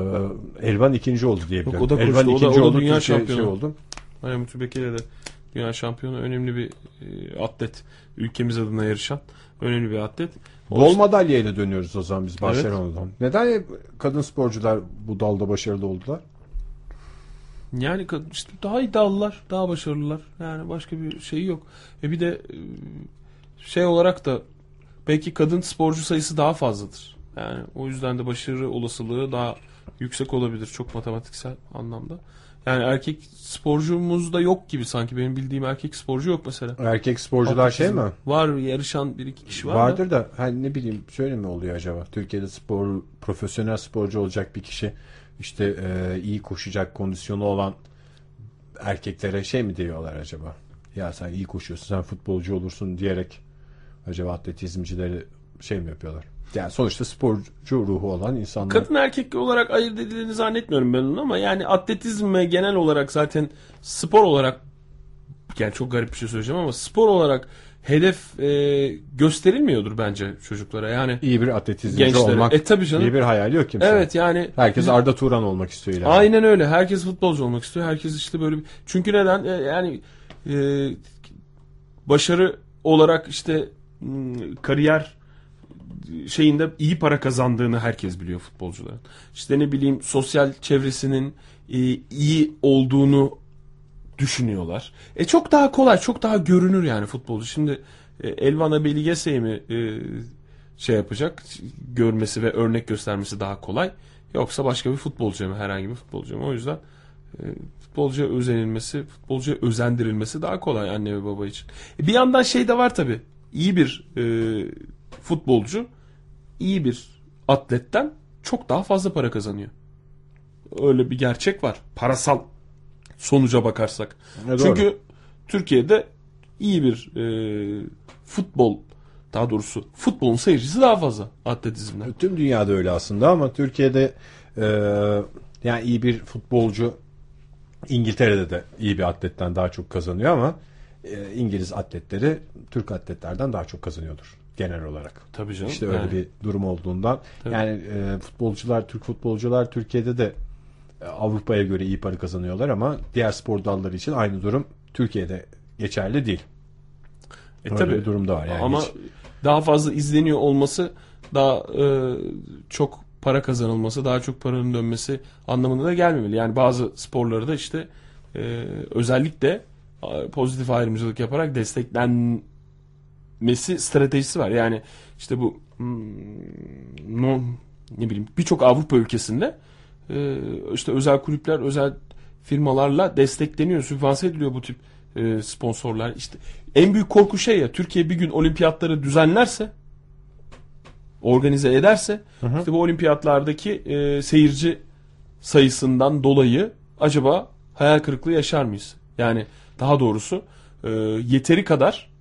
Elvan ikinci oldu diye biliyorum. Yok, o da Elvan koştu, ikinci o da, oldu, o da dünya şey, şampiyonu. Şey oldu. Ali Mitu Bekele de dünya şampiyonu, önemli bir e, atlet. Ülkemiz adına yarışan önemli bir atlet. O Bol işte... madalyayla dönüyoruz o zaman biz Barcelona'dan. Evet. Neden kadın sporcular bu dalda başarılı oldular? Yani işte daha iddialılar, daha başarılılar. Yani başka bir şey yok. E bir de şey olarak da belki kadın sporcu sayısı daha fazladır. Yani o yüzden de başarı olasılığı daha yüksek olabilir çok matematiksel anlamda. Yani erkek sporcumuz da yok gibi sanki, benim bildiğim erkek sporcu yok mesela. Erkek sporcular Atletizm şey mi? Var, yarışan bir iki kişi var. Vardır da, da hani ne bileyim şöyle mi oluyor acaba? Türkiye'de spor profesyonel sporcu olacak bir kişi işte e, iyi koşacak kondisyonu olan erkeklere şey mi diyorlar acaba? Ya sen iyi koşuyorsun, sen futbolcu olursun diyerek acaba atletizmcileri şey mi yapıyorlar? Yani sonuçta sporcu ruhu olan insanlar. Kadın erkek olarak ayırt edildiğini zannetmiyorum ben onun, ama yani atletizme genel olarak zaten spor olarak, yani çok garip bir şey söyleyeceğim ama spor olarak hedef e, gösterilmiyordur bence çocuklara. Yani iyi bir atletizmci olmak. E tabii canım. İyi bir hayali yok kimse. Evet yani. Herkes Arda Turan olmak istiyor ileride. Aynen öyle. Herkes futbolcu olmak istiyor. Herkes işte böyle bir... Çünkü neden? E, yani e, başarı olarak işte m, kariyer şeyinde iyi para kazandığını herkes biliyor futbolcuların. İşte ne bileyim sosyal çevresinin e, iyi olduğunu düşünüyorlar. E çok daha kolay, çok daha görünür yani futbolcu. Şimdi e, Elvan Abeligese'yi mi e, şey yapacak, görmesi ve örnek göstermesi daha kolay. Yoksa başka bir futbolcu mu, herhangi bir futbolcu mu? O yüzden e, futbolcuya özenilmesi, futbolcuya özendirilmesi daha kolay anne ve baba için. E, bir yandan şey de var tabii. İyi bir e, futbolcu, iyi bir atletten çok daha fazla para kazanıyor. Öyle bir gerçek var. Parasal sonuca bakarsak. E, Çünkü Türkiye'de iyi bir e, futbol, daha doğrusu futbolun seyircisi daha fazla atletizmden. Tüm dünyada öyle aslında ama Türkiye'de e, yani iyi bir futbolcu İngiltere'de de iyi bir atletten daha çok kazanıyor ama e, İngiliz atletleri Türk atletlerden daha çok kazanıyordur genel olarak. Tabii canım. İşte öyle yani bir durum olduğundan. Tabii. Yani e, futbolcular, Türk futbolcular Türkiye'de de e, Avrupa'ya göre iyi para kazanıyorlar ama diğer spor dalları için aynı durum Türkiye'de geçerli değil. E, öyle tabii. bir durumda var. Yani ama hiç... daha fazla izleniyor olması, daha e, çok para kazanılması, daha çok paranın dönmesi anlamına da gelmemeli. Yani bazı sporları da işte e, özellikle pozitif ayrımcılık yaparak desteklenmesi stratejisi var. Yani işte bu hmm, no, ne bileyim birçok Avrupa ülkesinde e, işte özel kulüpler, özel firmalarla destekleniyor, sübvanse ediliyor bu tip e, sponsorlar. İşte en büyük korku şey ya, Türkiye bir gün olimpiyatları düzenlerse organize ederse Hı hı. işte bu olimpiyatlardaki e, seyirci sayısından dolayı acaba hayal kırıklığı yaşar mıyız? Yani daha doğrusu e, yeteri kadar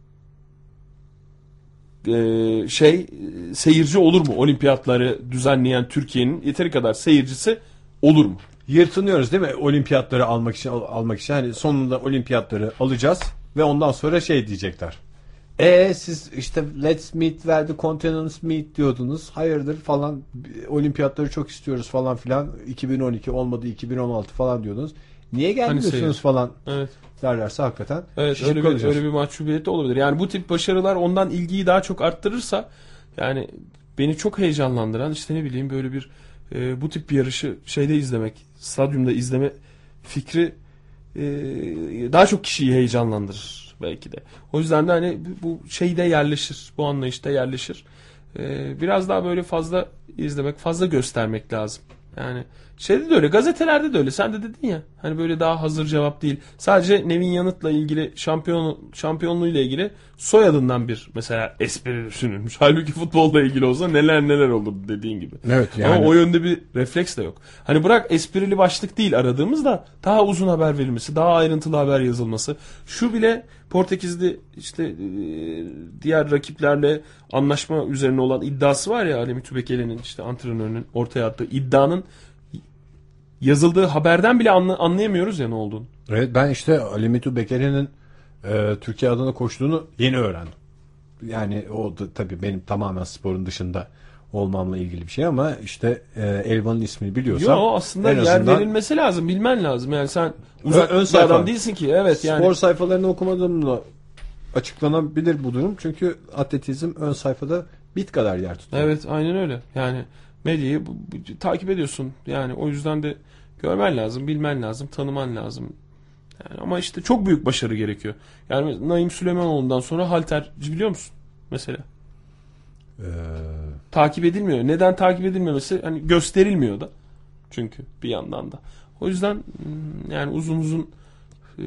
e, şey seyirci olur mu? Olimpiyatları düzenleyen Türkiye'nin yeteri kadar seyircisi olur mu? Yırtınıyoruz değil mi? Olimpiyatları almak için al- almak için. Hani sonunda olimpiyatları alacağız ve ondan sonra şey diyecekler. E siz işte let's meet where the continents meet diyordunuz. Hayırdır falan, olimpiyatları çok istiyoruz falan filan. iki bin on iki olmadı, iki bin on altı falan diyordunuz. Niye gelmiyorsunuz seyir? falan Evet. derlerse hakikaten. Evet, şişip öyle bir, kalacağız. öyle bir mahcubiyet de olabilir. Yani bu tip başarılar ondan ilgiyi daha çok arttırırsa, yani beni çok heyecanlandıran işte ne bileyim böyle bir e, bu tip bir yarışı şeyde izlemek, stadyumda izleme fikri e, daha çok kişiyi heyecanlandırır belki de. O yüzden de hani bu şeyde yerleşir, bu anlayışta yerleşir. E, biraz daha böyle fazla izlemek, fazla göstermek lazım. Yani şeyde de öyle, gazetelerde de öyle. Sen de dedin ya, hani böyle daha hazır cevap değil. Sadece Nevin Yanıt'la ilgili şampiyon şampiyonluğuyla ilgili soyadından bir mesela espri düşünülmüş. Halbuki futbolla ilgili olsa neler neler olurdu dediğin gibi. Evet, yani. Ama o yönde bir refleks de yok. Hani bırak esprili başlık değil aradığımız da daha uzun haber verilmesi, daha ayrıntılı haber yazılması. Şu bile Portekizli işte e, diğer rakiplerle anlaşma üzerine olan iddiası var ya, Ali Mitubekele'nin işte antrenörünün ortaya attığı iddianın yazıldığı haberden bile anla, anlayamıyoruz ya ne olduğunu. Evet, ben işte Ali Mitu Bekele'nin e, Türkiye adına koştuğunu yeni öğrendim. Yani o da tabii benim tamamen sporun dışında olmamla ilgili bir şey ama işte e, Elvan'ın ismini biliyorsam. Yo, aslında en yer azından verilmesi lazım, bilmen lazım. Yani sen uzak ön, ön bir sayfa, adam değilsin ki. Evet yani. Spor sayfalarını okumadığımla açıklanabilir bu durum. Çünkü atletizm ön sayfada bit kadar yer tutuyor. Evet, aynen öyle. Yani medyayı bu, bu, takip ediyorsun. Yani o yüzden de görmen lazım, bilmen lazım, tanıman lazım. Yani ama işte çok büyük başarı gerekiyor. Yani Naim Süleymanoğlu'ndan sonra halterci biliyor musun? Mesela. Ee, Takip edilmiyor. Neden takip edilmemesi? Hani gösterilmiyor da. Çünkü bir yandan da. O yüzden yani uzun uzun e,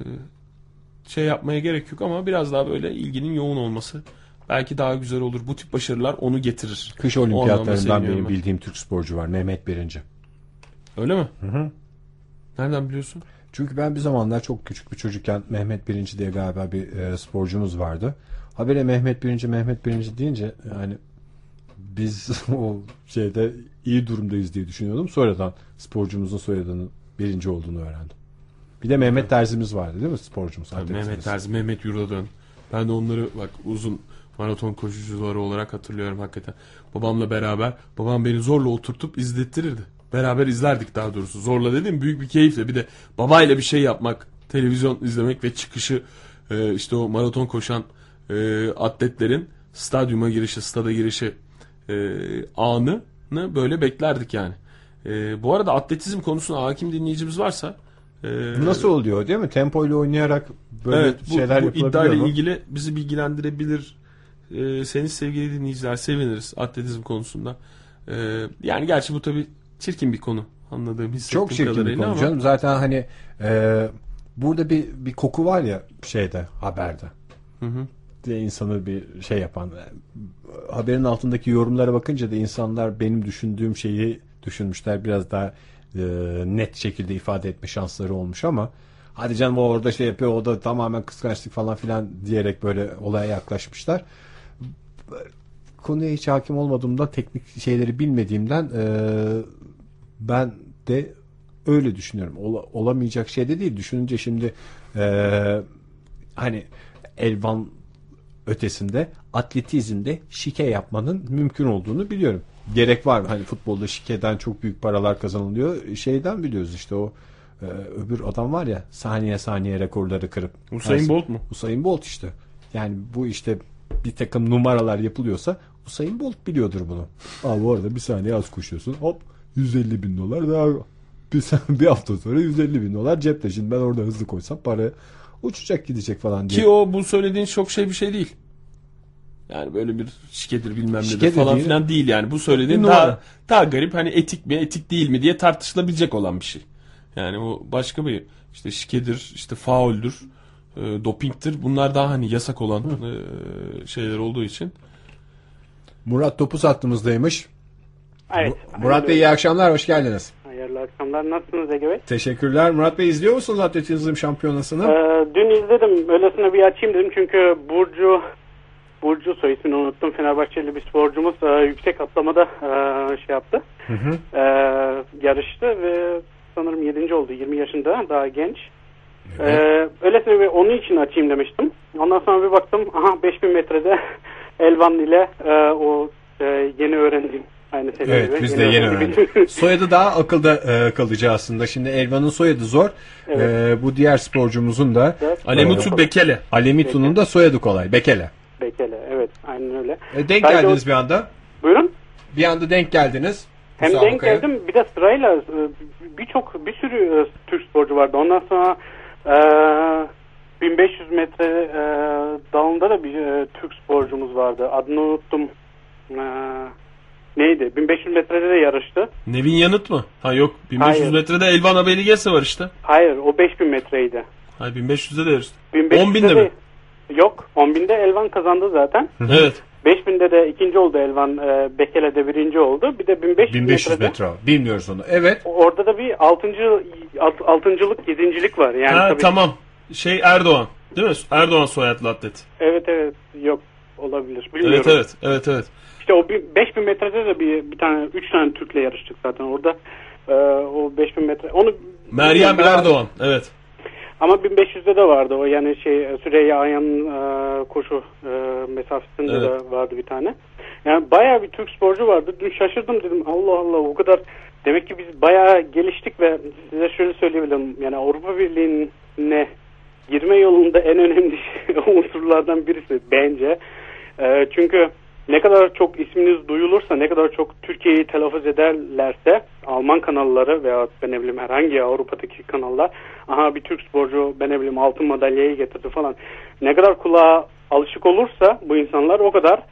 şey yapmaya gerek yok ama biraz daha böyle ilginin yoğun olması belki daha güzel olur. Bu tip başarılar onu getirir. Kış O anlamda olimpiyatlarından seviniyorum benim ben. bildiğim Türk sporcu var. Mehmet Birinci. Öyle mi? Hı hı. Nereden biliyorsun? Çünkü ben bir zamanlar çok küçük bir çocukken Mehmet Birinci diye galiba bir e, sporcumuz vardı. Habire Mehmet Birinci, Mehmet Birinci deyince yani biz o şeyde iyi durumdayız diye düşünüyordum. Sonradan sporcumuzun soyadının birinci olduğunu öğrendim. Bir de Mehmet Terzi'miz vardı değil mi sporcumuz? Tabii Mehmet Terzi, Mehmet Yurdadön. Ben de onları bak uzun maraton koşucuları olarak hatırlıyorum hakikaten. Babamla beraber, babam beni zorla oturtup izlettirirdi. Beraber izlerdik daha doğrusu. Zorla dedim, büyük bir keyifle. Bir de babayla bir şey yapmak, televizyon izlemek ve çıkışı e, işte o maraton koşan e, atletlerin stadyuma girişi, stada girişi e, anını böyle beklerdik yani. E, bu arada atletizm konusuna hakim dinleyicimiz varsa e, Nasıl oluyor değil mi? Tempoyla oynayarak böyle evet, bu, şeyler bu yapılabiliyor iddiayla mu? ilgili bizi bilgilendirebilir. Ee, seni sevgili dinleyiciler seviniriz atletizm konusunda. Ee, yani gerçi bu tabii çirkin bir konu anladığım hissettiğim Çok çirkin bir kadarıyla konu ama. canım. Zaten hani e, burada bir bir koku var ya şeyde, haberde. Hı hı. Diye insanı bir şey yapan. Haberin altındaki yorumlara bakınca da insanlar benim düşündüğüm şeyi düşünmüşler. Biraz daha e, net şekilde ifade etme şansları olmuş ama hadi canım o orada şey yapıyor, o da tamamen kıskançlık falan filan diyerek böyle olaya yaklaşmışlar. Konuya hiç hakim olmadığımda, teknik şeyleri bilmediğimden e, ben de öyle düşünüyorum. Ola, olamayacak şey de değil. Düşününce şimdi e, hani Elvan ötesinde atletizmde şike yapmanın mümkün olduğunu biliyorum. Gerek var mı? Hani futbolda şikeden çok büyük paralar kazanılıyor. Şeyden biliyoruz işte o e, öbür adam var ya, saniye saniye rekorları kırıp. Usain Bolt mu? Usain Bolt işte. Yani bu işte bir takım numaralar yapılıyorsa Usain Bolt biliyordur bunu. Aa, bu arada bir saniye az koşuyorsun. Hop yüz elli bin dolar daha bir, bir hafta sonra yüz elli bin dolar cepte. Şimdi ben orada hızlı koysam para uçacak gidecek falan diye. Ki o bu söylediğin çok şey bir şey değil. Yani böyle bir şikedir bilmem Şike nedir falan dediğin- filan değil yani. Bu söylediğin Bir daha, numara. daha garip, hani etik mi etik değil mi diye tartışılabilecek olan bir şey. Yani o başka bir işte şikedir, işte fauldür, e, dopingtir. Bunlar daha hani yasak olan e, şeyler olduğu için. Murat Topuz hattımızdaymış. Evet. Murat Bey iyi akşamlar, hoş geldiniz. Hayırlı akşamlar. Nasılsınız Ege Bey? Teşekkürler. Murat Bey izliyor musunuz atletizm şampiyonasını? Ee, dün izledim. Öylesine bir açayım dedim çünkü Burcu Burcu soy ismini unuttum. Fenerbahçeli bir sporcumuz e, yüksek atlamada e, şey yaptı. Hı hı. E, yarıştı ve sanırım yedinci oldu. yirmi yaşında. Daha genç. Evet. E, öylesine bir onun için açayım demiştim. Ondan sonra bir baktım. Aha beş bin metrede Elvan ile e, o e, yeni öğrendiğim. Aynı evet gibi. Biz yeni de yeni öğrendik. Soyadı daha akılda e, kalıcı aslında. Şimdi Elvan'ın soyadı zor. Evet. E, bu diğer sporcumuzun da evet. Alemitu Bekele. Alemitu'nun da soyadı kolay. Bekele. Bekele evet aynen öyle. E, denk Sadece geldiniz o... bir anda. Buyurun. Bir anda denk geldiniz. Hem denk Musabakaya. geldim bir de sırayla birçok bir sürü Türk sporcu vardı. Ondan sonra e, bin beş yüz metre e, dalında da bir e, Türk sporcumuz vardı. Adını unuttum. E, neydi? bin beş yüz metrede de yarıştı. Nevin Yanıt mı? Ha yok. bin beş yüz Hayır. metrede Elvan Abeligese var işte. Hayır, o beş bin metreydi. Hayır, bin beş yüzde de yarıştı. on binde mi? Yok, on binde Elvan kazandı zaten. Evet. beş binde de ikinci oldu Elvan, e, Bekele'de birinci oldu. Bir de bin beş yüz, bin beş yüz metre. Bilmiyoruz onu. Evet. Orada da bir altıncı altıncılık, yedincilik var. Yani ha, tabii. Tamam. Şey Erdoğan. Değil mi? Erdoğan soyadlı atlet. Evet evet. Yok olabilir. Bilmiyorum. Evet evet. Evet evet. İşte o beş bin metrede de bir bir tane üç tane Türk'le yarıştık zaten orada. Ee, o beş bin metre. Onu Meryem Erdoğan. Evet. Ama bin beş yüzde de vardı o yani şey Süreyya Ayan'ın e, koşu e, mesafesinde evet. de vardı bir tane. Yani bayağı bir Türk sporcu vardı. Dün şaşırdım dedim Allah Allah o kadar. Demek ki biz bayağı geliştik ve size şöyle söyleyebilirim. Yani Avrupa Birliği'ne girme yolunda en önemli unsurlardan birisi bence. E, çünkü ne kadar çok isminiz duyulursa, ne kadar çok Türkiye'yi telaffuz ederlerse Alman kanalları veya ben ne bileyim herhangi Avrupa'daki kanallar aha bir Türk sporcu ben ne bileyim altın madalyayı getirdi falan. Ne kadar kulağa alışık olursa bu insanlar o kadar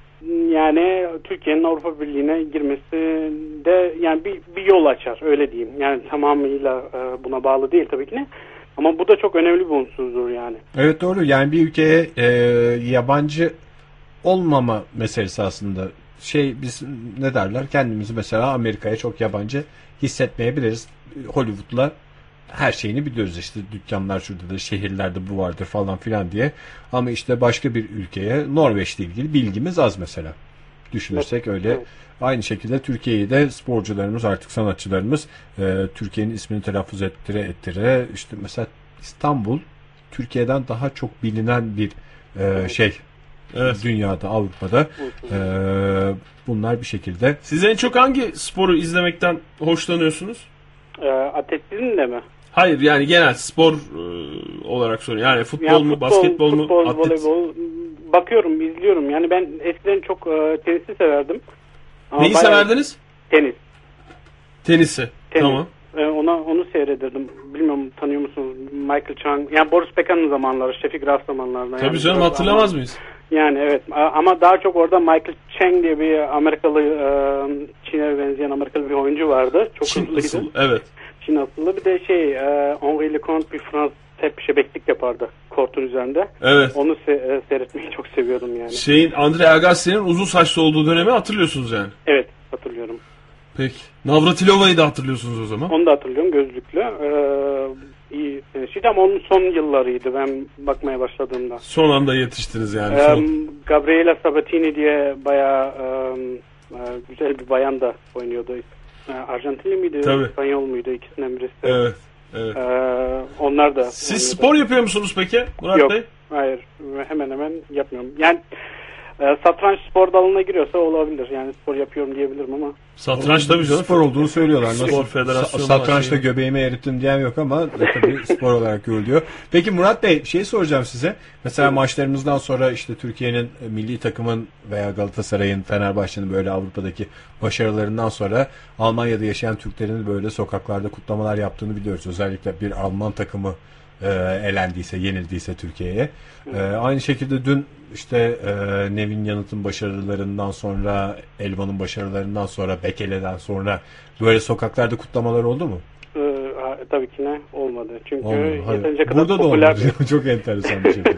yani Türkiye'nin Avrupa Birliği'ne girmesinde yani bir, bir yol açar öyle diyeyim. Yani tamamıyla e, buna bağlı değil tabii ki ne. Ama bu da çok önemli bir unsurdur yani. Evet doğru yani bir ülkeye e, yabancı olmama meselesi aslında şey biz ne derler kendimizi mesela Amerika'ya çok yabancı hissetmeyebiliriz. Hollywood'la her şeyini biliyoruz işte dükkanlar şuradadır, şehirlerde bu vardır falan filan diye. Ama işte başka bir ülkeye Norveç'le ilgili bilgimiz az mesela. Düşünürsek evet, öyle. Evet. Aynı şekilde Türkiye'yi de sporcularımız artık sanatçılarımız e, Türkiye'nin ismini telaffuz ettire ettire işte mesela İstanbul Türkiye'den daha çok bilinen bir e, evet. şey. Evet. Dünyada, Avrupa'da ee, bunlar bir şekilde. Siz en çok hangi sporu izlemekten hoşlanıyorsunuz? E, atletizmle mi? Hayır yani genel spor e, olarak soruyorum. Yani futbol yani mu, futbol, basketbol futbol, mu, atlet? Voleybol. Bakıyorum, izliyorum. Yani ben eskiden çok e, tenisi severdim. Ama neyi severdiniz? Tenis. Tenisi. Tenis. Tamam. E, ona onu seyredirdim. Bilmiyorum tanıyor musunuz? Michael Chang. Yani Boris Bekan'ın zamanları, Steffi Graf zamanlarında. Tabii yani canım hatırlamaz mıyız? Yani evet ama daha çok orada Michael Chang diye bir Amerikalı Çin'e benzeyen Amerikalı bir oyuncu vardı. Çok Çin hızlıydı. Asıl, evet. Çin asıllı bir de şey Henri Leconte bir Fransız hep şebeklik yapardı kortun üzerinde. Evet. Onu se- seyretmeyi çok seviyordum yani. Şeyin Andre Agassi'nin uzun saçlı olduğu dönemi hatırlıyorsunuz yani. Evet hatırlıyorum. Peki. Navratilova'yı da hatırlıyorsunuz o zaman. Onu da hatırlıyorum gözlüklü. Ee, iyi şeydi ama onun son yıllarıydı ben bakmaya başladığımda. Son anda yetiştiniz yani. Ee, Gabriela Sabatini diye bayağı e, güzel bir bayan da oynuyordu. E, Arjantinli miydi? Tabii. İspanyol muydu? İkisinden birisi. Evet. Evet. Ee, onlar da. Siz oynuyordu. Spor yapıyor musunuz peki Murat Yok, Bey? Hayır. Hemen hemen yapmıyorum. Yani e, satranç spor dalına giriyorsa olabilir. Yani spor yapıyorum diyebilirim ama. Satranç tabii canım. Spor olduğunu söylüyorlar. Spor federasyonu. Satrançta göbeğimi erittim diyen yok ama tabii spor olarak görülüyor. Peki Murat Bey şey soracağım size. Mesela maçlarımızdan sonra işte Türkiye'nin milli takımın veya Galatasaray'ın, Fenerbahçe'nin böyle Avrupa'daki başarılarından sonra Almanya'da yaşayan Türklerin böyle sokaklarda kutlamalar yaptığını biliyoruz. Özellikle bir Alman takımı e, elendiyse, yenildiyse Türkiye'ye. E, aynı şekilde dün işte e, Nevin Yanıt'ın başarılarından sonra, Elvan'ın başarılarından sonra, Bekele'den sonra böyle sokaklarda kutlamalar oldu mu? Ee, tabii ki ne olmadı. Çünkü olmadı, yeterince kadar burada popüler. Da çok enteresan bir şey.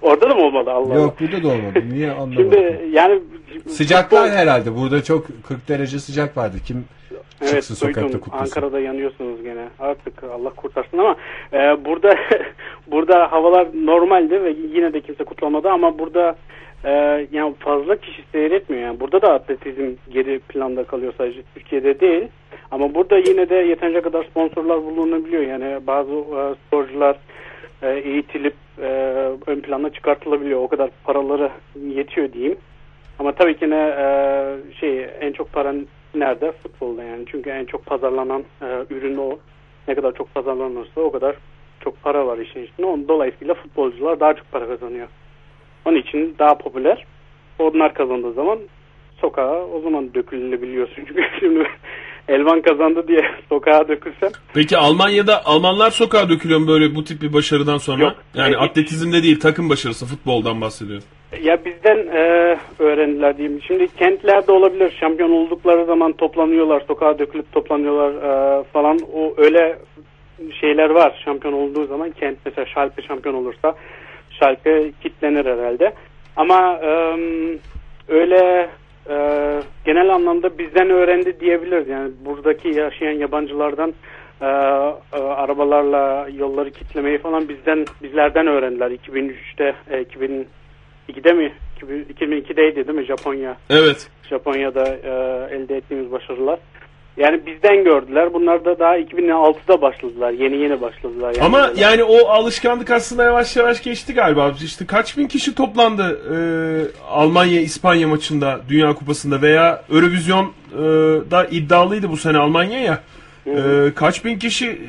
Orada da mı olmadı Allah Yok burada da olmadı. Niye anlamadım. Şimdi yani sıcaklar futbol... herhalde. Burada çok kırk derece sıcak vardı. Kim evet, çıksın sokakta duydum. kutlasın. Ankara'da yanıyorsunuz gene. Artık Allah kurtarsın ama e, burada burada havalar normaldi ve yine de kimse kutlamadı ama burada e, yani fazla kişi seyretmiyor. Yani burada da atletizm geri planda kalıyor sadece Türkiye'de değil. Ama burada yine de yeterince kadar sponsorlar bulunabiliyor. Yani bazı e, sporcular e, eğitilip e, ön plana çıkartılabiliyor. O kadar paraları yetiyor diyeyim. Ama tabii ki ne e, şey en çok para nerede? Futbolda yani. Çünkü en çok pazarlanan e, ürün o. Ne kadar çok pazarlanırsa o kadar çok para var işin içinde. Onun dolayısıyla futbolcular daha çok para kazanıyor. Onun için daha popüler. Onlar kazandığı zaman sokağa o zaman dökülebiliyorsun. Çünkü şimdi Elvan kazandı diye sokağa dökülsem. Peki Almanya'da Almanlar sokağa dökülüyor mu böyle bu tip bir başarıdan sonra? Yok. Yani Evet. atletizmde değil, takım başarısı, futboldan bahsediyorum. Ya bizden e, öğrendiler diyeyim. Şimdi kentlerde olabilir. Şampiyon oldukları zaman toplanıyorlar. Sokağa dökülüp toplanıyorlar e, falan. O öyle şeyler var. Şampiyon olduğu zaman kent mesela Schalke şampiyon olursa Schalke kitlenir herhalde. Ama e, öyle e, genel anlamda bizden öğrendi diyebiliriz. Yani buradaki yaşayan yabancılardan e, e, arabalarla yolları kitlemeyi falan bizden bizlerden öğrendiler. iki bin üçte e, iki bin ikide mi? iki bin ikideydi değil mi Japonya? Evet. Japonya'da e, elde ettiğimiz başarılar. Yani bizden gördüler. Bunlar da daha iki bin altıda başladılar. Yeni yeni başladılar. Yani Ama böyle. yani o alışkanlık aslında yavaş yavaş geçti galiba. İşte kaç bin kişi toplandı e, Almanya-İspanya maçında, Dünya Kupası'nda veya Eurovision'da iddialıydı bu sene Almanya ya. E, kaç bin kişi e,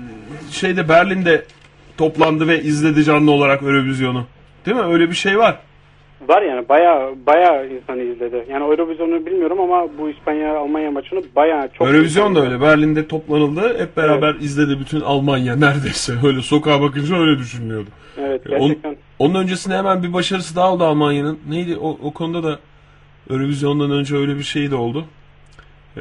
şeyde Berlin'de toplandı ve izledi canlı olarak Eurovision'u. Değil mi? Öyle bir şey var. Var yani bayağı bayağı insan izledi. Yani Eurovision'u bilmiyorum ama bu İspanya-Almanya maçını bayağı çok... Eurovision da öyle. Berlin'de toplanıldı. Hep beraber evet. izledi bütün Almanya neredeyse. Öyle sokağa bakınca öyle düşünülüyordu. Evet gerçekten. On, onun öncesinde hemen bir başarısı daha oldu Almanya'nın. Neydi? O, o konuda da Eurovision'dan önce öyle bir şey de oldu. Ee,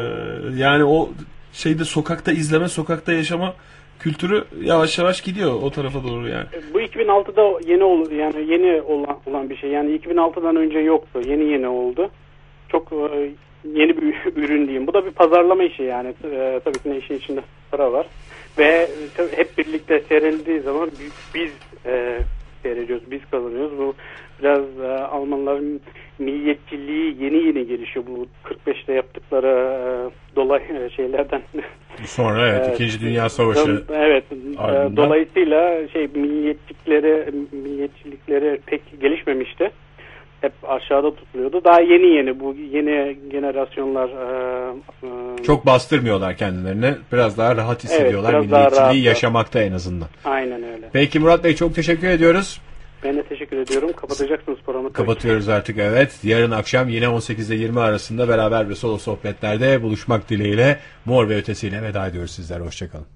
yani o şeyde sokakta izleme, sokakta yaşama kültürü yavaş yavaş gidiyor o tarafa doğru yani. Bu iki bin altıda yeni ol yani yeni olan, olan bir şey. Yani iki bin altıdan önce yoktu. Yeni yeni oldu. Çok e, yeni bir ürün diyeyim. Bu da bir pazarlama işi yani. E, tabii ki ne işin içinde para var. Ve e, hep birlikte seyredildiği zaman biz e, seyrediyoruz. Biz kazanıyoruz. Bu biraz e, Almanların milliyetçiliği yeni yeni gelişiyor. Bu kırk beşte yaptıkları e, dolay e, şeylerden. Sonra evet, evet İkinci Dünya Savaşı. Evet. Ardından. Dolayısıyla şey milliyetçilikleri milliyetçilikleri pek gelişmemişti. Hep aşağıda tutuluyordu. Daha yeni yeni bu yeni generasyonlar e, e, çok bastırmıyorlar kendilerini. Biraz daha rahat hissediyorlar. Evet, milliyetçiliği yaşamakta en azından. Aynen öyle. Peki Murat Bey çok teşekkür ediyoruz. Ben de teşekkür ediyorum. Kapatacaksınız programı. Kapatıyoruz artık evet. Yarın akşam yine on sekizde yirmi arasında beraber ve solo sohbetlerde buluşmak dileğiyle Mor ve Ötesi'yle veda ediyoruz sizlere. Hoşçakalın.